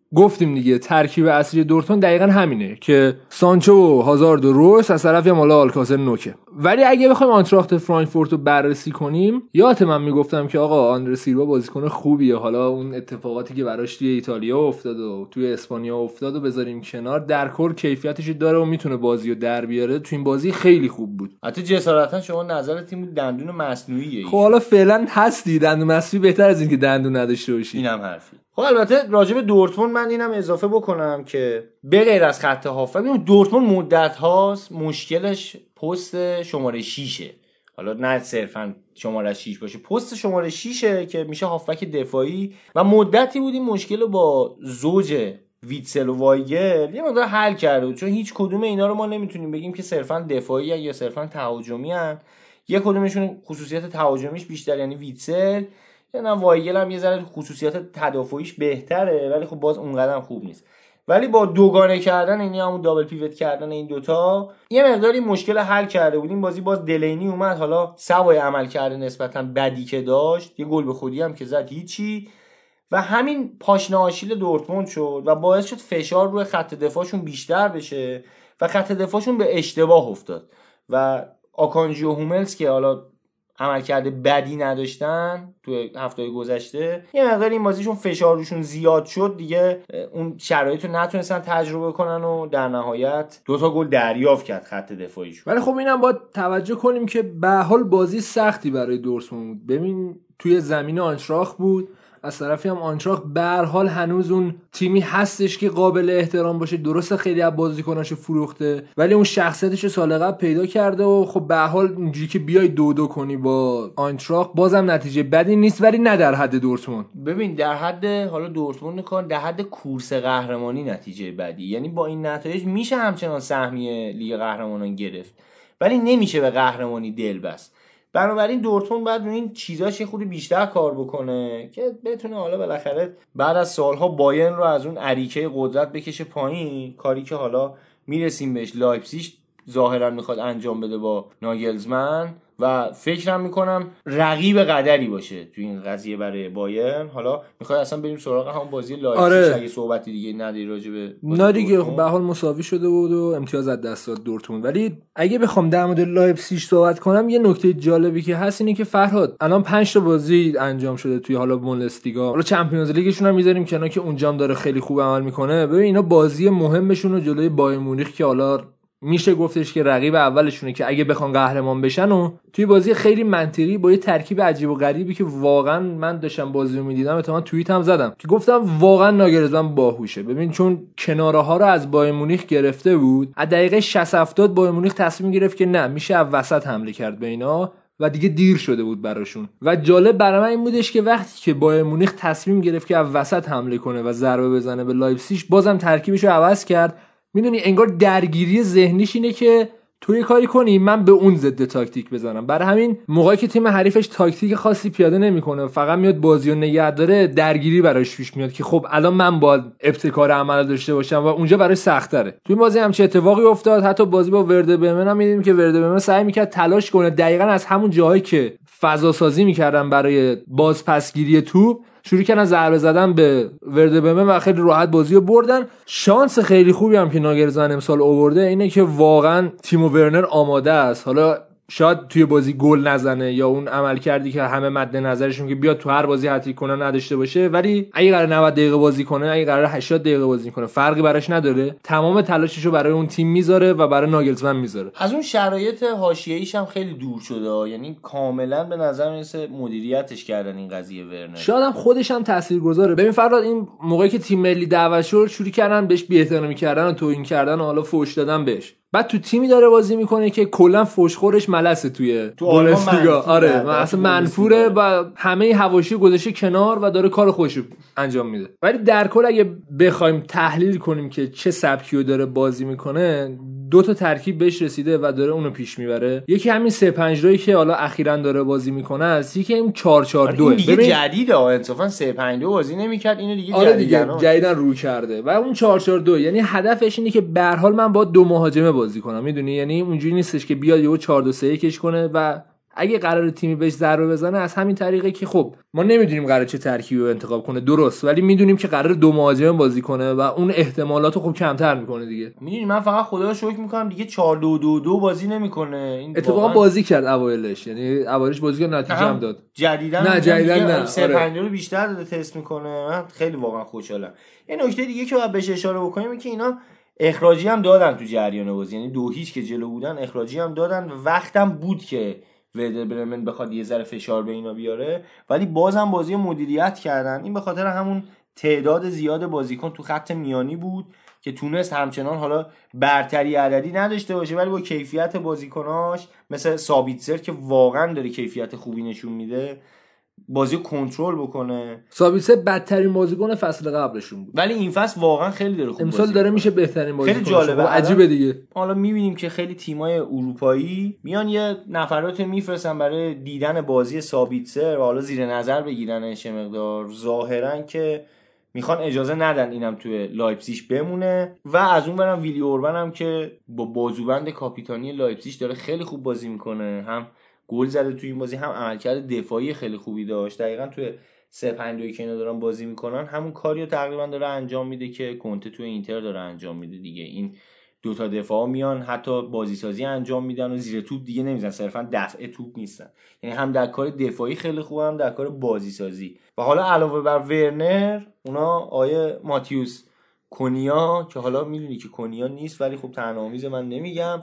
گفتیم دیگه ترکیب اصلی دورتموند دقیقاً همینه که سانچو و هازارد و رویس، از طرفی هم حالا آلکاسر نوکه. ولی اگه بخوایم آنتراخت فرانکفورت رو بررسی کنیم، یادت من میگفتم که آقا آندره سیلوا بازیکن خوبیه، حالا اون اتفاقاتی که براش توی ایتالیا افتاد و توی اسپانیا افتاد و بذاریم کنار، در کل کیفیتش داره و میتونه بازی رو در بیاره. تو این بازی خیلی خوب بود. حتی جسارتا شما نظر تیم دندون مصنوعیه. خب حالا فعلا هستی دندون مصنوعی بهتر از اینکه دندون نداشته باشی. اینم حرفی. خب البته راجع به دورتموند من اینم اضافه بکنم که به غیر از خط هافک، ببین دورتموند مدت هاست مشکلش پست شماره 6، حالا نه صرفا شماره 6 باشه، پست شماره 6 که میشه هافک دفاعی و مدتی بود این مشکل با زوج ویتسل و وایگل یه مقدار حل کرده، چون هیچ کدوم اینا رو ما نمیتونیم بگیم که صرفا دفاعی یا صرفا تهاجمی ان. یک کدومشون خصوصیت تهاجمیش بیشتر، یعنی ویتسل، یا نه وایگل هم یه ذره خصوصیات تدافعیش بهتره ولی خب باز اونقدر خوب نیست. ولی با دوگانه کردن این همون دابل پیوت کردن این دوتا یه مقداری مشکل حل کرده بود. این بازی باز دلینی اومد، حالا سوای عمل کرده نسبتا بدی که داشت، یه گل به خودی هم که زد هیچی، و همین پاشنه آشیل دورتموند شد و باعث شد فشار روی خط دفاعشون بیشتر بشه و خط دفاعشون به اشتباه افتاد و آکانجی و هوملز که حالا عملکرد بدی نداشتن تو هفته‌های گذشته، یه مقدار این بازیشون فشار روشون زیاد شد دیگه، اون شرایط رو نتونستن تجربه کنن و در نهایت 2 گل دریافت کرد خط دفاعیشون. ولی خب اینم باید توجه کنیم که به حال بازی سختی برای دورتموند بود. ببین توی زمین آنتراخت بود، از طرفی هم آنتراخت به هر حال هنوز اون تیمی هستش که قابل احترام باشه. درسته خیلی از بازیکناشو فروخته ولی اون شخصیتش رو سال قبل پیدا کرده و خب به هر حال اینجوری که بیای 2-2 کنی با آنتراخت بازم نتیجه بدی نیست، ولی نه در حد دورتموند. ببین در حد حالا دورتموند کار در حد کورس قهرمانی نتیجه بدی، یعنی با این نتایج میشه همچنان سهمیه لیگ قهرمانان گرفت ولی نمیشه به قهرمانی دل بست. بنابراین دورتموند باید روی این چیزاش یه خورده بیشتر کار بکنه که بتونه حالا بالاخره بعد از سالها بایرن رو از اون اریکه قدرت بکشه پایین، کاری که حالا میرسیم بهش. لایپزیگ ظاهرا میخواد انجام بده با ناگلزمن و فکرم میکنم رقیب قدری باشه تو این قضیه برای بایرن. حالا میخوای اصلا بریم سراغ همون بازی لایپزیگ؟ اگه صحبتی دیگه نداری راجع به نه دیگه به حال مساوی شده بود و امتیاز از دست داد دورتموند. ولی اگه بخوام در مورد لایپزیگ صحبت کنم، یه نکته جالبی که هست اینه که فرهاد الان 5 تا بازی انجام شده توی حالا بوندسلیگا، حالا چمپیونز لیگشون هم میذاریم کنار که اونجام داره خیلی خوب عمل میکنه. ببین اینا بازی مهمشون رو جلوی بایر مونیخ که حالا میشه گفتش که رقیب اولشونه که اگه بخوان قهرمان بشن، و توی بازی خیلی منطقی با یه ترکیب عجیب و غریبی که واقعا من داشتم بازی رو میدیدم، اتفاقا توییت هم زدم که گفتم واقعا ناگرزمن باهوشه. ببین چون کناره ها رو از بایر مونیخ گرفته بود، از دقیقه 60-70 بایر مونیخ تصمیم گرفت که نه میشه از وسط حمله کرد به اینا و دیگه دیر شده بود براشون. و جالب برای من این بودش که وقتی که بایر مونیخ تصمیم گرفت که از وسط حمله کنه و ضربه بزنه به لایپزیگ، بازم ترکیبش رو عوض کرد. میدونی انگار درگیری ذهنیش اینه که تو یه کاری کنی من به اون ضد تاکتیک بزنم. برای همین موقعی که تیم حریفش تاکتیک خاصی پیاده نمیکنه، فقط میاد بازیو نگه داره، درگیری براش پیش میاد که خب الان من باید ابتکار عمل داشته باشم و اونجا براش سخت تره. توی بازی هم چه اتفاقی افتاد؟ حتی بازی با ورده برمن هم می‌دیدیم که ورده برمن سعی میکرد تلاش کنه دقیقاً از همون جاهایی که فضا سازی میکردن برای بازپسگیری توپ شروع کردن ضربه زدن به ورده برمن و خیلی راحت بازی رو بردن. شانس خیلی خوبی هم که ناگلزمن امسال آورده اینه که واقعا تیمو ورنر آماده است. حالا شاید توی بازی گل نزنه یا اون عمل کردی که همه مد نظرشون که بیاد تو هر بازی هتریک کنه نداشته باشه، ولی اگه قرار 90 دقیقه بازی کنه، اگه قرار 80 دقیقه بازی کنه، فرقی براش نداره. تمام تلاششو برای اون تیم میذاره و برای ناگلزمن میذاره. از اون شرایط حاشیه‌ایش هم خیلی دور شده، یعنی کاملا به نظر میرسه مدیریتش کردن این قضیه ورنر. شاید هم خودش هم تاثیرگذاره. ببین فراد این موقعی که تیم ملی دعوت شد شروع کردن بهش بی‌احترامی کردن و توهین کردن و حالا فوش دادن بهش. بعد تو تیمی داره بازی میکنه که کلا فوشخورش ملسه توی بوندسلیگا. آره اصلا منفوره و همه حواشی گذاشته کنار و داره کار خودش انجام میده. ولی در کل اگه بخوایم تحلیل کنیم که چه سبکیو داره بازی میکنه، 2 تا ترکیب بهش رسیده و داره اونو پیش میبره. یکی همین 3-5-2 که حالا اخیراً داره بازی میکنه است، یکی این 4-4-2. ببین جدیده انصافا 3-5-2 بازی نمیکرد، اینو دیگه آره دیگه جدیداً رو کرده و اون 4-4-2 یعنی هدفش اینه که به هر حال من با 2 مهاجمه بازی کنم، میدونی، یعنی اونجوری نیستش که بیاد یهو 4-2-3-1 کنه و اگه قرار تیمی بهش ضربه بزنه از همین طریقه که خب ما نمیدونیم قرار چه ترکیبی رو انتخاب کنه درست، ولی میدونیم که قرار دو مهاجم بازی کنه و اون احتمالاتو خب کمتر میکنه دیگه. میدونی من فقط خدا رو شکر میکنم دیگه 4-2-2 بازی نمیکنه. این اتفاقا بازی کرد اوایلش، یعنی اوایلش بازی کرد، نتیجه هم داد. جدیدن نه 3-5 رو بیشتر داده تست میکنه. من خیلی واقعا خوشحالم. یه نکته دیگه که باید بهش اشاره بکنیم اینه که اینا اخراجی هم دادن تو جریان بازی، یعنی 2-0 که جلو بودن اخراجی هم دادن. وقتم بود که ورده برمن بخواد یه ذره فشار به اینا بیاره، ولی بازم بازی مدیریت کردن. این به خاطر همون تعداد زیاد بازیکن تو خط میانی بود که تونست همچنان حالا برتری عددی نداشته باشه، ولی با کیفیت بازیکناش مثل سابیتزر که واقعا داره کیفیت خوبی نشون میده بازی رو کنترل بکنه. سابیتزر بدترین بازیکن فصل قبلشون بود، ولی این فصل واقعا خیلی داره خوب امسال داره میشه بهترین بازیکن. خیلی جالبه، عجیبه دیگه. حالا میبینیم که خیلی تیمای اروپایی میان یه نفرات میفرستن برای دیدن بازی سابیتزر و حالا زیر نظر بگیرنش مقدار، ظاهرا که میخوان اجازه ندن اینم توی لایپزیگ بمونه. و از اون برم ویلی اوربن هم که با بازوبند کاپیتانی لایپزیگ داره خیلی خوب بازی میکنه، هم گل زده توی این بازی، هم عملکرد دفاعی خیلی خوبی داشت. دقیقاً توی 3-5-2 که اینا دارن بازی میکنن همون کاریو تقریبا داره انجام میده که کنته توی اینتر داره انجام میده دیگه. این دوتا دفاع میان حتی بازی سازی انجام میدن و زیر توپ دیگه نمیزنن، صرفا دفع توپ نیستن، یعنی هم در کار دفاعی خیلی خوبه هم در کار بازی سازی. و حالا علاوه بر ورنر اونا آیه ماتیوس کونیا که حالا میدونی که کونیا نیست ولی خب طعنه‌آمیز من نمیگم،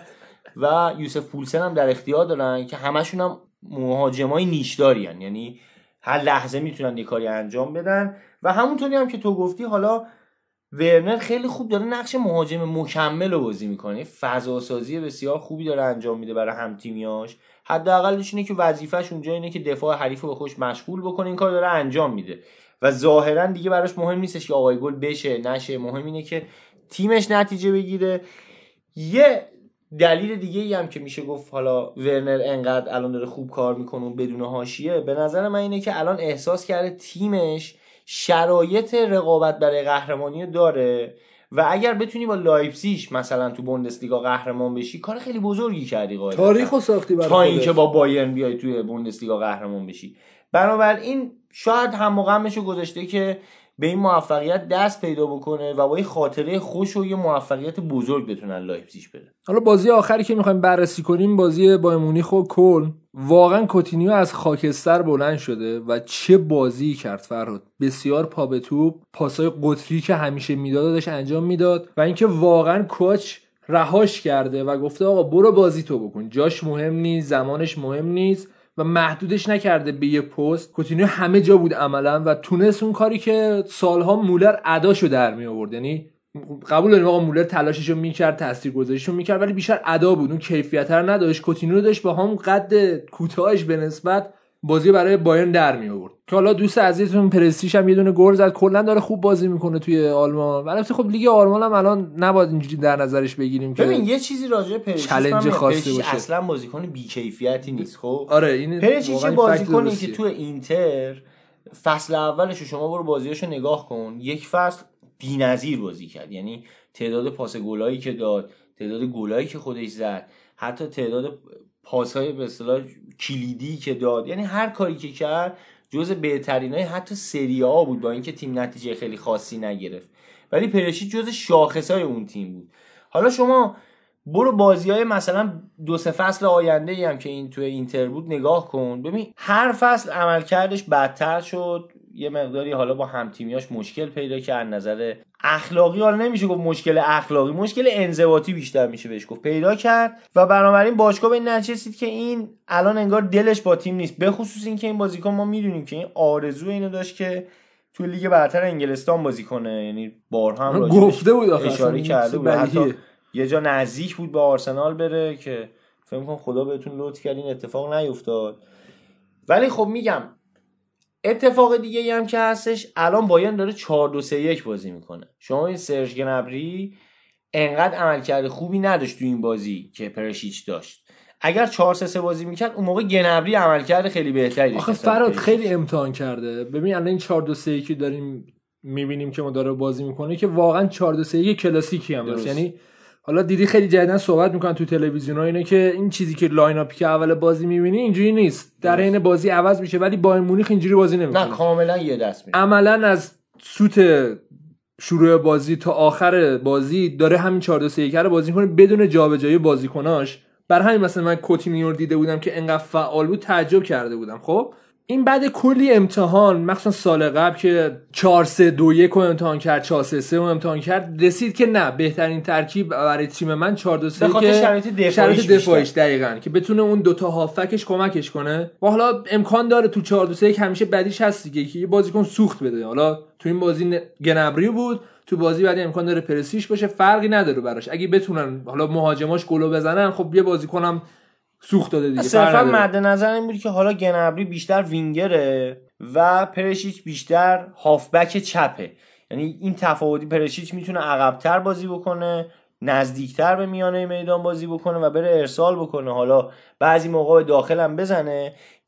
و یوسف پولسن هم در اختیار دارن که همشون هم مهاجمای نیشداری هن، یعنی هر لحظه میتونن یه کاری انجام بدن. و همونطوری هم که تو گفتی حالا ورنر خیلی خوب داره نقش مهاجم مکمل رو بازی میکنه، فضا سازی بسیار خوبی داره انجام میده برای هم تیمیاش. حداقلش اینه که وظیفه‌ش اونجا اینه که دفاع حریف رو به خودش مشغول بکنه، این کار داره انجام میده و ظاهرا دیگه براش مهم نیستش که آقای گل بشه نشه، مهم اینه که تیمش نتیجه بگیره. یه دلیل دیگه ای هم که میشه گفت حالا ورنر انقدر الان داره خوب کار میکنه بدون حاشیه، به نظر من اینه که الان احساس کرده تیمش شرایط رقابت برای قهرمانی داره و اگر بتونی با لایپزیگ مثلا تو بوندسلیگا قهرمان بشی کار خیلی بزرگی کردی، قاعدتا تاریخو ساختی برای تا اینکه با بایرن بیای توی بوندسلیگا قهرمان بشی. بنابراین شاید هم غمشو گذاشته که به این موفقیت دست پیدا بکنه و با یه خاطره خوش و یه موفقیت بزرگ بتونن لایپزیگ بره. حالا بازی آخری که میخوایم بررسی کنیم بازی بایر مونیخ و کلن، واقعا کوتینیو از خاکستر بلند شده و چه بازی کرد فرهاد، بسیار پا به توپ، پاسای قطری که همیشه میدادش انجام میداد و اینکه واقعا کوچ رهاش کرده و گفته آقا برو بازی تو بکن، جاش مهم نیست، زمانش مهم نیست و محدودش نکرده به یه پست. کوتینیو همه جا بود عملا و تونست اون کاری که سالها مولر اداشو در می آورد، یعنی قبول داریم آقا مولر تلاششو میکرد، تاثیرگذاریشو میکرد، ولی بیشتر ادا بود، اون کیفیت رو نداشت. کوتینیو داشت با هم قد کوتاهش به نسبت بازی برای بایرن در می آورد. که حالا دوست عزیزتون پرستیش هم یه دونه گل زد، کلا داره خوب بازی میکنه توی آلمان. البته خب لیگ آلمان هم الان نباید اینجوری در نظرش بگیریم که ببین یه چیزی راجع به چالش خاصی باشه، اصلا بازیکن بی‌کیفیتی نیست. خب آره این پرسیچ بازیکنی که تو اینتر فصل اولش شما برو بازیاشو نگاه کن، یک فصل بی‌نظیر بازی کرد، یعنی تعداد پاس گلایی که داد، تعداد گلایی که خودش زد، حتی تعداد پاس‌های به اصطلاح کلیدی که داد، یعنی هر کاری که کرد جزء بهترینای حتی سری آ بود با اینکه تیم نتیجه خیلی خاصی نگرفت، ولی پرشیچ جزء شاخصای اون تیم بود. حالا شما برو بازی‌های مثلا 2-3 فصل آینده‌ای هم که این توی اینتر بود نگاه کن، ببین هر فصل عملکردش بدتر شد، یه مقداری حالا با همتیمیاش مشکل پیدا کرد، نظر اخلاقی حالا نمیشه گفت مشکل اخلاقی، مشکل انضباطی بیشتر میشه بهش گفت پیدا کرد و بنابراین باشگاه به این نتیجه رسید که این الان انگار دلش با تیم نیست. به خصوص این که این بازیکن ما میدونیم که این آرزو اینو داشت که توی لیگ برتر انگلستان بازی کنه، یعنی بارها هم گفته بود اشاره کرده بود، حتی یه جا نزدیک بود به آرسنال بره که فکر می‌کنم خدا بهتون لطف کرد این اتفاق نیفتاد. ولی خب میگم اتفاق دیگه ای هم که هستش، الان بایرن داره 4-2-3-1 بازی میکنه. شما این سرژ گنبری انقدر عملکرد خوبی نداشت تو این بازی که پرشیچ داشت. اگر 4-3-3 بازی میکرد اون موقع گنبری عملکرد خیلی بهتری داشت. آخه فراد خیلی امتحان کرده. ببین الان این 4-2-3-1 داریم میبینیم که ما داره بازی میکنه که واقعا 4-2-3-1 کلاسیکی هم هست، یعنی حالا دیدی خیلی جدیدن صحبت میکنن تو تلویزیون‌ها اینه که این چیزی که لاین اپی که اول بازی می‌بینی اینجوری نیست، در حین بازی عوض میشه، ولی بایر مونیخ اینجوری بازی نمی‌کنه. نه کاملا یه دست میشه. عملاً از سوت شروع بازی تا آخر بازی داره همین 4-2-3-1 رو بازی می‌کنه بدون جابجایی بازیکناش. برای همین مثلا من کوتینیو رو دیده بودم که انقدر فعال بود تعجب کرده بودم. خب این بعد کلی امتحان، مخصوصا سال قبل که 4-3-2-1 رو امتحان کرد، 4-3-3 رو امتحان کرد، رسید که نه بهترین ترکیب برای تیم من 4-2-3 که شرایط دفاعیش دقیقاً که بتونه اون دوتا هافکش کمکش کنه. و حالا امکان داره تو 4-2-3 همیشه بدیش هست دیگه که یه بازیکن سوخت بده. حالا تو این بازی گنبری بود، تو بازی بعد امکان داره پرسیش باشه، فرقی نداره براش. اگه بتونن حالا مهاجماش گلو بزنن، خب یه بازیکنم سوخت داده دیگه. صرفا مد نظر این بود که حالا گنبری بیشتر وینگره و پرشیچ بیشتر هافبک چپه، یعنی این تفاوتی پرشیچ میتونه عقب‌تر بازی بکنه، نزدیکتر به میانه میدان بازی بکنه و بره ارسال بکنه، حالا بعضی موقع داخل هم بزنه.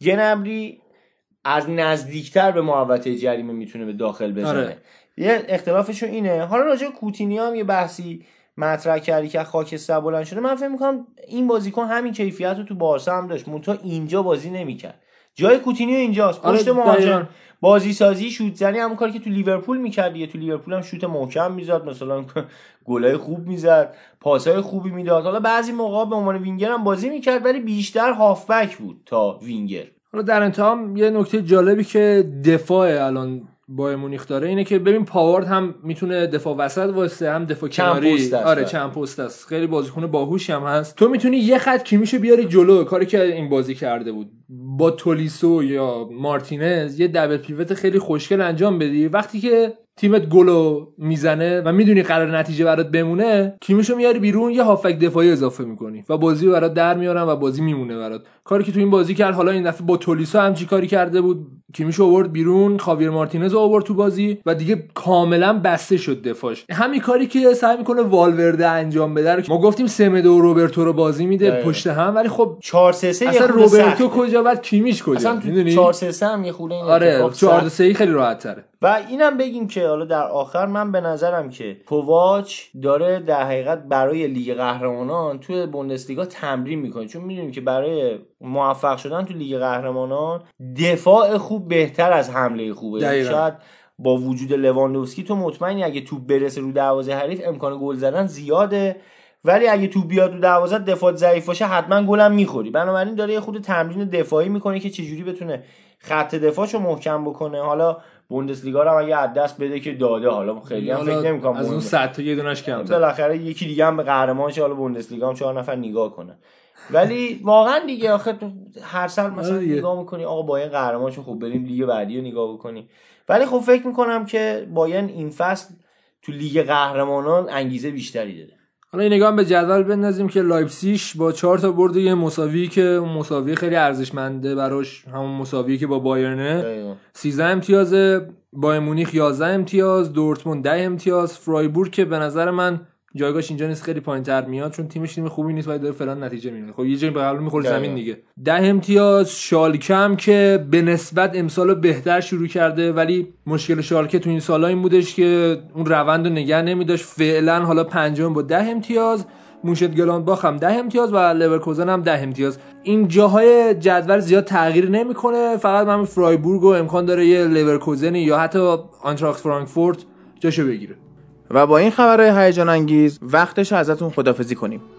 گنبری از نزدیکتر به محوطه جریمه میتونه به داخل بزنه. آره. یه اختلافشون اینه. حالا راجع به کوتینیو هم یه بحثی مطرح کردی که خاکستر بلند شده. من فکر می‌کنم این بازیکن همین کیفیت رو تو بارسا هم داشت، منتها اینجا بازی نمی‌کرد. جای کوتینیو اینجاست، پشت مهاجم، بازی سازی، شوت زنی، همون کاری که تو لیورپول می‌کرد دیگه. تو لیورپول هم شوت محکم میزد، مثلا گلای خوب میزد، پاسای خوبی میداد. حالا بعضی موقعا به عنوان وینگر هم بازی می‌کرد ولی بیشتر هافبک بود تا وینگر. حالا در انتها یه نکته جالبی که دفاع الان بایر مونیخ داره اینه که ببین پاوارد هم میتونه دفاع وسط واسه هم دفاع کناری. آره چند پست است، خیلی بازیکن باهوشی هم هست. تو میتونی یه خط کیمیشو بیاری جلو، کاری که این بازی کرده بود با تولیسو یا مارتینز، یه دبل پیوت خیلی خوشگل انجام بدی. وقتی که تیمت گلو میزنه و میدونی قرار نتیجه برات بمونه، کیمیشو میاری بیرون، یه هافک دفاعی اضافه میکنی و بازی رو برات در میارن و بازی میمونه برات. کاری که تو این بازی کرد. حالا این دفعه با تولیسو هم چی کاری کرده بود، کیمیشو آورد بیرون، خاویر مارتینز رو آورد تو بازی و دیگه کاملا بسته شد دفاعش. همین کاری که سعی میکنه والورده انجام بده. ما گفتیم سمدو و روبرتو رو بازی میده پشت هم، ولی خب 4-3-3 اصلا روبرتو کجا بعد کیمیش کجا، میدونی 4-3-3 هم یه خورده این آره 4-3 خیلی راحت تره. و اینم بگیم که حالا در آخر من به نظرم که کوواچ داره در حقیقت برای لیگ قهرمانان توی بوندسلیگا تمرین میکنه، چون میدونیم که برای موفق شدن تو لیگ قهرمانان دفاع خوب بهتر از حمله خوبه. شاید با وجود لواندوفسکی تو مطمئنی اگه توپ برسه رو دروازه حریف امکان گل زدن زیاده، ولی اگه توپ بیاد رو دروازه دفاع ضعیف باشه حتما گلم میخوری. بنابراین داره یه خود تمرین دفاعی میکنه که چجوری بتونه خط دفاعشو محکم بکنه. حالا بوندسلیگا رو هم اگه از دست بده که داده، حالا خیلی هم فکر نمی‌کنم از اون 100 تا یه دونش کمتر، بالاخره یکی دیگه هم به قهرمان شه، حالا بوندسلیگا هم 4 نفر نگاه کنه. ولی واقعا دیگه آخه هر سال مثلا نگاه می‌کنی آقا بایرن قهرمان شو، خب بریم لیگ بعدی رو نگاه بکنی. ولی خب فکر می‌کنم که بایرن این فصل تو لیگ قهرمانان انگیزه بیشتری داره. حالا این نگاه به جدول بندازیم که لایپزیگ با 4 تا برد یه مساوی که اون مساوی خیلی ارزشمنده براش، همون مساوی که با بایرن 13 امتیاز، بایر مونیخ 11 امتیاز، دورتموند 10 امتیاز، فرایبورگ که به نظر من جایگاهش اینجا نیست، خیلی پایین‌تر میاد چون تیمش تیم خوبی نیست ولی داره فلان نتیجه میگیره. خب یه جایی به قبل میخوره زمین دیگه. 10 امتیاز شالکه هم که به نسبت امسالو بهتر شروع کرده، ولی مشکل شالکه تو این سالا این بودش که اون روند رو نگه نمی‌داشت. فعلا حالا پنجم با 10 امتیاز، مونشنگلادباخ هم 10 امتیاز و لورکوزن هم 10 امتیاز. این جاهای جدول زیاد تغییر نمیکنه، فقط همین فرایبورگ و امکان داره یه لورکوزن یا حتی آنتراخت فرانکفورت جاشو بگیره. و با این خبرهای هیجان انگیز وقتش ازتون خداحافظی کنیم.